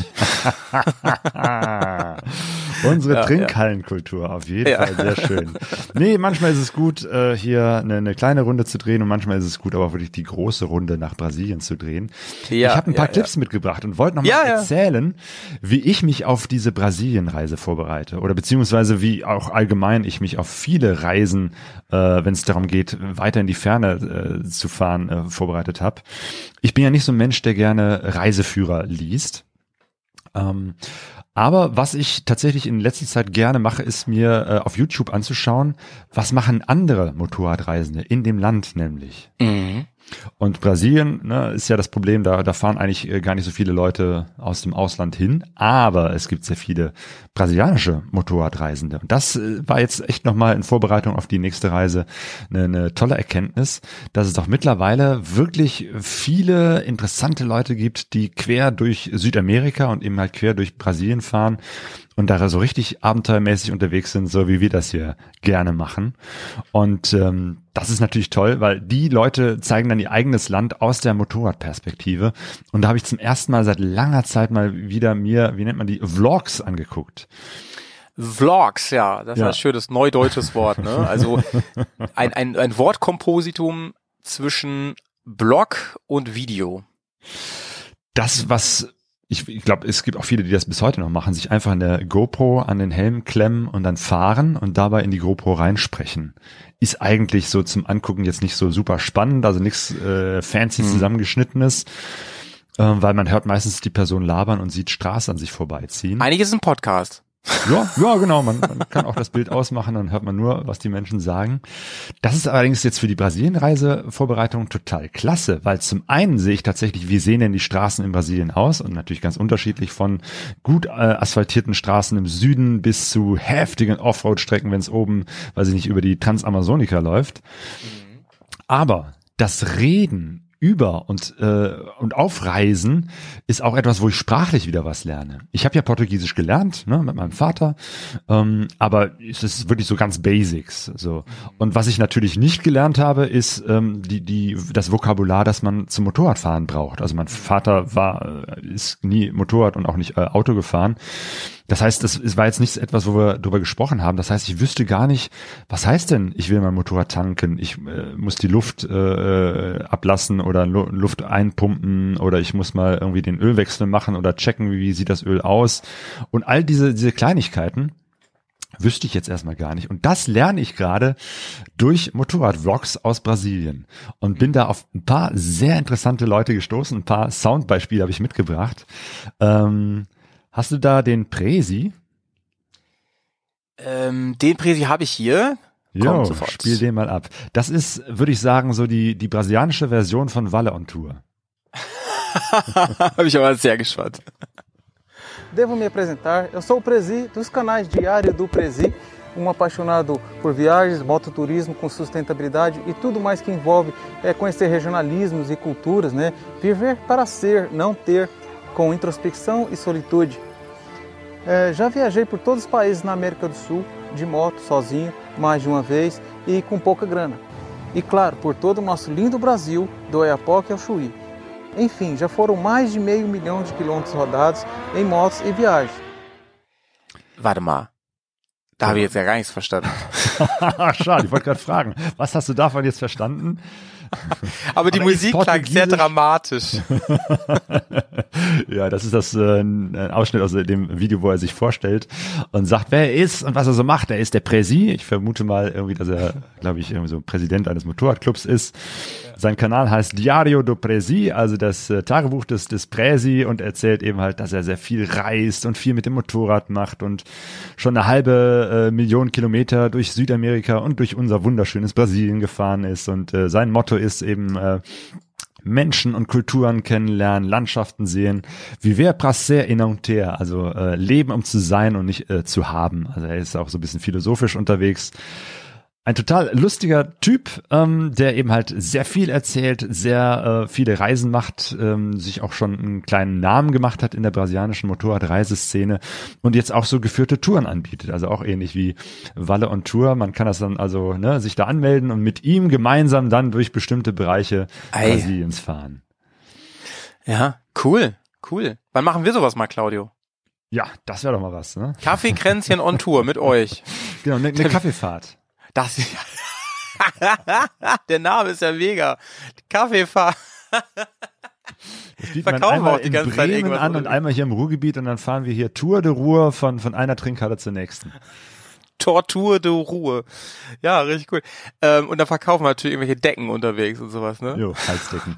A: Ah, unsere
E: Ja,
A: Trinkhallenkultur, auf jeden
E: Ja.
A: Fall sehr schön. Nee, manchmal ist es gut, äh, hier eine, eine kleine Runde zu drehen und manchmal ist es gut, aber auch wirklich die große Runde nach Brasilien zu drehen.
E: Ja,
A: ich habe ein paar
E: ja,
A: Clips mitgebracht und wollte noch mal
E: Ja, ja.
A: erzählen, wie ich mich auf diese Brasilienreise vorbereite oder beziehungsweise wie auch allgemein ich mich auf viele Reisen, äh, wenn es darum geht, weiter in die Ferne äh, zu fahren, äh, vorbereitet habe. Ich bin ja nicht so ein Mensch, der gerne Reiseführer liest. Ähm, aber was ich tatsächlich in letzter Zeit gerne mache, ist mir äh, auf YouTube anzuschauen, was machen andere Motorradreisende in dem Land nämlich.
E: Mhm.
A: Und Brasilien, ne, ist ja das Problem, da, da fahren eigentlich äh, gar nicht so viele Leute aus dem Ausland hin, aber es gibt sehr viele brasilianische Motorradreisende. Und das äh, war jetzt echt nochmal in Vorbereitung auf die nächste Reise eine, eine tolle Erkenntnis, dass es doch mittlerweile wirklich viele interessante Leute gibt, die quer durch Südamerika und eben halt quer durch Brasilien fahren und da so richtig abenteuermäßig unterwegs sind, so wie wir das hier gerne machen. Und ähm, das ist natürlich toll, weil die Leute zeigen dann ihr eigenes Land aus der Motorradperspektive. Und da habe ich zum ersten Mal seit langer Zeit mal wieder mir, wie nennt man die, Vlogs angeguckt.
E: Vlogs, ja, das
A: Ja.
E: ist ein schönes neudeutsches Wort, ne? Also ein, ein, ein Wortkompositum zwischen Blog und Video.
A: Das, was ich, ich glaube, es gibt auch viele, die das bis heute noch machen, sich einfach eine GoPro an den Helm klemmen und dann fahren und dabei in die GoPro reinsprechen. Ist eigentlich so zum Angucken jetzt nicht so super spannend, also nichts äh, fancy zusammengeschnittenes, äh, weil man hört meistens die Person labern und sieht Straße an sich vorbeiziehen.
E: Einiges ist ein Podcast.
A: Ja, ja, genau. Man, man kann auch das Bild ausmachen, dann hört man nur, was die Menschen sagen. Das ist allerdings jetzt für die Brasilien-Reise-Vorbereitung total klasse, weil zum einen sehe ich tatsächlich, wie sehen denn die Straßen in Brasilien aus und natürlich ganz unterschiedlich von gut äh, asphaltierten Straßen im Süden bis zu heftigen Offroad-Strecken, wenn es oben, weiß ich nicht, über die Transamazonica läuft. Aber das Reden über und äh, und Aufreisen ist auch etwas, wo ich sprachlich wieder was lerne. Ich habe ja Portugiesisch gelernt, ne, mit meinem Vater, ähm, aber es ist wirklich so ganz Basics. So. Und was ich natürlich nicht gelernt habe, ist ähm, die die das Vokabular, das man zum Motorradfahren braucht. Also mein Vater war äh, ist nie Motorrad und auch nicht äh, Auto gefahren. Das heißt, das war jetzt nicht etwas, wo wir drüber gesprochen haben. Das heißt, ich wüsste gar nicht, was heißt denn, ich will mein Motorrad tanken, ich äh, muss die Luft äh, ablassen oder Lu- Luft einpumpen oder ich muss mal irgendwie den Ölwechsel machen oder checken, wie sieht das Öl aus. Und all diese, diese Kleinigkeiten wüsste ich jetzt erstmal gar nicht. Und das lerne ich gerade durch Motorrad-Vlogs aus Brasilien und bin da auf ein paar sehr interessante Leute gestoßen. Ein paar Soundbeispiele habe ich mitgebracht. Ähm, hast du da den Presi?
E: Ähm, den Presi habe ich hier.
A: Jo, spiel den mal ab. Das ist, würde ich sagen, so die, die brasilianische Version von Valle on Tour.
E: Habe ich aber sehr gespannt.
H: Devo me apresentar, eu sou o Presi dos canais Diário do Presi, um apaixonado por viagens, mototurismo com sustentabilidade e tudo mais que envolve é, conhecer regionalismos e culturas, né? Viver para ser, não ter, com introspecção e solitude. É, já viajei por todos os países na América do Sul, de moto, sozinho, mais de uma vez e com pouca grana. E claro, por todo o nosso lindo Brasil, do Oiapoque ao Chuí. Enfim, já foram mais de meio milhão de quilômetros rodados em motos e viagens.
E: Warte mal. Da habe ich jetzt ja gar nichts verstanden.
A: Schade, ich wollte gerade fragen, was hast du davon jetzt verstanden?
E: Aber die
A: Aber
E: Musik klang sehr dramatisch.
A: Ja, das ist das äh, ein Ausschnitt aus dem Video, wo er sich vorstellt und sagt, wer er ist und was er so macht. Er ist der Presi. Ich vermute mal irgendwie, dass er, glaube ich, irgendwie so Präsident eines Motorradclubs ist. Sein Kanal heißt Diário do Presi, also das äh, Tagebuch des, des Presi, und erzählt eben halt, dass er sehr viel reist und viel mit dem Motorrad macht und schon eine halbe äh, Million Kilometer durch Südamerika und durch unser wunderschönes Brasilien gefahren ist. Und äh, sein Motto ist eben äh, Menschen und Kulturen kennenlernen, Landschaften sehen, viver pra ser e não ter, also äh, leben, um zu sein und nicht äh, zu haben. Also er ist auch so ein bisschen philosophisch unterwegs. Ein total lustiger Typ, ähm, der eben halt sehr viel erzählt, sehr äh, viele Reisen macht, ähm, sich auch schon einen kleinen Namen gemacht hat in der brasilianischen Motorradreiseszene und jetzt auch so geführte Touren anbietet, also auch ähnlich wie Valle on Tour. Man kann das dann also ne, sich da anmelden und mit ihm gemeinsam dann durch bestimmte Bereiche Ei. Brasiliens fahren.
E: Ja, cool, cool. Wann machen wir sowas mal, Claudio?
A: Ja, das wäre doch mal was, ne?
E: Kaffeekränzchen on Tour mit euch.
A: Genau, eine ne Kaffeefahrt.
E: Das ist der Name ist ja mega. Kaffeefahrt.
A: Das bietet man einmal auch die ganze Zeit irgendwas an und einmal hier im Ruhrgebiet und dann fahren wir hier Tour de Ruhr von, von einer Trinkhalle zur nächsten.
E: Tortur de Ruhe. Ja, richtig cool. Ähm, und dann verkaufen wir natürlich irgendwelche Decken unterwegs und sowas, ne?
A: Jo, Halsdecken.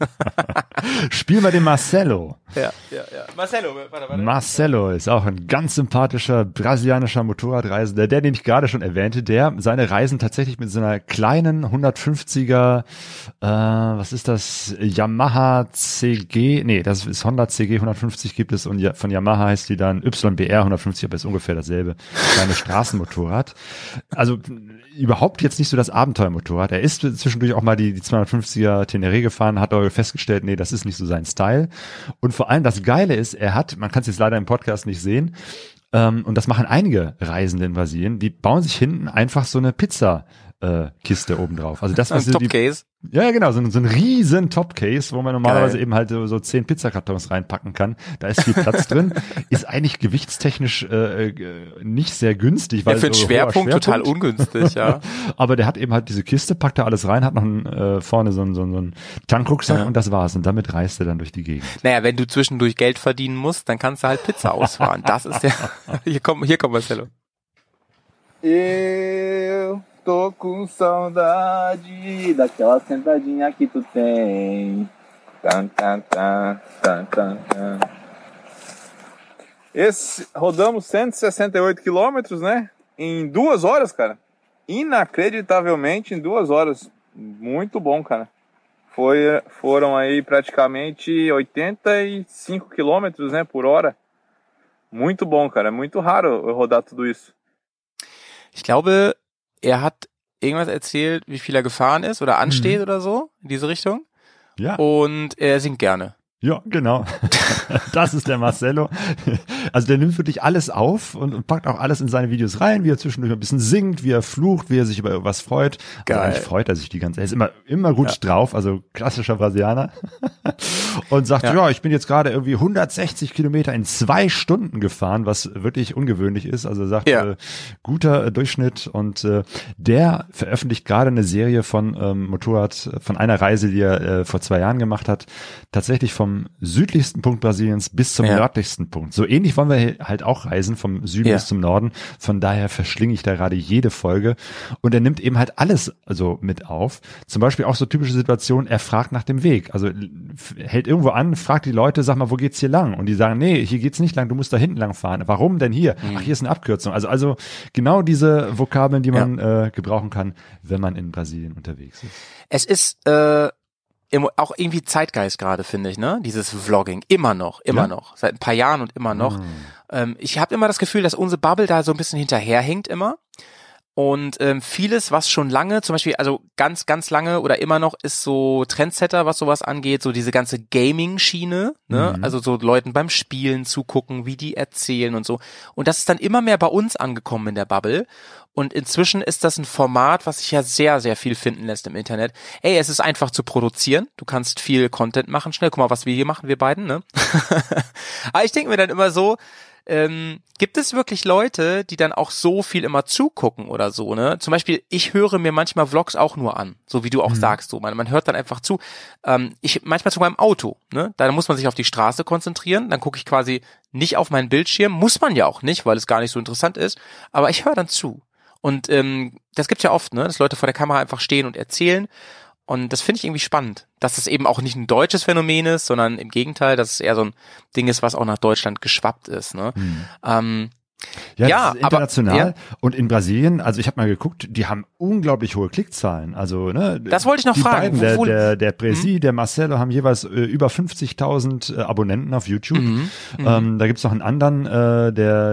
A: Spielen wir den Marcelo.
E: Ja, ja, ja. Marcelo, warte, warte.
A: Marcelo ist auch ein ganz sympathischer brasilianischer Motorradreisender, der, den ich gerade schon erwähnte, der seine Reisen tatsächlich mit so einer kleinen hundertfünfziger, äh, was ist das, Yamaha C G, nee, das ist Honda C G hundertfünfzig gibt es und von Yamaha heißt die dann Y B R hundertfünfzig, aber ist ungefähr dasselbe. Kleine Straßenmotorrad. Motorrad. Also überhaupt jetzt nicht so das Abenteuermotorrad. Er ist zwischendurch auch mal die, die zweihundertfünfziger Teneré gefahren, hat aber festgestellt, nee, das ist nicht so sein Style. Und vor allem das Geile ist, er hat, man kann es jetzt leider im Podcast nicht sehen, ähm, und das machen einige Reisende in Brasilien, die bauen sich hinten einfach so eine Pizza äh, Kiste oben drauf. Also das, was
E: ein Topcase.
A: Ja, genau, so ein, so ein riesen Topcase, wo man normalerweise Geil. eben halt so, so zehn Pizzakartons reinpacken kann. Da ist viel Platz drin. Ist eigentlich gewichtstechnisch äh, nicht sehr günstig. Weil
E: ja, für einen
A: so
E: Schwerpunkt, Schwerpunkt total ungünstig, ja.
A: Aber der hat eben halt diese Kiste, packt da alles rein, hat noch ein, äh, vorne so einen so so ein Tankrucksack ja. und das war's. Und damit reist er dann durch die Gegend.
E: Naja, wenn du zwischendurch Geld verdienen musst, dann kannst du halt Pizza ausfahren. Das ist der... Hier kommt, hier kommt Marcelo.
I: Eu tô com saudade daquela sentadinha que tu tem. Tan, tan, tan, tan, tan, tan. Esse, rodamos cento e sessenta e oito quilômetros, né? Em duas horas, cara. Inacreditavelmente em duas horas. Muito bom, cara. Foi, foram aí praticamente oitenta e cinco quilômetros, né, por hora. Muito bom, cara. É muito raro rodar tudo isso.
E: Ich glaube, er hat irgendwas erzählt, wie viel er gefahren ist oder ansteht
A: mhm.
E: oder so, in diese Richtung.
A: Ja.
E: Und er singt gerne.
A: Ja, genau. Das ist der Marcelo. Also der nimmt wirklich alles auf und, und packt auch alles in seine Videos rein, wie er zwischendurch ein bisschen singt, wie er flucht, wie er sich über irgendwas freut.
E: Geil.
A: Also eigentlich freut er sich die ganze Zeit. Er ist immer, immer gut
E: Ja.
A: drauf, also klassischer Brasilianer. Und sagt, ja. ja, ich bin jetzt gerade irgendwie hundertsechzig Kilometer in zwei Stunden gefahren, was wirklich ungewöhnlich ist. Also er sagt,
E: Ja.
A: äh, guter äh, Durchschnitt. Und äh, der veröffentlicht gerade eine Serie von ähm, Motorrad, von einer Reise, die er äh, vor zwei Jahren gemacht hat, tatsächlich vom südlichsten Punkt Brasiliens bis zum
E: Ja.
A: nördlichsten Punkt. So ähnlich wollen wir halt auch reisen, vom Süden
E: Ja.
A: bis zum Norden. Von daher verschlinge ich da gerade jede Folge. Und er nimmt eben halt alles also mit auf. Zum Beispiel auch so typische Situationen, er fragt nach dem Weg. Also f- hält irgendwo an, fragt die Leute, sag mal, wo geht's hier lang? Und die sagen, nee, hier geht's nicht lang, du musst da hinten lang fahren. Warum denn hier? Ach, hier ist eine Abkürzung. Also, also genau diese Vokabeln, die man äh, gebrauchen kann, wenn man in Brasilien unterwegs ist.
E: Es ist äh, im, auch irgendwie Zeitgeist gerade, finde ich, ne? Dieses Vlogging. Immer noch, immer
A: Ja?
E: noch. Seit ein paar Jahren und immer noch.
A: Mhm.
E: Ähm, ich habe immer das Gefühl, dass unsere Bubble da so ein bisschen hinterherhinkt immer. Und ähm, vieles, was schon lange, zum Beispiel, also ganz, ganz lange oder immer noch, ist so Trendsetter, was sowas angeht, so diese ganze Gaming-Schiene, ne?
A: Mhm.
E: Also so Leuten beim Spielen zugucken, wie die erzählen und so. Und das ist dann immer mehr bei uns angekommen in der Bubble. Und inzwischen ist das ein Format, was sich ja sehr, sehr viel finden lässt im Internet. Ey, es ist einfach zu produzieren. Du kannst viel Content machen. Schnell, guck mal, was wir hier machen, wir beiden, ne? Aber ich denke mir dann immer so, ähm, gibt es wirklich Leute, die dann auch so viel immer zugucken oder so, ne? Zum Beispiel, ich höre mir manchmal Vlogs auch nur an, so wie du auch
A: Mhm.
E: sagst, so man, man hört dann einfach zu. Ähm, ich manchmal sogar im Auto, ne? Da muss man sich auf die Straße konzentrieren, dann gucke ich quasi nicht auf meinen Bildschirm, muss man ja auch nicht, weil es gar nicht so interessant ist, aber ich höre dann zu. Und ähm, das gibt's ja oft, ne? Dass Leute vor der Kamera einfach stehen und erzählen. Und das finde ich irgendwie spannend, dass es eben auch nicht ein deutsches Phänomen ist, sondern im Gegenteil, dass es eher so ein Ding ist, was auch nach Deutschland geschwappt ist. Ne?
A: Mhm.
E: Ähm,
A: Ja,
E: Ja,
A: das ist international.
E: aber- ja.
A: Und in Brasilien, also ich habe mal geguckt, die haben unglaublich hohe Klickzahlen. Also ne,
E: Das wollte ich noch
A: die
E: fragen.
A: Beiden, der,
E: Wo-
A: der, der Presi, der Marcelo haben jeweils äh, über fünfzigtausend äh, Abonnenten auf YouTube.
E: Mhm.
A: Ähm, da gibt's noch einen anderen, äh, der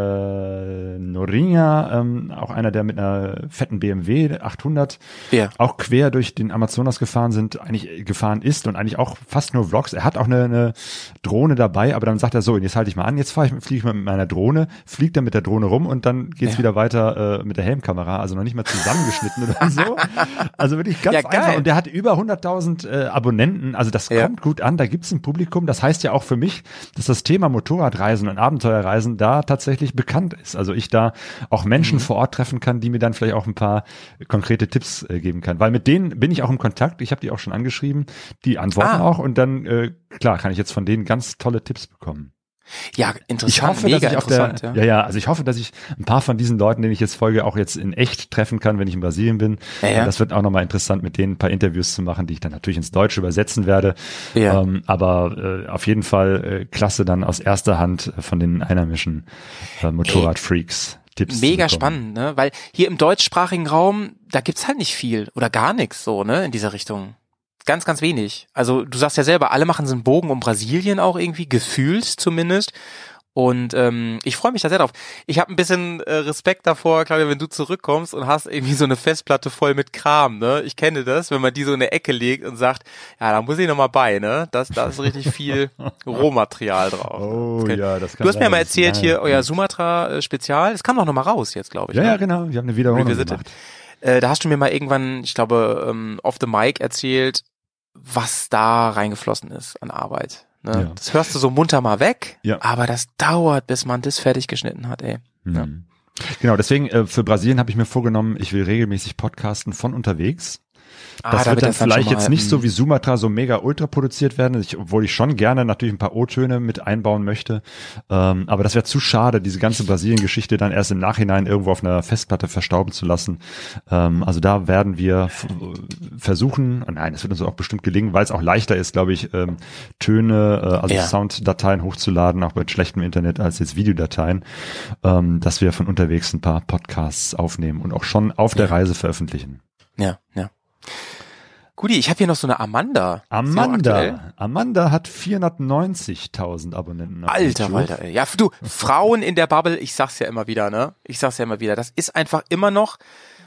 A: der Norinha, ähm, auch einer, der mit einer fetten B M W achthundert
E: Ja.
A: auch quer durch den Amazonas gefahren sind, eigentlich gefahren ist und eigentlich auch fast nur Vlogs. Er hat auch eine, eine Drohne dabei, aber dann sagt er so, jetzt halte ich mal an, jetzt fahre ich, fliege ich mal mit meiner Drohne, fliegt er mit der Drohne rum und dann geht's
E: Ja.
A: wieder weiter äh, mit der Helmkamera, also noch nicht mal zusammengeschnitten oder so. Also wirklich ganz
E: Ja, geil.
A: einfach. Und der hat über hunderttausend äh, Abonnenten, also das
E: Ja.
A: kommt gut an, da gibt's ein Publikum. Das heißt ja auch für mich, dass das Thema Motorradreisen und Abenteuerreisen da tatsächlich bekannt ist. Also ich da auch Menschen
E: Mhm.
A: vor Ort treffen kann, die mir dann vielleicht auch ein paar konkrete Tipps äh, geben kann. Weil mit denen bin ich auch im Kontakt, ich habe die auch schon angeschrieben, die antworten
E: Ah.
A: auch und dann, äh, klar, kann ich jetzt von denen ganz tolle Tipps bekommen.
E: Ja, interessant,
A: Ich hoffe,
E: mega
A: dass ich auf der,
E: interessant.
A: ja. ja, also ich hoffe, dass ich ein paar von diesen Leuten, denen ich jetzt folge, auch jetzt in echt treffen kann, wenn ich in Brasilien bin.
E: Ja, ja.
A: Das wird auch nochmal interessant, mit denen ein paar Interviews zu machen, die ich dann natürlich ins Deutsche übersetzen werde.
E: Ja.
A: Ähm, aber äh, auf jeden Fall äh, klasse dann aus erster Hand von den einheimischen äh, Motorradfreaks Tipps.
E: Mega
A: zu bekommen.
E: spannend, ne? Weil hier im deutschsprachigen Raum, da gibt's halt nicht viel oder gar nichts so, ne, in dieser Richtung. Ganz, ganz wenig. Also du sagst ja selber, alle machen so einen Bogen um Brasilien auch irgendwie, gefühlt zumindest. Und ähm, ich freue mich da sehr drauf. Ich habe ein bisschen äh, Respekt davor, Claudia, wenn du zurückkommst und hast irgendwie so eine Festplatte voll mit Kram, ne? Ich kenne das, wenn man die so in eine Ecke legt und sagt, ja, da muss ich noch mal bei, ne? Das, da ist richtig viel Rohmaterial drauf.
A: Oh
E: Okay.
A: ja, das kann
E: Du hast mir
A: sein,
E: mal
A: dass es
E: erzählt
A: lange-
E: hier, euer Sumatra-Spezial, das kam doch noch mal raus jetzt, glaube ich.
A: Ja,
E: ne?
A: ja, genau. Wir haben eine Wiederholung
E: Revisited.
A: gemacht.
E: Äh, da hast du mir mal irgendwann, ich glaube, ähm, off the mic erzählt, was da reingeflossen ist an Arbeit. Ne?
A: Ja.
E: Das hörst du so munter mal weg,
A: Ja.
E: aber das dauert, bis man das fertig geschnitten hat, ey. Ja.
A: Mhm. Genau, deswegen äh, für Brasilien habe ich mir vorgenommen, ich will regelmäßig podcasten von unterwegs. Das
E: Ah,
A: wird
E: damit
A: dann
E: das dann
A: vielleicht
E: schon mal,
A: jetzt nicht so
E: mm.
A: wie Sumatra so mega ultra produziert werden, ich, obwohl ich schon gerne natürlich ein paar O-Töne mit einbauen möchte. Ähm, aber das wäre zu schade, diese ganze Brasilien-Geschichte dann erst im Nachhinein irgendwo auf einer Festplatte verstauben zu lassen. Ähm, also da werden wir f- versuchen, und nein, es wird uns auch bestimmt gelingen, weil es auch leichter ist, glaube ich, ähm, Töne, äh, also
E: Ja.
A: Sounddateien hochzuladen, auch bei schlechtem Internet als jetzt Videodateien, ähm, dass wir von unterwegs ein paar Podcasts aufnehmen und auch schon auf der Reise veröffentlichen.
E: Ja, ja. Guti, ich habe hier noch so eine Amanda. Ist die auch aktuell?
A: Amanda, Amanda hat vierhundertneunzigtausend Abonnenten. auf
E: Alter,
A: YouTube.
E: Alter, ey. Ja, du, Frauen in der Bubble, ich sag's ja immer wieder, ne? Ich sag's ja immer wieder, das ist einfach immer noch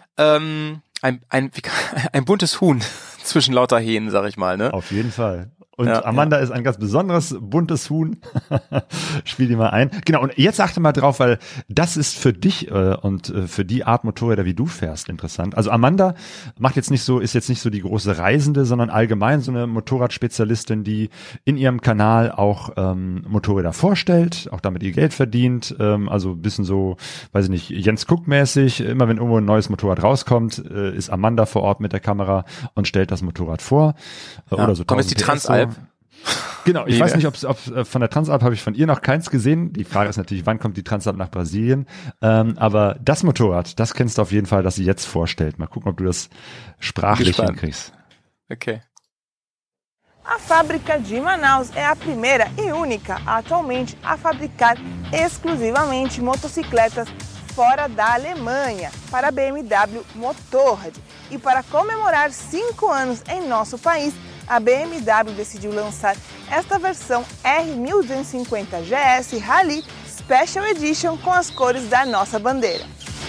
E: ähm, ein, ein, wie kann- ein buntes Huhn zwischen lauter Hähnen, sag ich mal, ne?
A: Auf jeden Fall. Und
E: ja,
A: Amanda
E: ja.
A: ist ein ganz besonderes, buntes Huhn. Spiel die mal ein. Genau, und jetzt achte mal drauf, weil das ist für dich äh, und äh, für die Art Motorräder, wie du fährst, interessant. Also Amanda macht jetzt nicht so, ist jetzt nicht so die große Reisende, sondern allgemein so eine Motorradspezialistin, die in ihrem Kanal auch ähm, Motorräder vorstellt, auch damit ihr Geld verdient. Ähm, also ein bisschen so, weiß ich nicht, Jens Cook-mäßig. Immer wenn irgendwo ein neues Motorrad rauskommt, äh, ist Amanda vor Ort mit der Kamera und stellt das Motorrad vor. Äh,
E: ja.
A: Oder so
E: Komm, ist die Transalp.
A: Genau, ich
E: Liebe.
A: weiß nicht, ob, ob von der Transalp habe ich von ihr noch keins gesehen. Die Frage ist natürlich, wann kommt die Transalp nach Brasilien? Ähm, aber das Motorrad, das kennst du auf jeden Fall, das sie jetzt vorstellt. Mal gucken, ob du das sprachlich
E: Gespannt.
A: hinkriegst.
E: Okay.
J: A fábrica de Manaus é a primeira e única atualmente a fabricar exclusivamente motocicletas fora da Alemanha para a B M W Motorrad. E para comemorar cinco anos em nosso país, a B M W decidiu lançar esta versão R mil duzentos e cinquenta G S Rally Special Edition com as cores da nossa bandeira.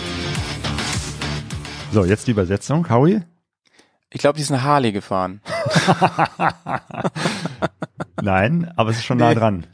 A: So, jetzt die Übersetzung, Howie.
E: Ich glaube, die ist eine Harley gefahren.
A: Nein, aber es ist schon nah dran.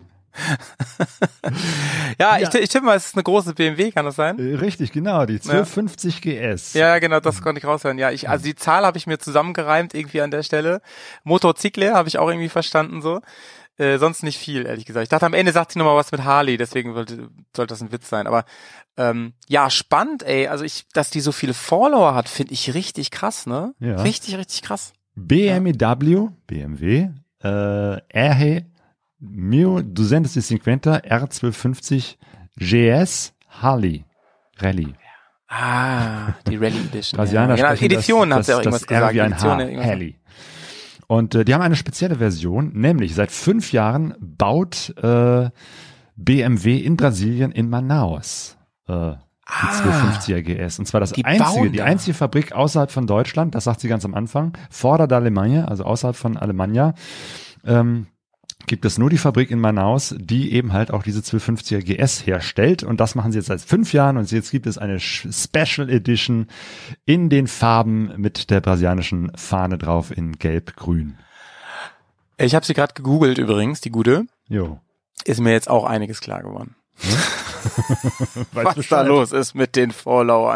E: ja,
A: Ja.
E: ich, ich tippe mal, es ist eine große B M W, kann das sein?
A: Äh, Richtig, genau, die zwölf fünfzig G S.
E: Ja, genau, das konnte ich raushören. Ja, ich, also die Zahl habe ich mir zusammengereimt irgendwie an der Stelle. Motorcycle habe ich auch irgendwie verstanden so. Äh, sonst nicht viel, ehrlich gesagt. Ich dachte, am Ende sagt sie nochmal was mit Harley, deswegen sollte, sollte das ein Witz sein. Aber ähm, ja, spannend, ey. Also ich, dass die so viele Follower hat, finde ich richtig krass, ne?
A: Ja.
E: Richtig, richtig krass.
A: B M W, B M W, äh, R mil duzentos e cinquenta R zwölf fünfzig G S Harley Rally.
E: Ah, die Rally Edition.
A: Brasilianer
E: ja. Genau,
A: sprechen
E: Edition
A: das,
E: hat sie auch
A: das,
E: irgendwas
A: das R
E: gesagt.
A: wie ein
E: Edition,
A: H,
E: irgendwas.
A: Harley. Und äh, die haben eine spezielle Version, nämlich seit fünf Jahren baut äh, B M W in Brasilien in Manaus äh, die
E: Ah,
A: zweihundertfünfziger G S. Und zwar das
E: die
A: einzige,
E: bauen
A: die
E: da.
A: einzige Fabrik außerhalb von Deutschland, das sagt sie ganz am Anfang, fora da Alemanha, also außerhalb von Alemannia, ähm, gibt es nur die Fabrik in Manaus, die eben halt auch diese zweihundertfünfziger G S herstellt. Und das machen sie jetzt seit fünf Jahren. Und jetzt gibt es eine Special Edition in den Farben mit der brasilianischen Fahne drauf in Gelb-Grün.
E: Ich habe sie gerade gegoogelt übrigens, die gute.
A: Jo.
E: Ist mir jetzt auch einiges klar geworden.
A: Weiß
E: Was
A: Bescheid.
E: da los ist mit den Followern.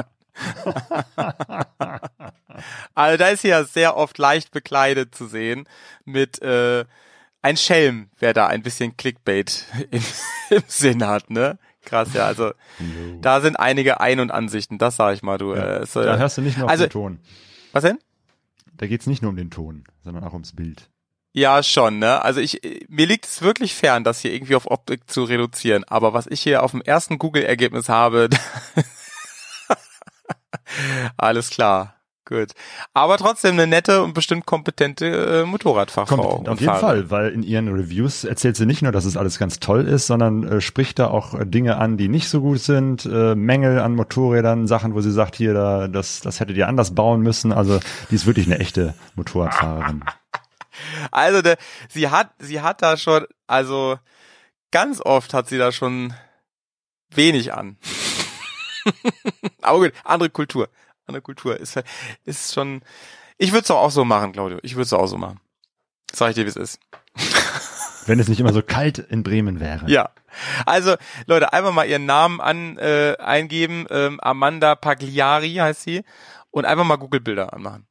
E: Also da ist sie ja sehr oft leicht bekleidet zu sehen mit äh, ein Schelm, wer da ein bisschen Clickbait im, im Sinn hat, ne? Krass, ja, also
A: Jo.
E: da sind einige Ein- und Ansichten, das sag ich mal, du.
A: Ja.
E: Äh, es, äh,
A: Da hörst du nicht nur auf
E: also,
A: den Ton.
E: Was denn?
A: Da geht's nicht nur um den Ton, sondern auch ums Bild.
E: Ja, schon, ne? Also ich, mir liegt es wirklich fern, das hier irgendwie auf Optik zu reduzieren. Aber was ich hier auf dem ersten Google-Ergebnis habe, alles klar, gut. Aber trotzdem eine nette und bestimmt kompetente äh, Motorradfachfrau.
A: Kommt, auf
E: und
A: jeden
E: Fahrerin.
A: Fall, weil in ihren Reviews erzählt sie nicht nur, dass es alles ganz toll ist, sondern äh, spricht da auch äh, Dinge an, die nicht so gut sind, äh, Mängel an Motorrädern, Sachen, wo sie sagt, hier, da, das, das hättet ihr anders bauen müssen. Also die ist wirklich eine echte Motorradfahrerin.
E: Also der, sie hat, sie hat da schon, also ganz oft hat sie da schon wenig an. Aber gut, andere Kultur, andere Kultur ist ist schon. Ich würde es doch auch so machen, Claudio. Ich würde es auch so machen. Sag ich dir, wie es ist.
A: Wenn es nicht immer so kalt in Bremen wäre.
E: Ja, also Leute, einfach mal ihren Namen an äh, eingeben. Ähm, Amanda Pagliari heißt sie und einfach mal Google-Bilder anmachen.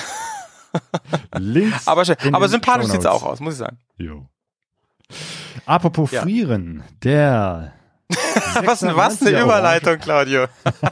A: Links
E: Aber, schön,
A: in
E: aber
A: den
E: sympathisch sieht's
A: Shownotes.
E: auch aus, muss ich sagen.
A: Jo. Apropos
E: Ja.
A: Frieren, der
E: Was, was eine
A: sechshundertneunziger
E: Überleitung, Claudio.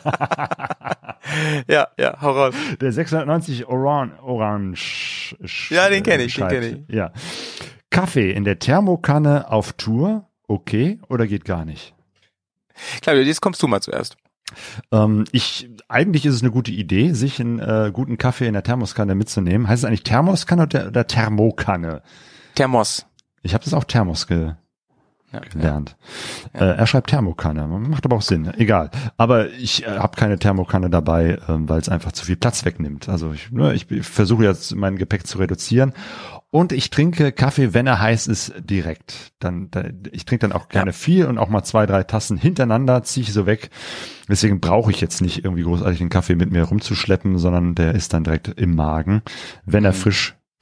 E: ja, ja, hau raus.
A: Der sechshundertneunzig Oran Orange. Sch-
E: Ja, den kenn ich, den
A: schreibt,
E: kenn
A: Ja. Kaffee in der Thermokanne auf Tour, okay oder geht gar nicht?
E: Claudio, jetzt kommst du mal zuerst.
A: Ähm, ich, eigentlich ist es eine gute Idee, sich einen äh, guten Kaffee in der Thermoskanne mitzunehmen. Heißt es eigentlich Thermoskanne oder, oder Thermokanne?
E: Thermos.
A: Ich habe das auch Thermos ge
E: Ja,
A: gelernt. Äh, er schreibt Thermokanne, macht aber auch Sinn, egal. Aber ich äh, habe keine Thermokanne dabei, ähm, weil es einfach zu viel Platz wegnimmt. Also ich, ne, ich, ich versuche jetzt mein Gepäck zu reduzieren und ich trinke Kaffee, wenn er heiß ist, direkt. Dann, da, ich trinke dann auch gerne
E: Ja.
A: viel und auch mal zwei, drei Tassen hintereinander ziehe ich so weg. Deswegen brauche ich jetzt nicht irgendwie großartig den Kaffee mit mir rumzuschleppen, sondern der ist dann direkt im Magen, wenn er
E: Mhm.
A: frisch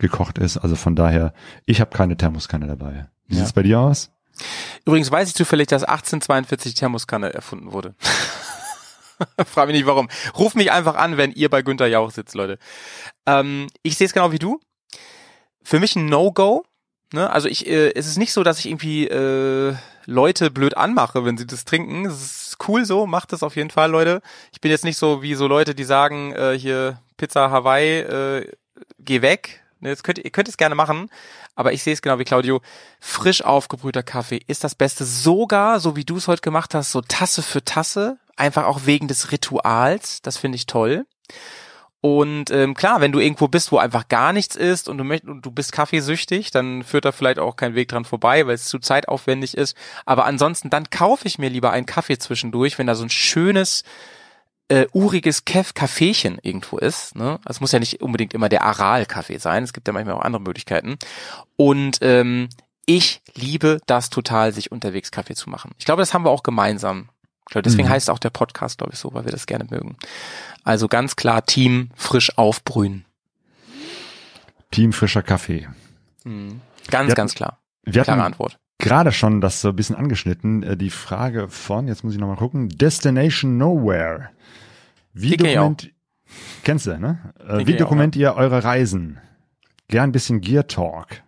A: gekocht ist. Also von daher, ich habe keine Thermoskanne dabei. Wie
E: Ja.
A: sieht's bei dir aus?
E: Übrigens weiß ich zufällig, dass achtzehnhundertzweiundvierzig die Thermoskanne erfunden wurde. Frag mich nicht warum. Ruf mich einfach an, wenn ihr bei Günther Jauch sitzt, Leute. Ähm, ich sehe es genau wie du. Für mich ein No-Go. Ne? Also ich, äh, es ist nicht so, dass ich irgendwie äh, Leute blöd anmache, wenn sie das trinken. Es ist cool so, macht das auf jeden Fall, Leute. Ich bin jetzt nicht so wie so Leute, die sagen, äh, hier Pizza Hawaii, äh, geh weg. Ne, das könnt, ihr könnt es gerne machen, aber ich sehe es genau wie Claudio. Frisch aufgebrühter Kaffee ist das Beste. Sogar, so wie du es heute gemacht hast, so Tasse für Tasse. Einfach auch wegen des Rituals. Das finde ich toll. Und ähm, klar, wenn du irgendwo bist, wo einfach gar nichts ist und du möchtest und du bist kaffeesüchtig, dann führt da vielleicht auch kein Weg dran vorbei, weil es zu zeitaufwendig ist. Aber ansonsten, dann kaufe ich mir lieber einen Kaffee zwischendurch, wenn da so ein schönes, äh, uriges Kaff- Kaffeechen irgendwo ist. Ne? Es muss ja nicht unbedingt immer der Aral-Kaffee sein. Es gibt ja manchmal auch andere Möglichkeiten. Und ähm, ich liebe das total, sich unterwegs Kaffee zu machen. Ich glaube, das haben wir auch gemeinsam. Ich glaube, deswegen mhm. heißt auch der Podcast, glaube ich, so, weil wir das gerne mögen. Also ganz klar Team frisch aufbrühen.
A: Team frischer Kaffee.
E: Mhm. Ganz,
A: wir
E: ganz klar.
A: Wir
E: Klare
A: hatten
E: Antwort.
A: Gerade schon das so ein bisschen angeschnitten. Äh, Die Frage von, jetzt muss ich nochmal gucken, Destination Nowhere. Wie
E: Die kenn ich
A: dokument, kennst du, ne? Äh,
E: Die
A: Wie
E: kenn ich auch,
A: dokumentiert ihr eure Reisen? Gern ein bisschen Gear Talk.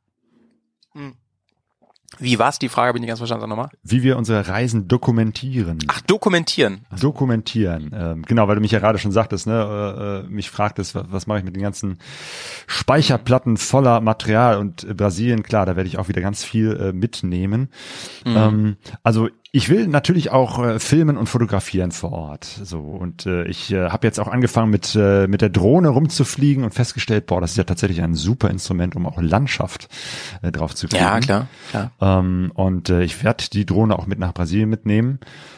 E: Wie war's? Die Frage habe ich nicht ganz verstanden nochmal.
A: Wie wir unsere Reisen dokumentieren.
E: Ach, dokumentieren.
A: Dokumentieren. Ähm, genau, weil du mich ja gerade schon sagtest, ne, äh, mich fragtest, was, was mache ich mit den ganzen Speicherplatten voller Material und äh, Brasilien, klar, da werde ich auch wieder ganz viel äh, mitnehmen.
E: Mhm.
A: Ähm, also ich will natürlich auch äh, filmen und fotografieren vor Ort. So und äh, ich äh, habe jetzt auch angefangen mit äh, mit der Drohne rumzufliegen und festgestellt, boah, das ist ja tatsächlich ein super Instrument, um auch Landschaft äh, drauf zu kriegen.
E: Ja, klar, klar.
A: Ähm, und äh, ich werde die Drohne auch mit nach Brasilien mitnehmen.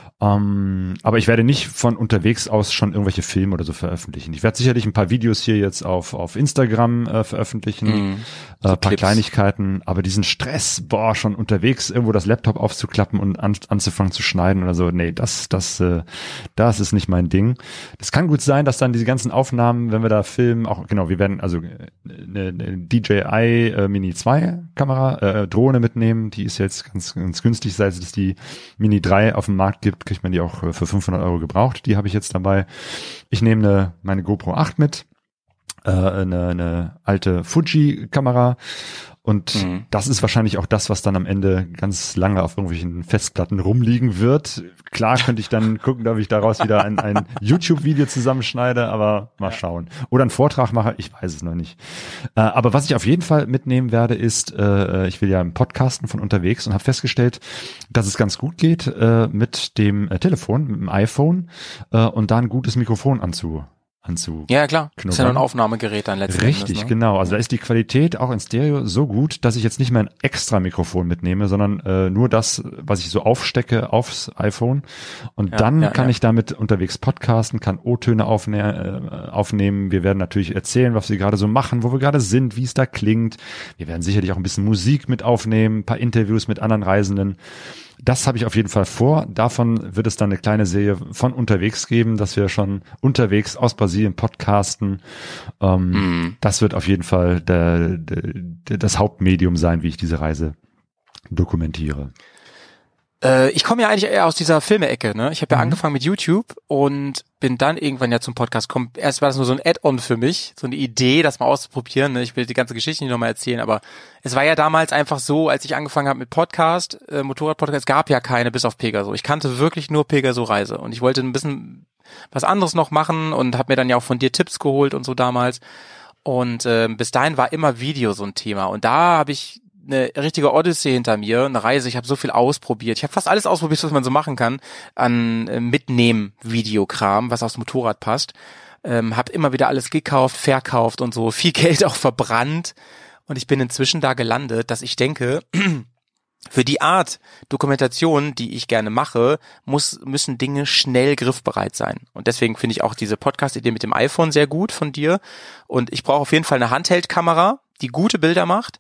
A: Ähm, aber ich werde nicht von unterwegs aus schon irgendwelche Filme oder so veröffentlichen. Ich werde sicherlich ein paar Videos hier jetzt auf auf Instagram äh, veröffentlichen,
E: Mhm.
A: äh,
E: So
A: ein paar
E: Clips.
A: Kleinigkeiten, aber diesen Stress, boah, schon unterwegs irgendwo das Laptop aufzuklappen und an, anzufangen zu schneiden oder so, nee, das das äh, das ist nicht mein Ding. Das kann gut sein, dass dann diese ganzen Aufnahmen, wenn wir da filmen, auch genau, wir werden also eine, eine D J I äh, Mini zwei Kamera, äh, Drohne mitnehmen, die ist jetzt ganz ganz günstig, seit es die Mini drei auf dem Markt gibt, kriegt man die auch für fünfhundert Euro gebraucht. Die habe ich jetzt dabei. Ich nehme eine, meine GoPro acht mit, äh, eine, eine alte Fuji-Kamera und
E: Mhm.
A: das ist wahrscheinlich auch das, was dann am Ende ganz lange auf irgendwelchen Festplatten rumliegen wird. Klar könnte ich dann gucken, ob ich daraus wieder ein, ein YouTube-Video zusammenschneide, aber mal schauen. Oder einen Vortrag mache, ich weiß es noch nicht. Äh, aber was ich auf jeden Fall mitnehmen werde, ist, äh, ich will ja im Podcasten von unterwegs und habe festgestellt, dass es ganz gut geht, äh, mit dem äh, Telefon, mit dem iPhone äh, und da ein gutes Mikrofon anzu anzu.
E: Ja, klar.
A: Knubbern.
E: Ist ja nur ein Aufnahmegerät dann letztendlich.
A: Richtig,
E: ne?
A: genau. Also da ist die Qualität auch in Stereo so gut, dass ich jetzt nicht mehr ein extra Mikrofon mitnehme, sondern äh, nur das, was ich so aufstecke aufs iPhone. Und
E: Ja,
A: dann
E: ja,
A: kann
E: ja.
A: ich damit unterwegs podcasten, kann O-Töne aufne- äh, aufnehmen. Wir werden natürlich erzählen, was wir gerade so machen, wo wir gerade sind, wie es da klingt. Wir werden sicherlich auch ein bisschen Musik mit aufnehmen, ein paar Interviews mit anderen Reisenden. Das habe ich auf jeden Fall vor. Davon wird es dann eine kleine Serie von unterwegs geben, dass wir schon unterwegs aus Brasilien podcasten. Ähm,
E: Mhm.
A: Das wird auf jeden Fall der, der, der, das Hauptmedium sein, wie ich diese Reise dokumentiere.
E: Äh, ich komme ja eigentlich eher aus dieser Filme-Ecke, ne? Ich habe ja
A: Mhm.
E: angefangen mit YouTube und bin dann irgendwann ja zum Podcast gekommen. Erst war das nur so ein Add-on für mich, so eine Idee, das mal auszuprobieren. Ne? Ich will die ganze Geschichte nicht nochmal erzählen, aber es war ja damals einfach so, als ich angefangen habe mit Podcast, äh, Motorrad-Podcast, es gab ja keine bis auf Pegaso. Ich kannte wirklich nur Pegaso-Reise und ich wollte ein bisschen was anderes noch machen und habe mir dann ja auch von dir Tipps geholt und so damals. Und äh, bis dahin war immer Video so ein Thema und da habe ich eine richtige Odyssee hinter mir, eine Reise, ich habe so viel ausprobiert. Ich habe fast alles ausprobiert, was man so machen kann an äh, Mitnehmen-Videokram, was aufs Motorrad passt. Ähm, habe immer wieder alles gekauft, verkauft und so, viel Geld auch verbrannt. Und ich bin inzwischen da gelandet, dass ich denke, für die Art Dokumentation, die ich gerne mache, muss, müssen Dinge schnell griffbereit sein. Und deswegen finde ich auch diese Podcast-Idee mit dem iPhone sehr gut von dir. Und ich brauche auf jeden Fall eine Handheld-Kamera, die gute Bilder macht.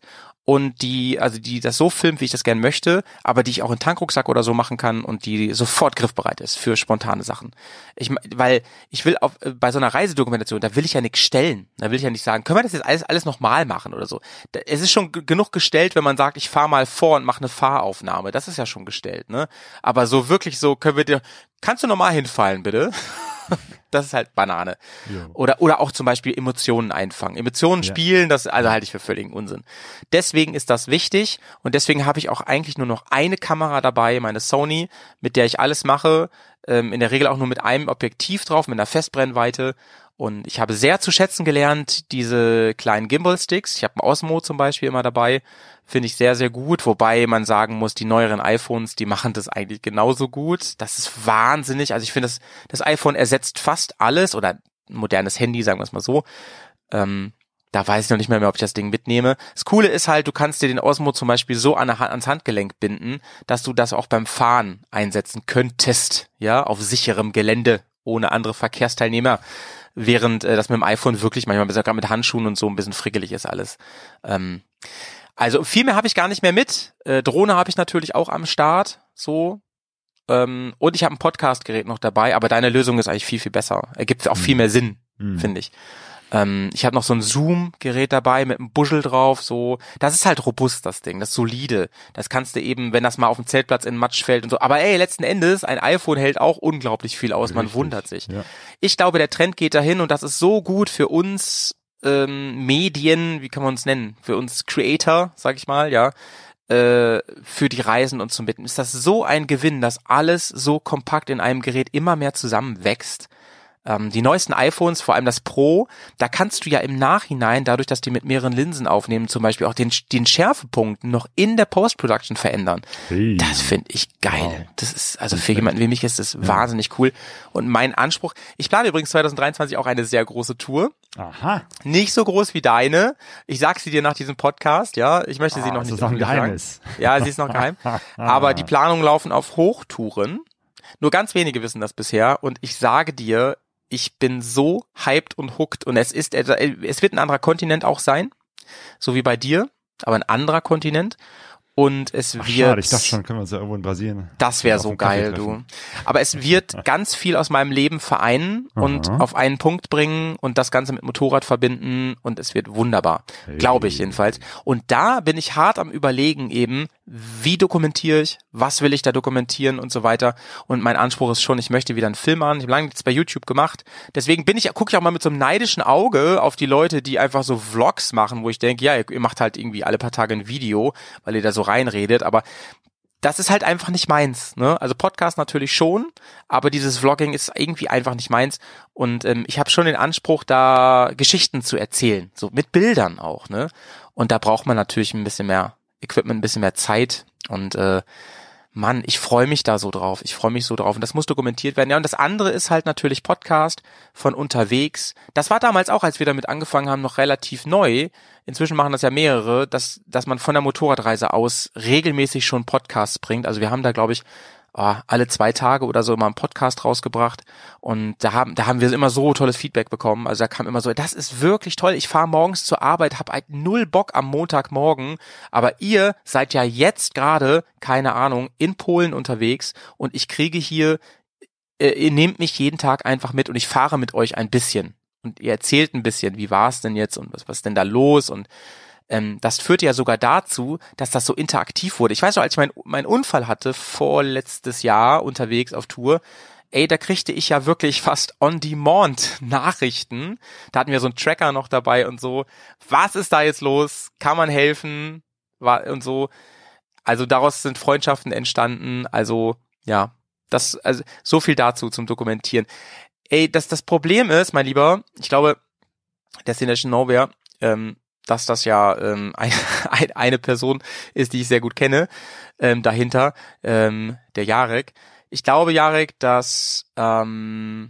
E: und die, also die das so filmt, wie ich das gerne möchte, aber die ich auch in Tankrucksack oder so machen kann und die sofort griffbereit ist für spontane Sachen. Ich, weil ich will auf, bei so einer Reisedokumentation, da will ich ja nichts stellen. Da will ich ja nicht sagen, können wir das jetzt alles, alles nochmal machen oder so. Da, es ist schon g- genug gestellt, wenn man sagt, ich fahre mal vor und mache eine Fahraufnahme. Das ist ja schon gestellt, ne? Aber so wirklich so, können wir dir, kannst du nochmal hinfallen, bitte? Das ist halt Banane. Ja. Oder, oder auch zum Beispiel Emotionen einfangen. Emotionen ja. spielen, das also halte ich für völligen Unsinn. Deswegen ist das wichtig und deswegen habe ich auch eigentlich nur noch eine Kamera dabei, meine Sony, mit der ich alles mache. Ähm, in der Regel auch nur mit einem Objektiv drauf, mit einer Festbrennweite. Und ich habe sehr zu schätzen gelernt, diese kleinen Gimbal-Sticks. Ich habe einen Osmo zum Beispiel immer dabei. Finde ich sehr, sehr gut. Wobei man sagen muss, die neueren iPhones, die machen das eigentlich genauso gut. Das ist wahnsinnig. Also ich finde, das, das iPhone ersetzt fast alles oder ein modernes Handy, sagen wir es mal so. Ähm, da weiß ich noch nicht mehr, mehr, ob ich das Ding mitnehme. Das Coole ist halt, du kannst dir den Osmo zum Beispiel so an, ans Handgelenk binden, dass du das auch beim Fahren einsetzen könntest. Ja, auf sicherem Gelände, ohne andere Verkehrsteilnehmer. Während äh, das mit dem iPhone wirklich manchmal sogar mit Handschuhen und so ein bisschen frickelig ist alles. Ähm, also viel mehr habe ich gar nicht mehr mit. Äh, Drohne habe ich natürlich auch am Start, so. Ähm, und ich habe ein Podcast-Gerät noch dabei, aber deine Lösung ist eigentlich viel, viel besser. Ergibt auch viel mehr Sinn, mhm. finde ich. Ähm, ich habe noch so ein Zoom-Gerät dabei mit einem Buschel drauf, so. Das ist halt robust, das Ding, das ist solide. Das kannst du eben, wenn das mal auf dem Zeltplatz in Matsch fällt und so. Aber ey, letzten Endes, ein iPhone hält auch unglaublich viel aus, man Richtig, wundert sich. Ja. Ich glaube, der Trend geht dahin und das ist so gut für uns ähm, Medien, wie kann man uns nennen? Für uns Creator, sag ich mal, ja. Äh, für die Reisen und zum Mitnehmen. Ist das so ein Gewinn, dass alles so kompakt in einem Gerät immer mehr zusammenwächst? Ähm, die neuesten iPhones, vor allem das Pro, da kannst du ja im Nachhinein, dadurch, dass die mit mehreren Linsen aufnehmen, zum Beispiel auch den, den Schärfepunkt noch in der Post-Production verändern. Hey. Das finde ich geil. Wow. Das ist, also für jemanden wie mich ist das ja. wahnsinnig cool. Und mein Anspruch, ich plane übrigens zwanzig dreiundzwanzig auch eine sehr große Tour. Aha. Nicht so groß wie deine. Ich sag sie dir nach diesem Podcast, ja. Ich möchte ah, sie noch nicht sagen. Das ist noch ein Geheimnis. Ja, sie ist noch geheim. Aber die Planungen laufen auf Hochtouren. Nur ganz wenige wissen das bisher. Und ich sage dir, ich bin so hyped und hooked und es ist, es wird ein anderer Kontinent auch sein, so wie bei dir, aber ein anderer Kontinent. Und es Ach, wird. Schade,
A: ich dachte schon, können wir uns ja irgendwo in Brasilien.
E: Das wäre so geil, du. Aber es wird ganz viel aus meinem Leben vereinen und Aha. auf einen Punkt bringen und das Ganze mit Motorrad verbinden und es wird wunderbar. Hey. Glaube ich jedenfalls. Und da bin ich hart am Überlegen eben, wie dokumentiere ich, was will ich da dokumentieren und so weiter. Und mein Anspruch ist schon, ich möchte wieder einen Film machen. Ich habe lange nichts bei YouTube gemacht. Deswegen bin ich, gucke ich auch mal mit so einem neidischen Auge auf die Leute, die einfach so Vlogs machen, wo ich denke, ja, ihr macht halt irgendwie alle paar Tage ein Video, weil ihr da so reinredet, aber das ist halt einfach nicht meins, ne? Also Podcast natürlich schon, aber dieses Vlogging ist irgendwie einfach nicht meins und ähm, ich habe schon den Anspruch, da Geschichten zu erzählen, so mit Bildern auch, ne? Und da braucht man natürlich ein bisschen mehr Equipment, ein bisschen mehr Zeit und äh, Mann, ich freue mich da so drauf. Ich freue mich so drauf. Und das muss dokumentiert werden. Ja, und das andere ist halt natürlich Podcast von unterwegs. Das war damals auch, als wir damit angefangen haben, noch relativ neu. Inzwischen machen das ja mehrere, dass dass man von der Motorradreise aus regelmäßig schon Podcasts bringt. Also wir haben da, glaube ich, oh, alle zwei Tage oder so immer einen Podcast rausgebracht. Und da haben da haben wir immer so tolles Feedback bekommen. Also da kam immer so, das ist wirklich toll. Ich fahre morgens zur Arbeit, habe halt null Bock am Montagmorgen. Aber ihr seid ja jetzt gerade, keine Ahnung, in Polen unterwegs. Und ich kriege hier, äh, ihr nehmt mich jeden Tag einfach mit und ich fahre mit euch ein bisschen. Und ihr erzählt ein bisschen, wie war es denn jetzt und was, was ist denn da los und Ähm, das führte ja sogar dazu, dass das so interaktiv wurde. Ich weiß noch, als ich meinen mein Unfall hatte, vorletztes Jahr unterwegs auf Tour, ey, da kriegte ich ja wirklich fast on-demand Nachrichten. Da hatten wir so einen Tracker noch dabei und so. Was ist da jetzt los? Kann man helfen? War, und so. Also daraus sind Freundschaften entstanden. Also, ja, das, also so viel dazu zum Dokumentieren. Ey, das, das Problem ist, mein Lieber, ich glaube, Destination Nowhere, ähm, dass das ja ähm, ein, ein, eine Person ist, die ich sehr gut kenne, ähm, dahinter, ähm, der Jarek. Ich glaube, Jarek, dass ähm,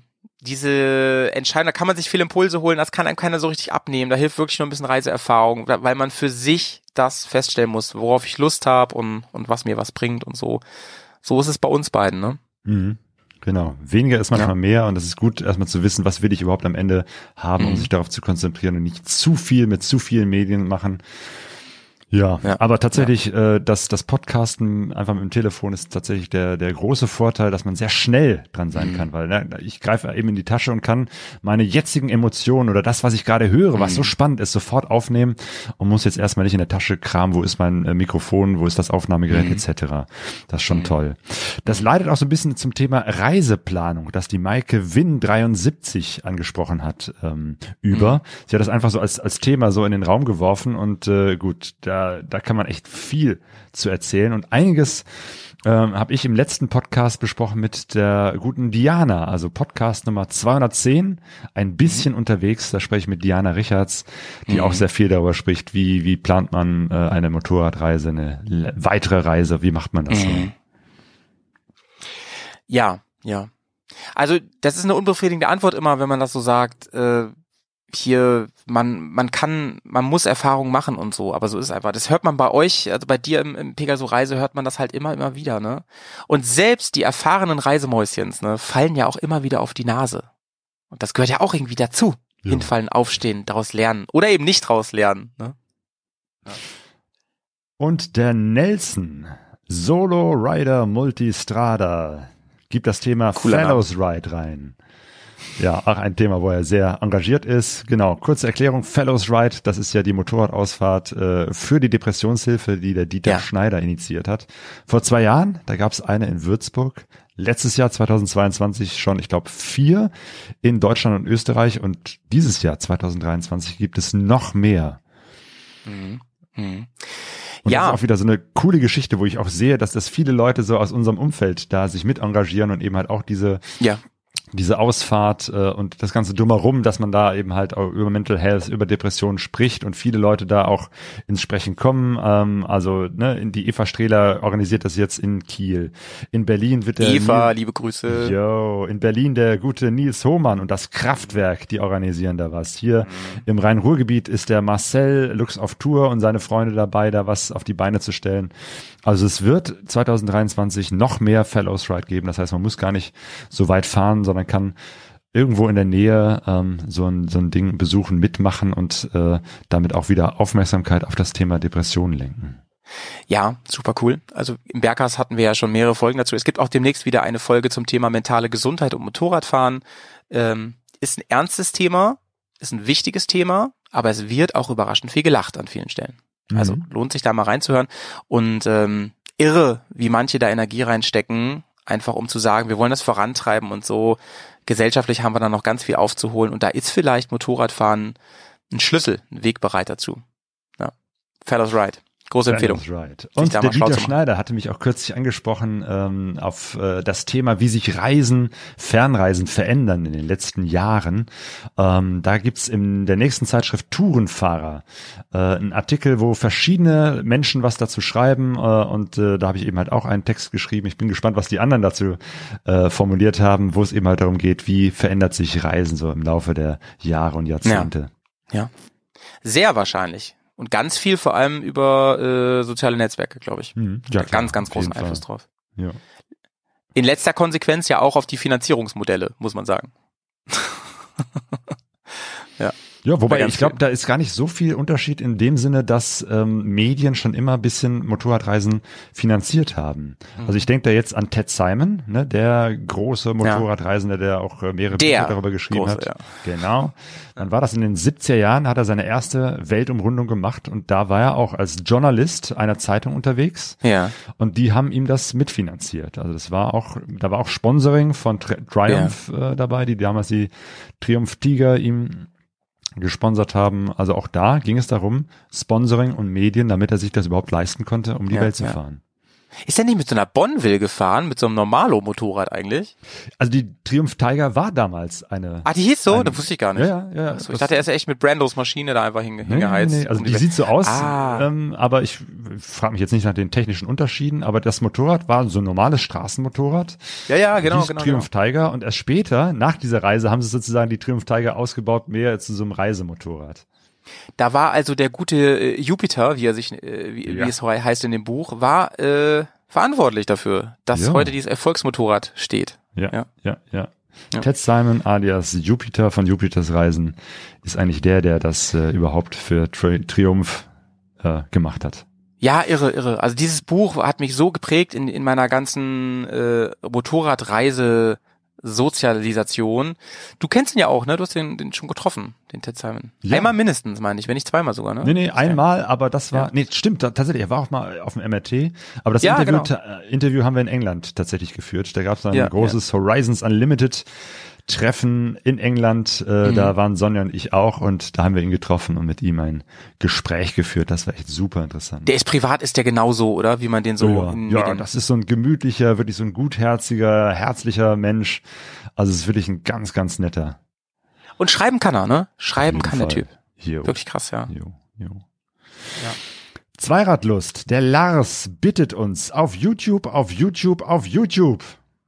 E: diese Entscheidung, da kann man sich viele Impulse holen, das kann einem keiner so richtig abnehmen, da hilft wirklich nur ein bisschen Reiseerfahrung, weil man für sich das feststellen muss, worauf ich Lust habe und, und was mir was bringt und so. So ist es bei uns beiden, ne?
A: Mhm. Genau. Weniger ist manchmal ja. mehr und es ist gut, erstmal zu wissen, was will ich überhaupt am Ende haben, mhm. um sich darauf zu konzentrieren und nicht zu viel mit zu vielen Medien machen. Ja,
E: Ja.
A: aber tatsächlich, äh, das, das Podcasten einfach mit dem Telefon ist tatsächlich der, der große Vorteil, dass man sehr schnell dran sein
E: Mhm.
A: kann, weil ne, ich greife eben in die Tasche und kann meine jetzigen Emotionen oder das, was ich gerade höre, was
E: Mhm.
A: so spannend ist, sofort aufnehmen und muss jetzt erstmal nicht in der Tasche kramen, wo ist mein äh, Mikrofon, wo ist das Aufnahmegerät
E: Mhm.
A: et cetera. Das ist schon
E: Mhm.
A: toll. Das leitet auch so ein bisschen zum Thema Reiseplanung, das die Maike Win dreiundsiebzig angesprochen hat, ähm, über.
E: Mhm.
A: Sie hat das einfach so als, als Thema so in den Raum geworfen und äh, gut, da Da, kann man echt viel zu erzählen und einiges ähm, habe ich im letzten Podcast besprochen mit der guten Diana, also Podcast Nummer zweihundertzehn, ein bisschen mhm. unterwegs, da spreche ich mit Diana Richards, die mhm. auch sehr viel darüber spricht, wie wie plant man äh, eine Motorradreise, eine le- weitere Reise, wie macht man das so?
E: Mhm. Ja, ja. Also das ist eine unbefriedigende Antwort immer, wenn man das so sagt, äh, hier, man, man kann, man muss Erfahrungen machen und so, aber so ist es einfach. Das hört man bei euch, also bei dir im, im Pegaso Reise hört man das halt immer, immer wieder, ne? Und selbst die erfahrenen Reisemäuschens, ne, fallen ja auch immer wieder auf die Nase. Und das gehört ja auch irgendwie dazu. Ja. Hinfallen, aufstehen, daraus lernen. Oder eben nicht daraus lernen, ne? Ja.
A: Und der Nelson, Solo Rider Multistrada, gibt das Thema
E: Cooler
A: Fellows Ride rein. Ja, auch ein Thema, wo er sehr engagiert ist. Genau, kurze Erklärung, Fellows Ride, das ist ja die Motorradausfahrt äh, für die Depressionshilfe, die der Dieter
E: ja.
A: Schneider initiiert hat. Vor zwei Jahren, da gab es eine in Würzburg. Letztes Jahr, zweitausendzweiundzwanzig, schon, ich glaube, vier in Deutschland und Österreich. Und dieses Jahr, zweitausenddreiundzwanzig, gibt es noch mehr.
E: Mhm. Mhm.
A: Und
E: ja.
A: das ist auch wieder so eine coole Geschichte, wo ich auch sehe, dass das viele Leute so aus unserem Umfeld da sich mit engagieren und eben halt auch diese
E: ja.
A: diese Ausfahrt äh, und das ganze Drumherum, dass man da eben halt auch über Mental Health, über Depressionen spricht und viele Leute da auch ins Sprechen kommen. Ähm, also ne, die Eva Strehler organisiert das jetzt in Kiel. In Berlin wird der
E: Eva,
A: Nils,
E: liebe Grüße.
A: Yo, in Berlin der gute Nils Hohmann und das Kraftwerk, die organisieren da was. Hier mhm. im Rhein-Ruhr-Gebiet ist der Marcel Lux auf Tour und seine Freunde dabei, da was auf die Beine zu stellen. Also es wird zweitausenddreiundzwanzig noch mehr Fellows Ride geben. Das heißt, man muss gar nicht so weit fahren, sondern kann irgendwo in der Nähe ähm, so ein so ein Ding besuchen, mitmachen und äh, damit auch wieder Aufmerksamkeit auf das Thema Depressionen lenken.
E: Ja, super cool. Also im Berghaus hatten wir ja schon mehrere Folgen dazu. Es gibt auch demnächst wieder eine Folge zum Thema mentale Gesundheit und Motorradfahren. Ähm, ist ein ernstes Thema, ist ein wichtiges Thema, aber es wird auch überraschend viel gelacht an vielen Stellen. Also mhm. lohnt sich da mal reinzuhören. Und ähm, irre, wie manche da Energie reinstecken, einfach um zu sagen, wir wollen das vorantreiben und so. Gesellschaftlich haben wir da noch ganz viel aufzuholen und da ist vielleicht Motorradfahren ein Schlüssel, ein Wegbereiter zu. Ja. Fellows Ride. Große Empfehlung.
A: Right. Und der Dieter Schneider hatte mich auch kürzlich angesprochen ähm, auf äh, das Thema, wie sich Reisen, Fernreisen verändern in den letzten Jahren. Ähm, da gibt's in der nächsten Zeitschrift Tourenfahrer äh, einen Artikel, wo verschiedene Menschen was dazu schreiben äh, und äh, da habe ich eben halt auch einen Text geschrieben. Ich bin gespannt, was die anderen dazu äh, formuliert haben, wo es eben halt darum geht, wie verändert sich Reisen so im Laufe der Jahre und Jahrzehnte.
E: Ja, ja. Sehr wahrscheinlich. Und ganz viel vor allem über äh, soziale Netzwerke, glaube ich.
A: Mhm. Ja, klar,
E: ganz, ganz großen Einfluss
A: Fall.
E: drauf.
A: Ja.
E: In letzter Konsequenz ja auch auf die Finanzierungsmodelle, muss man sagen. ja.
A: Ja, wobei ich glaube, da ist gar nicht so viel Unterschied in dem Sinne, dass ähm, Medien schon immer ein bisschen Motorradreisen finanziert haben. Mhm. Also ich denke da jetzt an Ted Simon, ne, der große Motorradreisende, der auch äh, mehrere
E: der
A: Bücher darüber geschrieben
E: große,
A: hat.
E: Ja.
A: Genau. Dann war das in den siebziger Jahren, hat er seine erste Weltumrundung gemacht und da war er auch als Journalist einer Zeitung unterwegs.
E: Ja.
A: Und die haben ihm das mitfinanziert. Also das war auch, da war auch Sponsoring von Tri- Triumph ja. äh, dabei, die damals die Triumph Tiger ihm gesponsert haben. Also auch da ging es darum, Sponsoring und Medien, damit er sich das überhaupt leisten konnte, um die
E: ja,
A: Welt zu
E: ja.
A: fahren.
E: Ist er nicht mit so einer Bonneville gefahren, mit so einem Normalo-Motorrad eigentlich?
A: Also die Triumph Tiger war damals eine...
E: Ah, die hieß so?
A: Eine,
E: das wusste ich gar nicht.
A: Ja, ja. ja
E: Achso, ich dachte, er ist ja echt mit Brandos Maschine da einfach hinge-
A: nee,
E: hingeheizt.
A: Nee, nee. Also
E: um
A: die,
E: die
A: sieht so aus,
E: ah.
A: ähm, aber ich frage mich jetzt nicht nach den technischen Unterschieden, aber das Motorrad war so ein normales Straßenmotorrad.
E: Ja, ja, genau, genau.
A: Triumph
E: genau.
A: Tiger und erst später, nach dieser Reise, haben sie sozusagen die Triumph Tiger ausgebaut, mehr zu so einem Reisemotorrad.
E: Da war also der gute äh, Jupiter, wie er sich, äh, wie,
A: ja.
E: wie es heißt in dem Buch, war äh, verantwortlich dafür, dass
A: ja.
E: heute dieses Erfolgsmotorrad steht.
A: Ja, ja, ja. ja.
E: ja.
A: Ted Simon alias Jupiter von Jupiters Reisen ist eigentlich der, der das äh, überhaupt für Tri- Triumph äh, äh, gemacht hat.
E: Ja, irre, irre. Also dieses Buch hat mich so geprägt in, in meiner ganzen äh, Motorradreise Sozialisation. Du kennst ihn ja auch, ne? Du hast den, den schon getroffen, den Ted Simon. Ja. Einmal mindestens, meine ich, wenn nicht zweimal sogar, ne?
A: Nee, nee, einmal, aber das war, ja. nee, stimmt, tatsächlich, er war auch mal auf dem M R T, aber das
E: ja,
A: Interview,
E: genau.
A: ta- Interview haben wir in England tatsächlich geführt. Da gab es ein
E: ja,
A: großes
E: ja.
A: Horizons Unlimited Treffen in England, äh, mhm. da waren Sonja und ich auch und da haben wir ihn getroffen und mit ihm ein Gespräch geführt. Das war echt super interessant.
E: Der ist privat, ist der genauso, oder? Wie man den so
A: ja,
E: in
A: ja
E: Medien...
A: das ist so ein gemütlicher, wirklich so ein gutherziger, herzlicher Mensch. Also es ist wirklich ein ganz, ganz netter.
E: Und schreiben kann er, ne? Schreiben kann
A: Fall.
E: der Typ.
A: Jo.
E: Wirklich krass, ja.
A: Jo, jo.
E: Ja.
A: Zweiradlust. Der Lars bittet uns auf YouTube, auf YouTube, auf YouTube.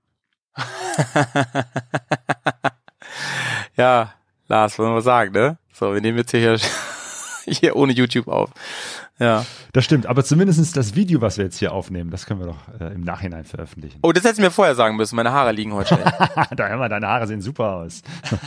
E: Ja, Lars, wollen wir sagen, ne? So, wir nehmen jetzt hier, hier ohne YouTube auf. Ja.
A: Das stimmt, aber zumindest das Video, was wir jetzt hier aufnehmen, das können wir doch äh, im Nachhinein veröffentlichen.
E: Oh, das hättest du mir vorher sagen müssen, meine Haare liegen heute schlecht.
A: Da hör mal, deine Haare sehen super aus.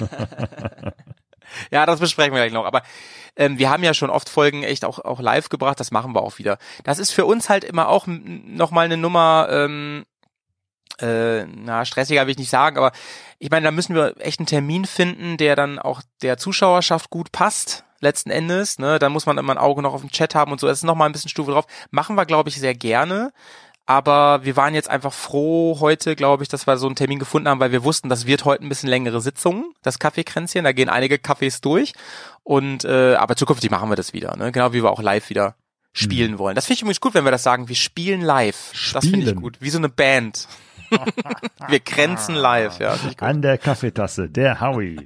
E: Ja, das besprechen wir gleich noch, aber ähm, wir haben ja schon oft Folgen echt auch, auch live gebracht, das machen wir auch wieder. Das ist für uns halt immer auch nochmal eine Nummer, ähm, Äh, na, stressiger will ich nicht sagen, aber ich meine, da müssen wir echt einen Termin finden, der dann auch der Zuschauerschaft gut passt, letzten Endes, ne, dann muss man immer ein Auge noch auf dem Chat haben und so, das ist nochmal ein bisschen Stufe drauf, machen wir, glaube ich, sehr gerne, aber wir waren jetzt einfach froh heute, glaube ich, dass wir so einen Termin gefunden haben, weil wir wussten, das wird heute ein bisschen längere Sitzung, das Kaffeekränzchen, da gehen einige Kaffees durch und, äh, aber zukünftig machen wir das wieder, ne, genau wie wir auch live wieder spielen hm. wollen. Das finde ich übrigens gut, wenn wir das sagen, wir spielen live, spielen. Das finde ich gut, wie so eine Band. Wir kränzen live, ja.
A: An der Kaffeetasse, der Howie.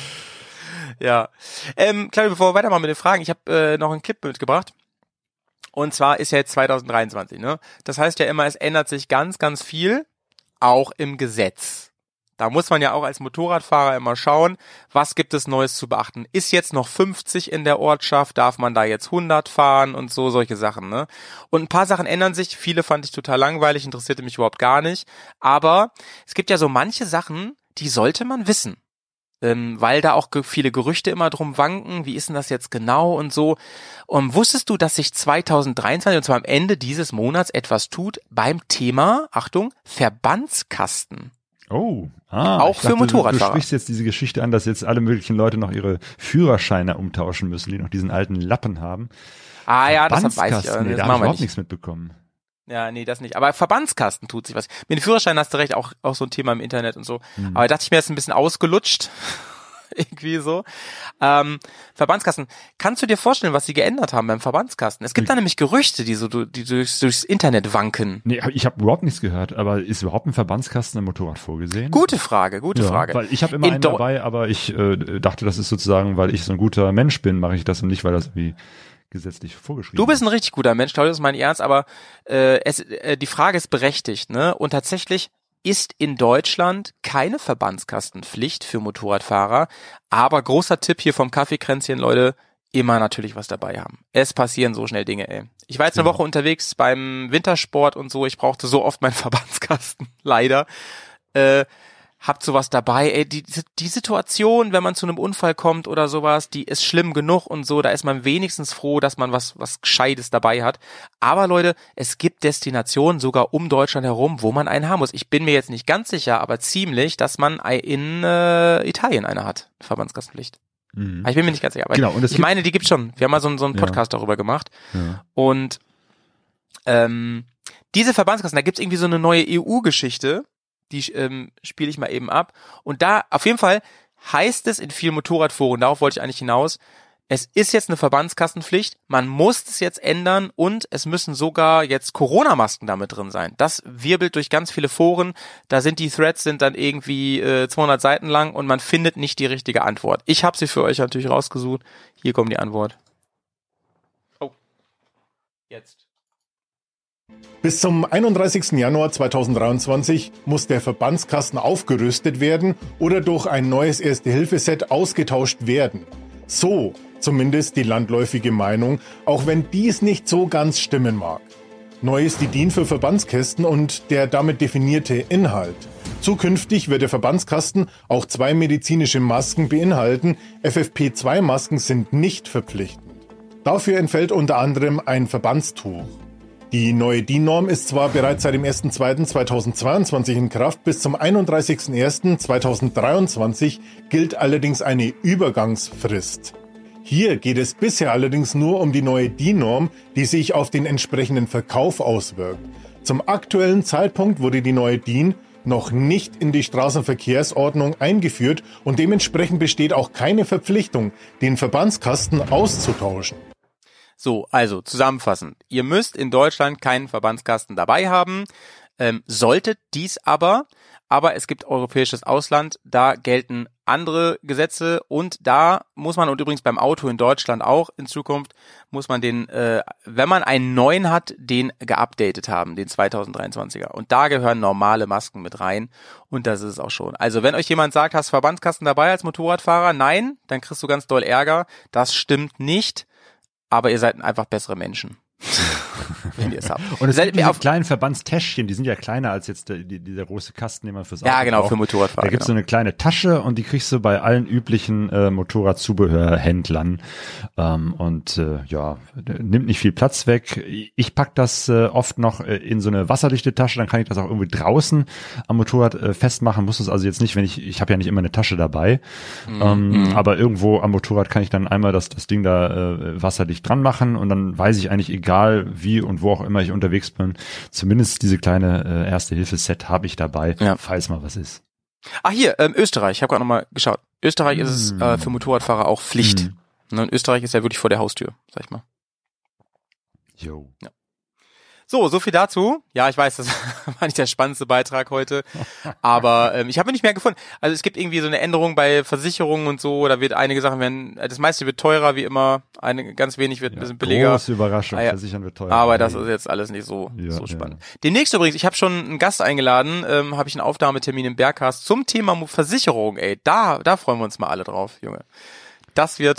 E: Ja. Ähm, Claudio, bevor wir weitermachen mit den Fragen, ich habe äh, noch einen Clip mitgebracht. Und zwar ist ja jetzt zwanzig dreiundzwanzig, ne? Das heißt ja immer, es ändert sich ganz, ganz viel, auch im Gesetz. Da muss man ja auch als Motorradfahrer immer schauen, was gibt es Neues zu beachten. Ist jetzt noch fünfzig in der Ortschaft, darf man da jetzt hundert fahren und so, solche Sachen, ne? Und ein paar Sachen ändern sich, viele fand ich total langweilig, interessierte mich überhaupt gar nicht. Aber es gibt ja so manche Sachen, die sollte man wissen. Ähm, weil da auch ge- viele Gerüchte immer drum wanken, wie ist denn das jetzt genau und so. Und wusstest du, dass sich zwanzig dreiundzwanzig, und zwar am Ende dieses Monats, etwas tut beim Thema, Achtung, Verbandskasten?
A: Oh, ah,
E: auch für
A: dachte,
E: Motorradfahrer.
A: Du sprichst jetzt diese Geschichte an, dass jetzt alle möglichen Leute noch ihre Führerscheine umtauschen müssen, die noch diesen alten Lappen haben.
E: Ah ja, das weiß ich.
A: Nee,
E: das
A: da habe ich überhaupt nichts mitbekommen.
E: Ja, nee, das nicht. Aber Verbandskasten tut sich was. Mit dem Führerschein hast du recht, auch, auch so ein Thema im Internet und so. Mhm. Aber da dachte ich mir, das ist ein bisschen ausgelutscht. Irgendwie so. Ähm, Verbandskasten. Kannst du dir vorstellen, was sie geändert haben beim Verbandskasten? Es gibt da nämlich Gerüchte, die so die durchs, durchs Internet wanken.
A: Nee, ich habe überhaupt nichts gehört, aber ist überhaupt ein Verbandskasten im Motorrad vorgesehen?
E: Gute Frage, gute
A: ja,
E: Frage.
A: Weil ich habe immer
E: In
A: einen
E: Do-
A: dabei, aber ich äh, dachte, das ist sozusagen, weil ich so ein guter Mensch bin, mache ich das und nicht, weil das irgendwie gesetzlich vorgeschrieben ist.
E: Du bist ein richtig guter Mensch, Claudio, das ist mein Ernst, aber äh, es, äh, die Frage ist berechtigt, ne? Und tatsächlich ist in Deutschland keine Verbandskastenpflicht für Motorradfahrer, aber großer Tipp hier vom Kaffeekränzchen, Leute, immer natürlich was dabei haben. Es passieren so schnell Dinge, ey. Ich war jetzt eine
A: ja.
E: Woche unterwegs beim Wintersport und so, ich brauchte so oft meinen Verbandskasten, leider. Äh, habt sowas dabei, ey, die, die Situation, wenn man zu einem Unfall kommt oder sowas, die ist schlimm genug und so, da ist man wenigstens froh, dass man was, was Gescheites dabei hat. Aber Leute, es gibt Destinationen sogar um Deutschland herum, wo man einen haben muss. Ich bin mir jetzt nicht ganz sicher, aber ziemlich, dass man in äh, Italien eine hat, Verbandskastenpflicht. Mhm. Aber ich bin mir nicht ganz sicher. Aber
A: genau, und es
E: ich meine, die gibt's schon. Wir haben mal so, so einen Podcast ja. darüber gemacht.
A: Ja.
E: Und ähm, diese Verbandskasten, da gibt's irgendwie so eine neue E U-Geschichte, die ähm, spiele ich mal eben ab. Und da, auf jeden Fall, heißt es in vielen Motorradforen, darauf wollte ich eigentlich hinaus, es ist jetzt eine Verbandskastenpflicht, man muss es jetzt ändern und es müssen sogar jetzt Corona-Masken damit drin sein. Das wirbelt durch ganz viele Foren, da sind die Threads sind dann irgendwie äh, zweihundert Seiten lang und man findet nicht die richtige Antwort. Ich habe sie für euch natürlich rausgesucht. Hier kommt die Antwort. Oh, jetzt.
K: Bis zum einunddreißigsten Januar zweitausenddreiundzwanzig muss der Verbandskasten aufgerüstet werden oder durch ein neues Erste-Hilfe-Set ausgetauscht werden. So zumindest die landläufige Meinung, auch wenn dies nicht so ganz stimmen mag. Neu ist die D I N für Verbandskästen und der damit definierte Inhalt. Zukünftig wird der Verbandskasten auch zwei medizinische Masken beinhalten. F F P zwei Masken sind nicht verpflichtend. Dafür entfällt unter anderem ein Verbandstuch. Die neue D I N-Norm ist zwar bereits seit dem ersten zweiten zweitausendzweiundzwanzig in Kraft, bis zum einunddreißigsten ersten zweitausenddreiundzwanzig gilt allerdings eine Übergangsfrist. Hier geht es bisher allerdings nur um die neue D I N-Norm, die sich auf den entsprechenden Verkauf auswirkt. Zum aktuellen Zeitpunkt wurde die neue D I N noch nicht in die Straßenverkehrsordnung eingeführt und dementsprechend besteht auch keine Verpflichtung, den Verbandskasten auszutauschen.
E: So, also zusammenfassend. Ihr müsst in Deutschland keinen Verbandskasten dabei haben, ähm, solltet dies aber, aber es gibt europäisches Ausland, da gelten andere Gesetze und da muss man, und übrigens beim Auto in Deutschland auch in Zukunft, muss man den, äh, wenn man einen neuen hat, den geupdatet haben, den zweitausenddreiundzwanziger. Und da gehören normale Masken mit rein und das ist es auch schon. Also wenn euch jemand sagt, hast Verbandskasten dabei als Motorradfahrer? Nein, dann kriegst du ganz doll Ärger. Das stimmt nicht. Aber ihr seid einfach bessere Menschen, wenn ihr es habt.
A: Und es
E: seid
A: gibt diese
E: auf
A: kleinen Verbandstäschchen, die sind ja kleiner als jetzt der, die, dieser große Kasten, den man fürs Auto
E: Ja, genau,
A: braucht.
E: für Motorradfahrer.
A: Da gibt's
E: genau.
A: so eine kleine Tasche und die kriegst du bei allen üblichen äh, Motorradzubehörhändlern. Ähm, und äh, ja, nimmt nicht viel Platz weg. Ich pack das äh, oft noch äh, in so eine wasserdichte Tasche, dann kann ich das auch irgendwie draußen am Motorrad äh, festmachen. Muss es also jetzt nicht, wenn ich, ich habe ja nicht immer eine Tasche dabei,
E: Mhm.
A: ähm, aber irgendwo am Motorrad kann ich dann einmal das, das Ding da äh, wasserdicht dran machen und dann weiß ich eigentlich, egal wie und wo auch immer ich unterwegs bin, zumindest diese kleine äh, Erste-Hilfe-Set habe ich dabei,
E: Ja.
A: falls mal was ist.
E: Ah, hier, ähm, Österreich, ich habe gerade nochmal geschaut. Österreich ist es äh, für Motorradfahrer auch Pflicht.
A: Mm.
E: Ne, und Österreich ist ja wirklich vor der Haustür, sag ich mal.
A: Jo.
E: Ja. So, so viel dazu. Ja, ich weiß, das war nicht der spannendste Beitrag heute, aber ähm, ich habe nicht mehr gefunden. Also es gibt irgendwie so eine Änderung bei Versicherungen und so, da wird einige Sachen werden, das meiste wird teurer wie immer, eine ganz wenig wird ein bisschen billiger.
A: Große Überraschung,
E: Ah, ja.
A: Versichern wird teurer.
E: Aber das ist jetzt alles nicht so
A: Ja,
E: so spannend.
A: ja.
E: Demnächst übrigens, ich habe schon einen Gast eingeladen, ähm, habe ich einen Aufnahmetermin im Bergcast zum Thema Versicherung, ey. Da da freuen wir uns mal alle drauf, Junge. Das wird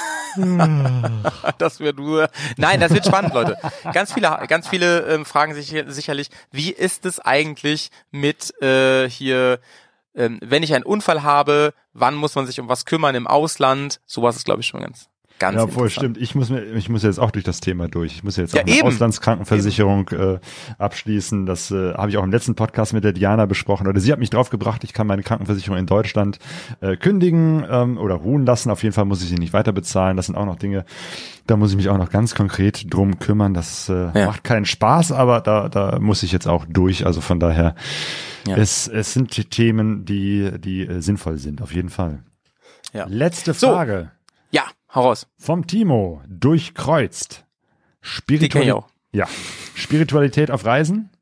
E: das wird nur, nein, das wird spannend, Leute. Ganz viele, ganz viele ähm, fragen sich hier sicherlich, wie ist es eigentlich mit äh, hier, ähm, wenn ich einen Unfall habe, wann muss man sich um was kümmern im Ausland? Sowas ist, glaube ich, schon ganz, ganz
A: Ja, voll
E: interessant.
A: stimmt. Ich muss mir, ich muss jetzt auch durch das Thema durch. Ich muss jetzt
E: Ja,
A: auch eine
E: eben.
A: Auslandskrankenversicherung äh, abschließen. Das äh, habe ich auch im letzten Podcast mit der Diana besprochen. Oder sie hat mich draufgebracht, ich kann meine Krankenversicherung in Deutschland äh, kündigen ähm, oder ruhen lassen. Auf jeden Fall muss ich sie nicht weiter bezahlen. Das sind auch noch Dinge, da muss ich mich auch noch ganz konkret drum kümmern. Das äh,
E: Ja.
A: macht keinen Spaß, aber da, da muss ich jetzt auch durch. Also von daher,
E: Ja.
A: es, es sind die Themen, die, die äh, sinnvoll sind. Auf jeden Fall.
E: Ja.
A: Letzte
E: So.
A: Frage.
E: Ja, hau raus.
A: Vom Timo, durchkreuzt.
E: Die kenn ich
A: Spiritualität.
E: auch.
A: Ja. Spiritualität auf Reisen?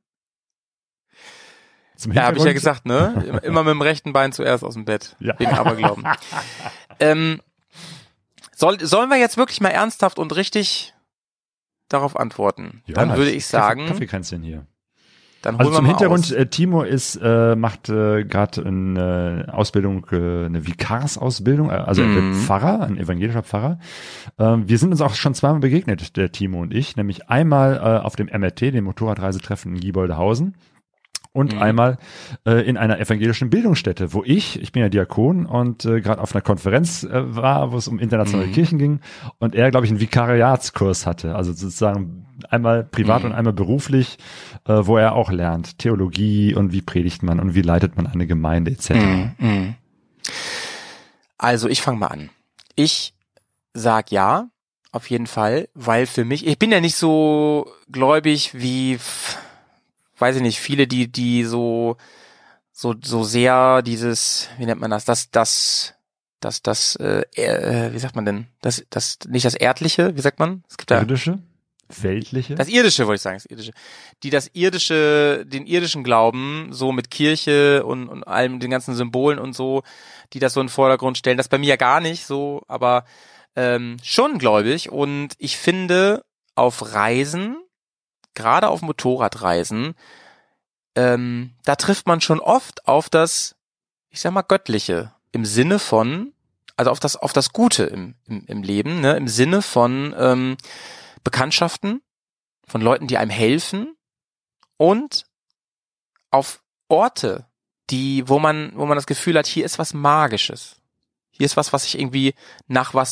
A: Zum
E: Ja, habe ich ja
A: Hintergrund-
E: gesagt, ne? Immer- Immer mit dem rechten Bein zuerst aus dem Bett.
A: Ja.
E: Wegen Aberglauben. ähm, soll, sollen wir jetzt wirklich mal ernsthaft und richtig darauf antworten?
A: Ja,
E: Dann würde ich
A: Kaffee-
E: sagen,
A: Kaffeekränzchen hier.
E: dann holen
A: Also
E: wir
A: zum
E: mal
A: Hintergrund,
E: aus.
A: äh, Timo ist, äh, macht äh, gerade eine Ausbildung, äh, eine Vikarsausbildung, äh, also er wird
E: Mhm.
A: Pfarrer, ein evangelischer Pfarrer. Ähm, wir sind uns auch schon zweimal begegnet, der Timo und ich, nämlich einmal äh, auf dem M R T, dem Motorradreisetreffen in Gieboldehausen. Und
E: Mhm.
A: einmal äh, in einer evangelischen Bildungsstätte, wo ich, ich bin ja Diakon und äh, gerade auf einer Konferenz äh, war, wo es um internationale
E: Mhm.
A: Kirchen ging und er, glaube ich, einen Vikariatskurs hatte, also sozusagen einmal privat
E: Mhm.
A: und einmal beruflich, äh, wo er auch lernt, Theologie und wie predigt man und wie leitet man eine Gemeinde et cetera.
E: Mhm. Mhm. Also ich fange mal an. Ich sag ja, auf jeden Fall, weil für mich, ich bin ja nicht so gläubig wie, f- weiß ich nicht, viele, die, die so, so, so sehr dieses, wie nennt man das, das, das, das, das, äh, äh, wie sagt man denn, das, das, nicht das Erdliche, wie sagt man? Es gibt ja,
A: Irdische, weltliche.
E: das Irdische, wollte ich sagen, das Irdische. Die das Irdische, den irdischen Glauben, so mit Kirche und, und allem, den ganzen Symbolen und so, die das so in den Vordergrund stellen. Das bei mir ja gar nicht so, aber ähm, schon gläubig. Und ich finde, auf Reisen, gerade auf Motorradreisen, ähm, da trifft man schon oft auf das, ich sag mal, Göttliche. Im Sinne von, also auf das, auf das Gute im, im, im Leben, ne, im Sinne von ähm, Bekanntschaften, von Leuten, die einem helfen und auf Orte, die, wo man, wo man das Gefühl hat, hier ist was Magisches. Hier ist was, was sich irgendwie nach was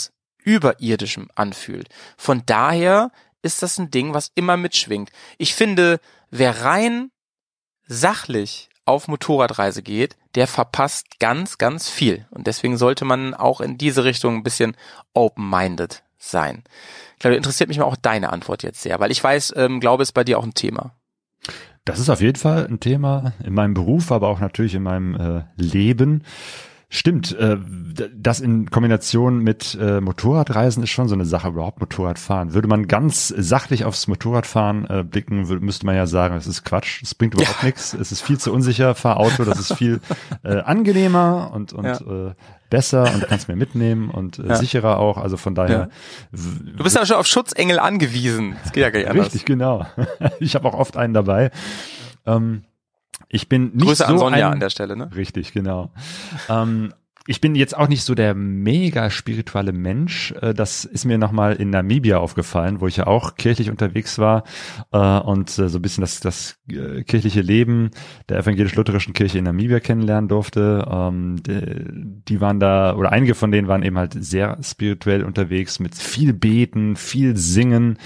E: Überirdischem anfühlt. Von daher ist das ein Ding, was immer mitschwingt. Ich finde, wer rein sachlich auf Motorradreise geht, der verpasst ganz, ganz viel. Und deswegen sollte man auch in diese Richtung ein bisschen open-minded sein. Ich glaube, interessiert mich mal auch deine Antwort jetzt sehr, weil ich weiß, ähm, glaube, ist bei dir auch ein Thema.
A: Das ist auf jeden Fall ein Thema in meinem Beruf, aber auch natürlich in meinem äh, Leben. Stimmt, äh, das in Kombination mit äh, Motorradreisen ist schon so eine Sache, überhaupt Motorradfahren. Würde man ganz sachlich aufs Motorradfahren äh, blicken, würde, müsste man ja sagen, es ist Quatsch, es bringt überhaupt ja. nichts, es ist viel zu unsicher, fahr Auto, das ist viel äh, angenehmer und, und ja. äh, besser und du kannst mehr mitnehmen und äh, ja. sicherer auch, also von daher.
E: Ja. Du bist ja schon auf Schutzengel angewiesen, das geht ja gar nicht anders.
A: Richtig, genau. Ich habe auch oft einen dabei. Ähm, Ich bin nicht
E: Grüße
A: so
E: an Sonja
A: ein,
E: an der Stelle, ne?
A: Richtig, genau. ähm, ich bin jetzt auch nicht so der mega spirituelle Mensch. Äh, das ist mir nochmal in Namibia aufgefallen, wo ich ja auch kirchlich unterwegs war äh, und äh, so ein bisschen das, das äh, kirchliche Leben der evangelisch-lutherischen Kirche in Namibia kennenlernen durfte. Ähm, die, die waren da, oder einige von denen waren eben halt sehr spirituell unterwegs mit viel Beten, viel Singen.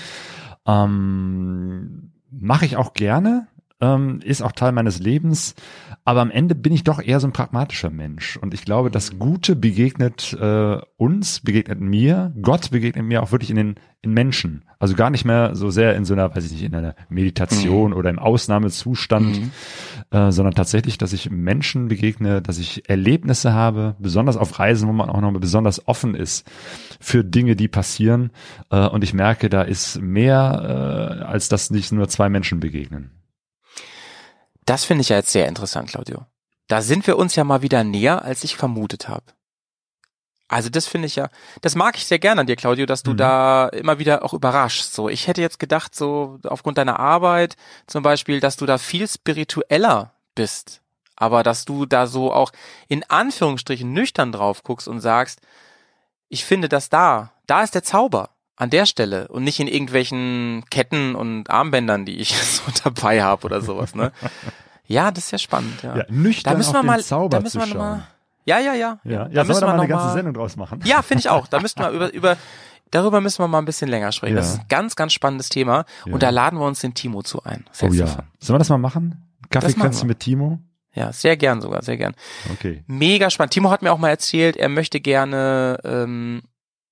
A: Ähm, mache ich auch gerne. Ähm, ist auch Teil meines Lebens, aber am Ende bin ich doch eher so ein pragmatischer Mensch und ich glaube, das Gute begegnet äh, uns, begegnet mir, Gott begegnet mir auch wirklich in den in Menschen, also gar nicht mehr so sehr in so einer, weiß ich nicht, in einer Meditation mhm. oder im Ausnahmezustand, mhm. äh, sondern tatsächlich, dass ich Menschen begegne, dass ich Erlebnisse habe, besonders auf Reisen, wo man auch noch besonders offen ist für Dinge, die passieren äh, und ich merke, da ist mehr, äh, als dass nicht nur zwei Menschen begegnen.
E: Das finde ich ja jetzt sehr interessant, Claudio. Da sind wir uns ja mal wieder näher, als ich vermutet habe. Also das finde ich ja, das mag ich sehr gerne an dir, Claudio, dass du mhm. da immer wieder auch überraschst. So, ich hätte jetzt gedacht, so aufgrund deiner Arbeit zum Beispiel, dass du da viel spiritueller bist, aber dass du da so auch in Anführungsstrichen nüchtern drauf guckst und sagst, ich finde das da, da ist der Zauber. An der Stelle und nicht in irgendwelchen Ketten und Armbändern, die ich so dabei habe oder sowas, ne? Ja, das ist ja spannend, ja.
A: Ja, nüchtern
E: da müssen
A: auf
E: wir mal,
A: den Zauber
E: da müssen wir
A: zu
E: noch
A: schauen.
E: mal, ja, ja, ja.
A: Ja, ja,
E: da
A: sollen
E: müssen
A: wir
E: wir
A: mal
E: noch
A: eine ganze
E: mal,
A: Sendung draus machen?
E: Ja, finde ich auch. Da müssten wir über, über, darüber müssen wir mal ein bisschen länger sprechen.
A: Ja.
E: Das ist ein ganz, ganz spannendes Thema
A: Ja.
E: und da laden wir uns den Timo zu ein.
A: Oh ja.
E: Davon.
A: Sollen wir das mal machen? Kaffeekränzchen mit Timo?
E: Ja, sehr gern sogar, sehr gern.
A: Okay.
E: Mega spannend. Timo hat mir auch mal erzählt, er möchte gerne, ähm,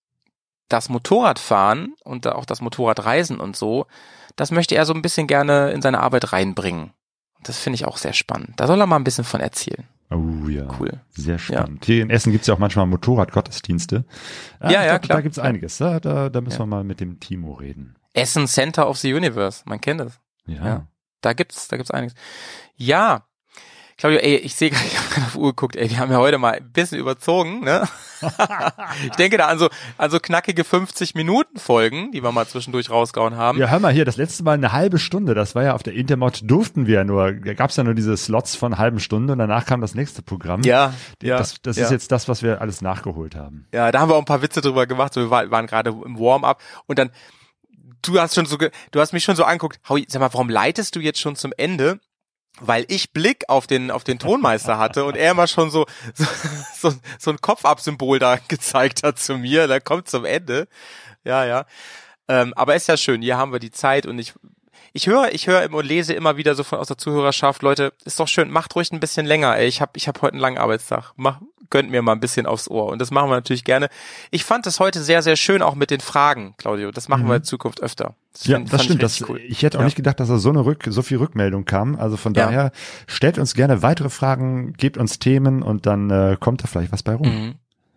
E: das Motorradfahren und auch das Motorradreisen und so, das möchte er so ein bisschen gerne in seine Arbeit reinbringen. Das finde ich auch sehr spannend. Da soll er mal ein bisschen von erzählen.
A: Oh ja,
E: cool.
A: Sehr spannend. Ja. Hier in Essen gibt's ja auch manchmal Motorradgottesdienste.
E: Ja, ja, ja,
A: da,
E: klar.
A: Da gibt's einiges. Da, da, da müssen
E: ja.
A: wir mal mit dem Timo reden.
E: Essen Center of the Universe, man kennt es.
A: Ja.
E: ja. Da gibt's, da gibt's einiges. Ja. Claudio, ey, ich sehe gerade, ich habe gerade auf die Uhr geguckt, ey, wir haben ja heute mal ein bisschen überzogen, ne? Ich denke da an so, an so knackige fünfzig Minuten Folgen, die wir mal zwischendurch rausgehauen haben.
A: Ja, hör mal hier, das letzte Mal eine halbe Stunde, das war ja auf der Intermod, durften wir ja nur, da gab's ja nur diese Slots von einer halben Stunde und danach kam das nächste Programm.
E: Ja, ja.
A: Das, das
E: ja.
A: ist jetzt das, was wir alles nachgeholt haben.
E: Ja, da haben wir auch ein paar Witze drüber gemacht, so, wir waren, waren gerade im Warm-up und dann, du hast schon so, du hast mich schon so angeguckt, Howie, sag mal, warum leitest du jetzt schon zum Ende? Weil ich Blick auf den auf den Tonmeister hatte und er immer schon so so, so, so ein Kopfabsymbol da gezeigt hat zu mir, da kommt zum Ende. Ja, ja. Ähm, aber ist ja schön, hier haben wir die Zeit und ich ich höre ich höre und lese immer wieder so von aus der Zuhörerschaft, Leute, ist doch schön, macht ruhig ein bisschen länger, ey. Ich habe ich habe heute einen langen Arbeitstag. Mach, gönnt mir mal ein bisschen aufs Ohr und das machen wir natürlich gerne. Ich fand das heute sehr sehr schön auch mit den Fragen, Claudio. Das machen
A: mhm.
E: wir in Zukunft öfter. Das
A: ja,
E: find,
A: das stimmt.
E: ich,
A: Das,
E: cool.
A: ich hätte auch
E: ja.
A: nicht gedacht, dass da so eine Rück, so viel Rückmeldung kam. Also von
E: Ja.
A: daher stellt uns gerne weitere Fragen, gebt uns Themen und dann äh, kommt da vielleicht was bei rum.
E: Mhm.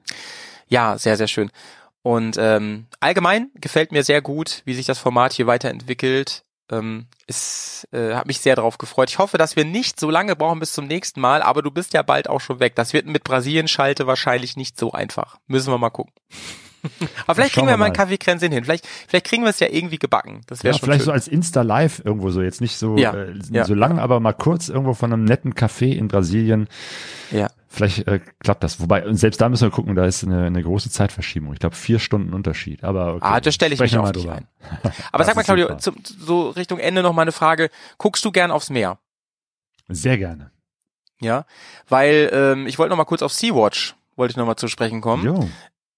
E: Ja, sehr sehr schön. Und ähm, allgemein gefällt mir sehr gut, wie sich das Format hier weiterentwickelt. Ähm, es äh, hat mich sehr drauf gefreut. Ich hoffe, dass wir nicht so lange brauchen bis zum nächsten Mal, aber du bist ja bald auch schon weg. Das wird mit Brasilien-Schalte wahrscheinlich nicht so einfach. Müssen wir mal gucken. Aber vielleicht kriegen wir mal ein Kaffeekränzchen hin. Vielleicht, vielleicht kriegen wir es ja irgendwie gebacken. Das wäre
A: ja,
E: schon
A: vielleicht
E: schön.
A: so als Insta-Live irgendwo so. Jetzt nicht so,
E: Ja,
A: äh,
E: ja.
A: so lang, aber mal kurz irgendwo von einem netten Café in Brasilien.
E: Ja.
A: Vielleicht äh, klappt das. Wobei, und selbst da müssen wir gucken, da ist eine, eine große Zeitverschiebung. Ich glaube, vier Stunden Unterschied. Aber okay,
E: Ah, das stelle ich mich auch nicht ein. Aber sag mal, Claudio, zum, so Richtung Ende noch mal eine Frage. Guckst du gern aufs Meer?
A: Sehr gerne.
E: Ja, weil ähm, ich wollte noch mal kurz auf Sea-Watch, wollte ich noch mal zu sprechen kommen.
A: Jo.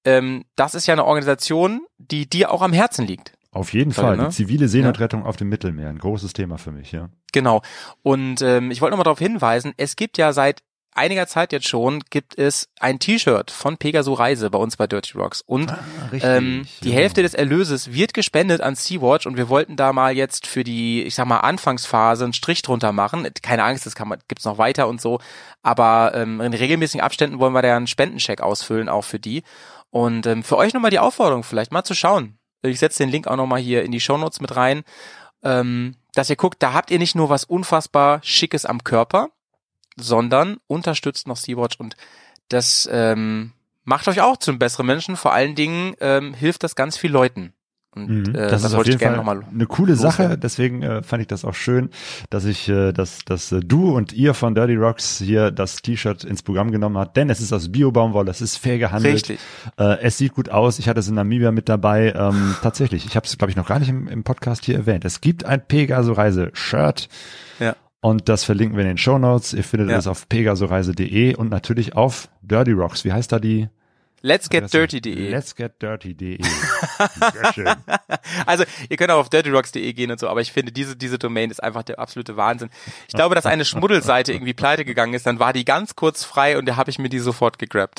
E: ähm, das ist ja eine Organisation, die dir auch am Herzen liegt.
A: Auf jeden
E: Toll,
A: Fall.
E: ne?
A: Die zivile Seenotrettung ja. auf dem Mittelmeer. Ein großes Thema für mich, ja.
E: Genau. Und ähm, ich wollte nochmal darauf hinweisen, es gibt ja seit einiger Zeit jetzt schon, gibt es ein T-Shirt von Pegaso Reise bei uns bei Dirty Rocks. Und
A: ah, richtig,
E: ähm, die ja. Hälfte des Erlöses wird gespendet an Sea-Watch und wir wollten da mal jetzt für die, ich sag mal, Anfangsphase einen Strich drunter machen. Keine Angst, das kann man, gibt's noch weiter und so. Aber ähm, in regelmäßigen Abständen wollen wir da einen Spendencheck ausfüllen, auch für die. Und ähm, für euch nochmal die Aufforderung, vielleicht mal zu schauen. Ich setze den Link auch nochmal hier in die Shownotes mit rein, ähm, dass ihr guckt, da habt ihr nicht nur was unfassbar Schickes am Körper, sondern unterstützt noch Sea-Watch und das ähm, macht euch auch zum besseren Menschen. Vor allen Dingen ähm, hilft das ganz vielen Leuten. Und,
A: mhm,
E: äh,
A: das, das ist auf jeden Fall eine coole
E: loswerden.
A: Sache, deswegen äh, fand ich das auch schön, dass ich, äh, dass, dass äh, du und ihr von Dirty Rocks hier das T-Shirt ins Programm genommen habt, denn es ist aus Bio-Baumwolle, es ist fair gehandelt.
E: Richtig.
A: Äh, es sieht gut aus, ich hatte es in Namibia mit dabei, ähm, tatsächlich, ich habe es glaube ich noch gar nicht im, im Podcast hier erwähnt, es gibt ein Pegaso-Reise-Shirt.
E: Ja.
A: Und das verlinken wir in den Shownotes. Ihr findet
E: ja.
A: es auf pegasoreise punkt de und natürlich auf Dirty Rocks. Wie heißt da die?
E: Let's get dirty punkt de.
A: Let's get dirty punkt de. Sehr schön.
E: Also, ihr könnt auch auf dirty rocks punkt de gehen und so, aber ich finde, diese, diese Domain ist einfach der absolute Wahnsinn. Ich glaube, dass eine Schmuddelseite irgendwie pleite gegangen ist, dann war die ganz kurz frei und da habe ich mir die sofort gegrabt.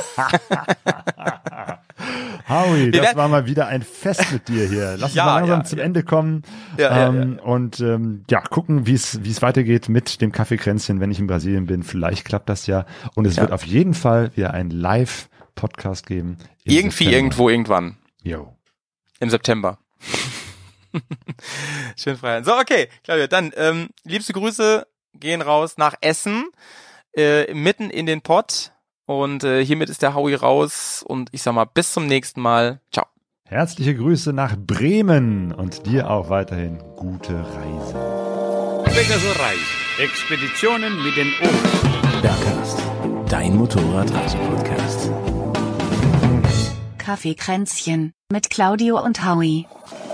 A: Howie, das war mal wieder ein Fest mit dir hier. Lass uns
E: ja,
A: mal langsam
E: ja,
A: zum
E: ja.
A: Ende kommen
E: ja,
A: ähm,
E: ja, ja.
A: und ähm, ja, gucken, wie es wie es weitergeht mit dem Kaffeekränzchen, wenn ich in Brasilien bin. Vielleicht klappt das ja und es
E: ja.
A: wird auf jeden Fall wieder ein Live-Podcast geben.
E: Irgendwie,
A: September.
E: irgendwo, irgendwann.
A: Jo.
E: Im September. Schön frei. So, okay, Claudia, dann ähm, liebste Grüße gehen raus nach Essen, äh, mitten in den Pott. Und äh, hiermit ist der Howie raus und ich sag mal, bis zum nächsten Mal. Ciao.
A: Herzliche Grüße nach Bremen und dir auch weiterhin gute Reise.
B: Pegaso Reise. Expeditionen mit den Ohren.
C: Bergcast, dein Motorradreise-Podcast.
D: Kaffeekränzchen mit Claudio und Howie.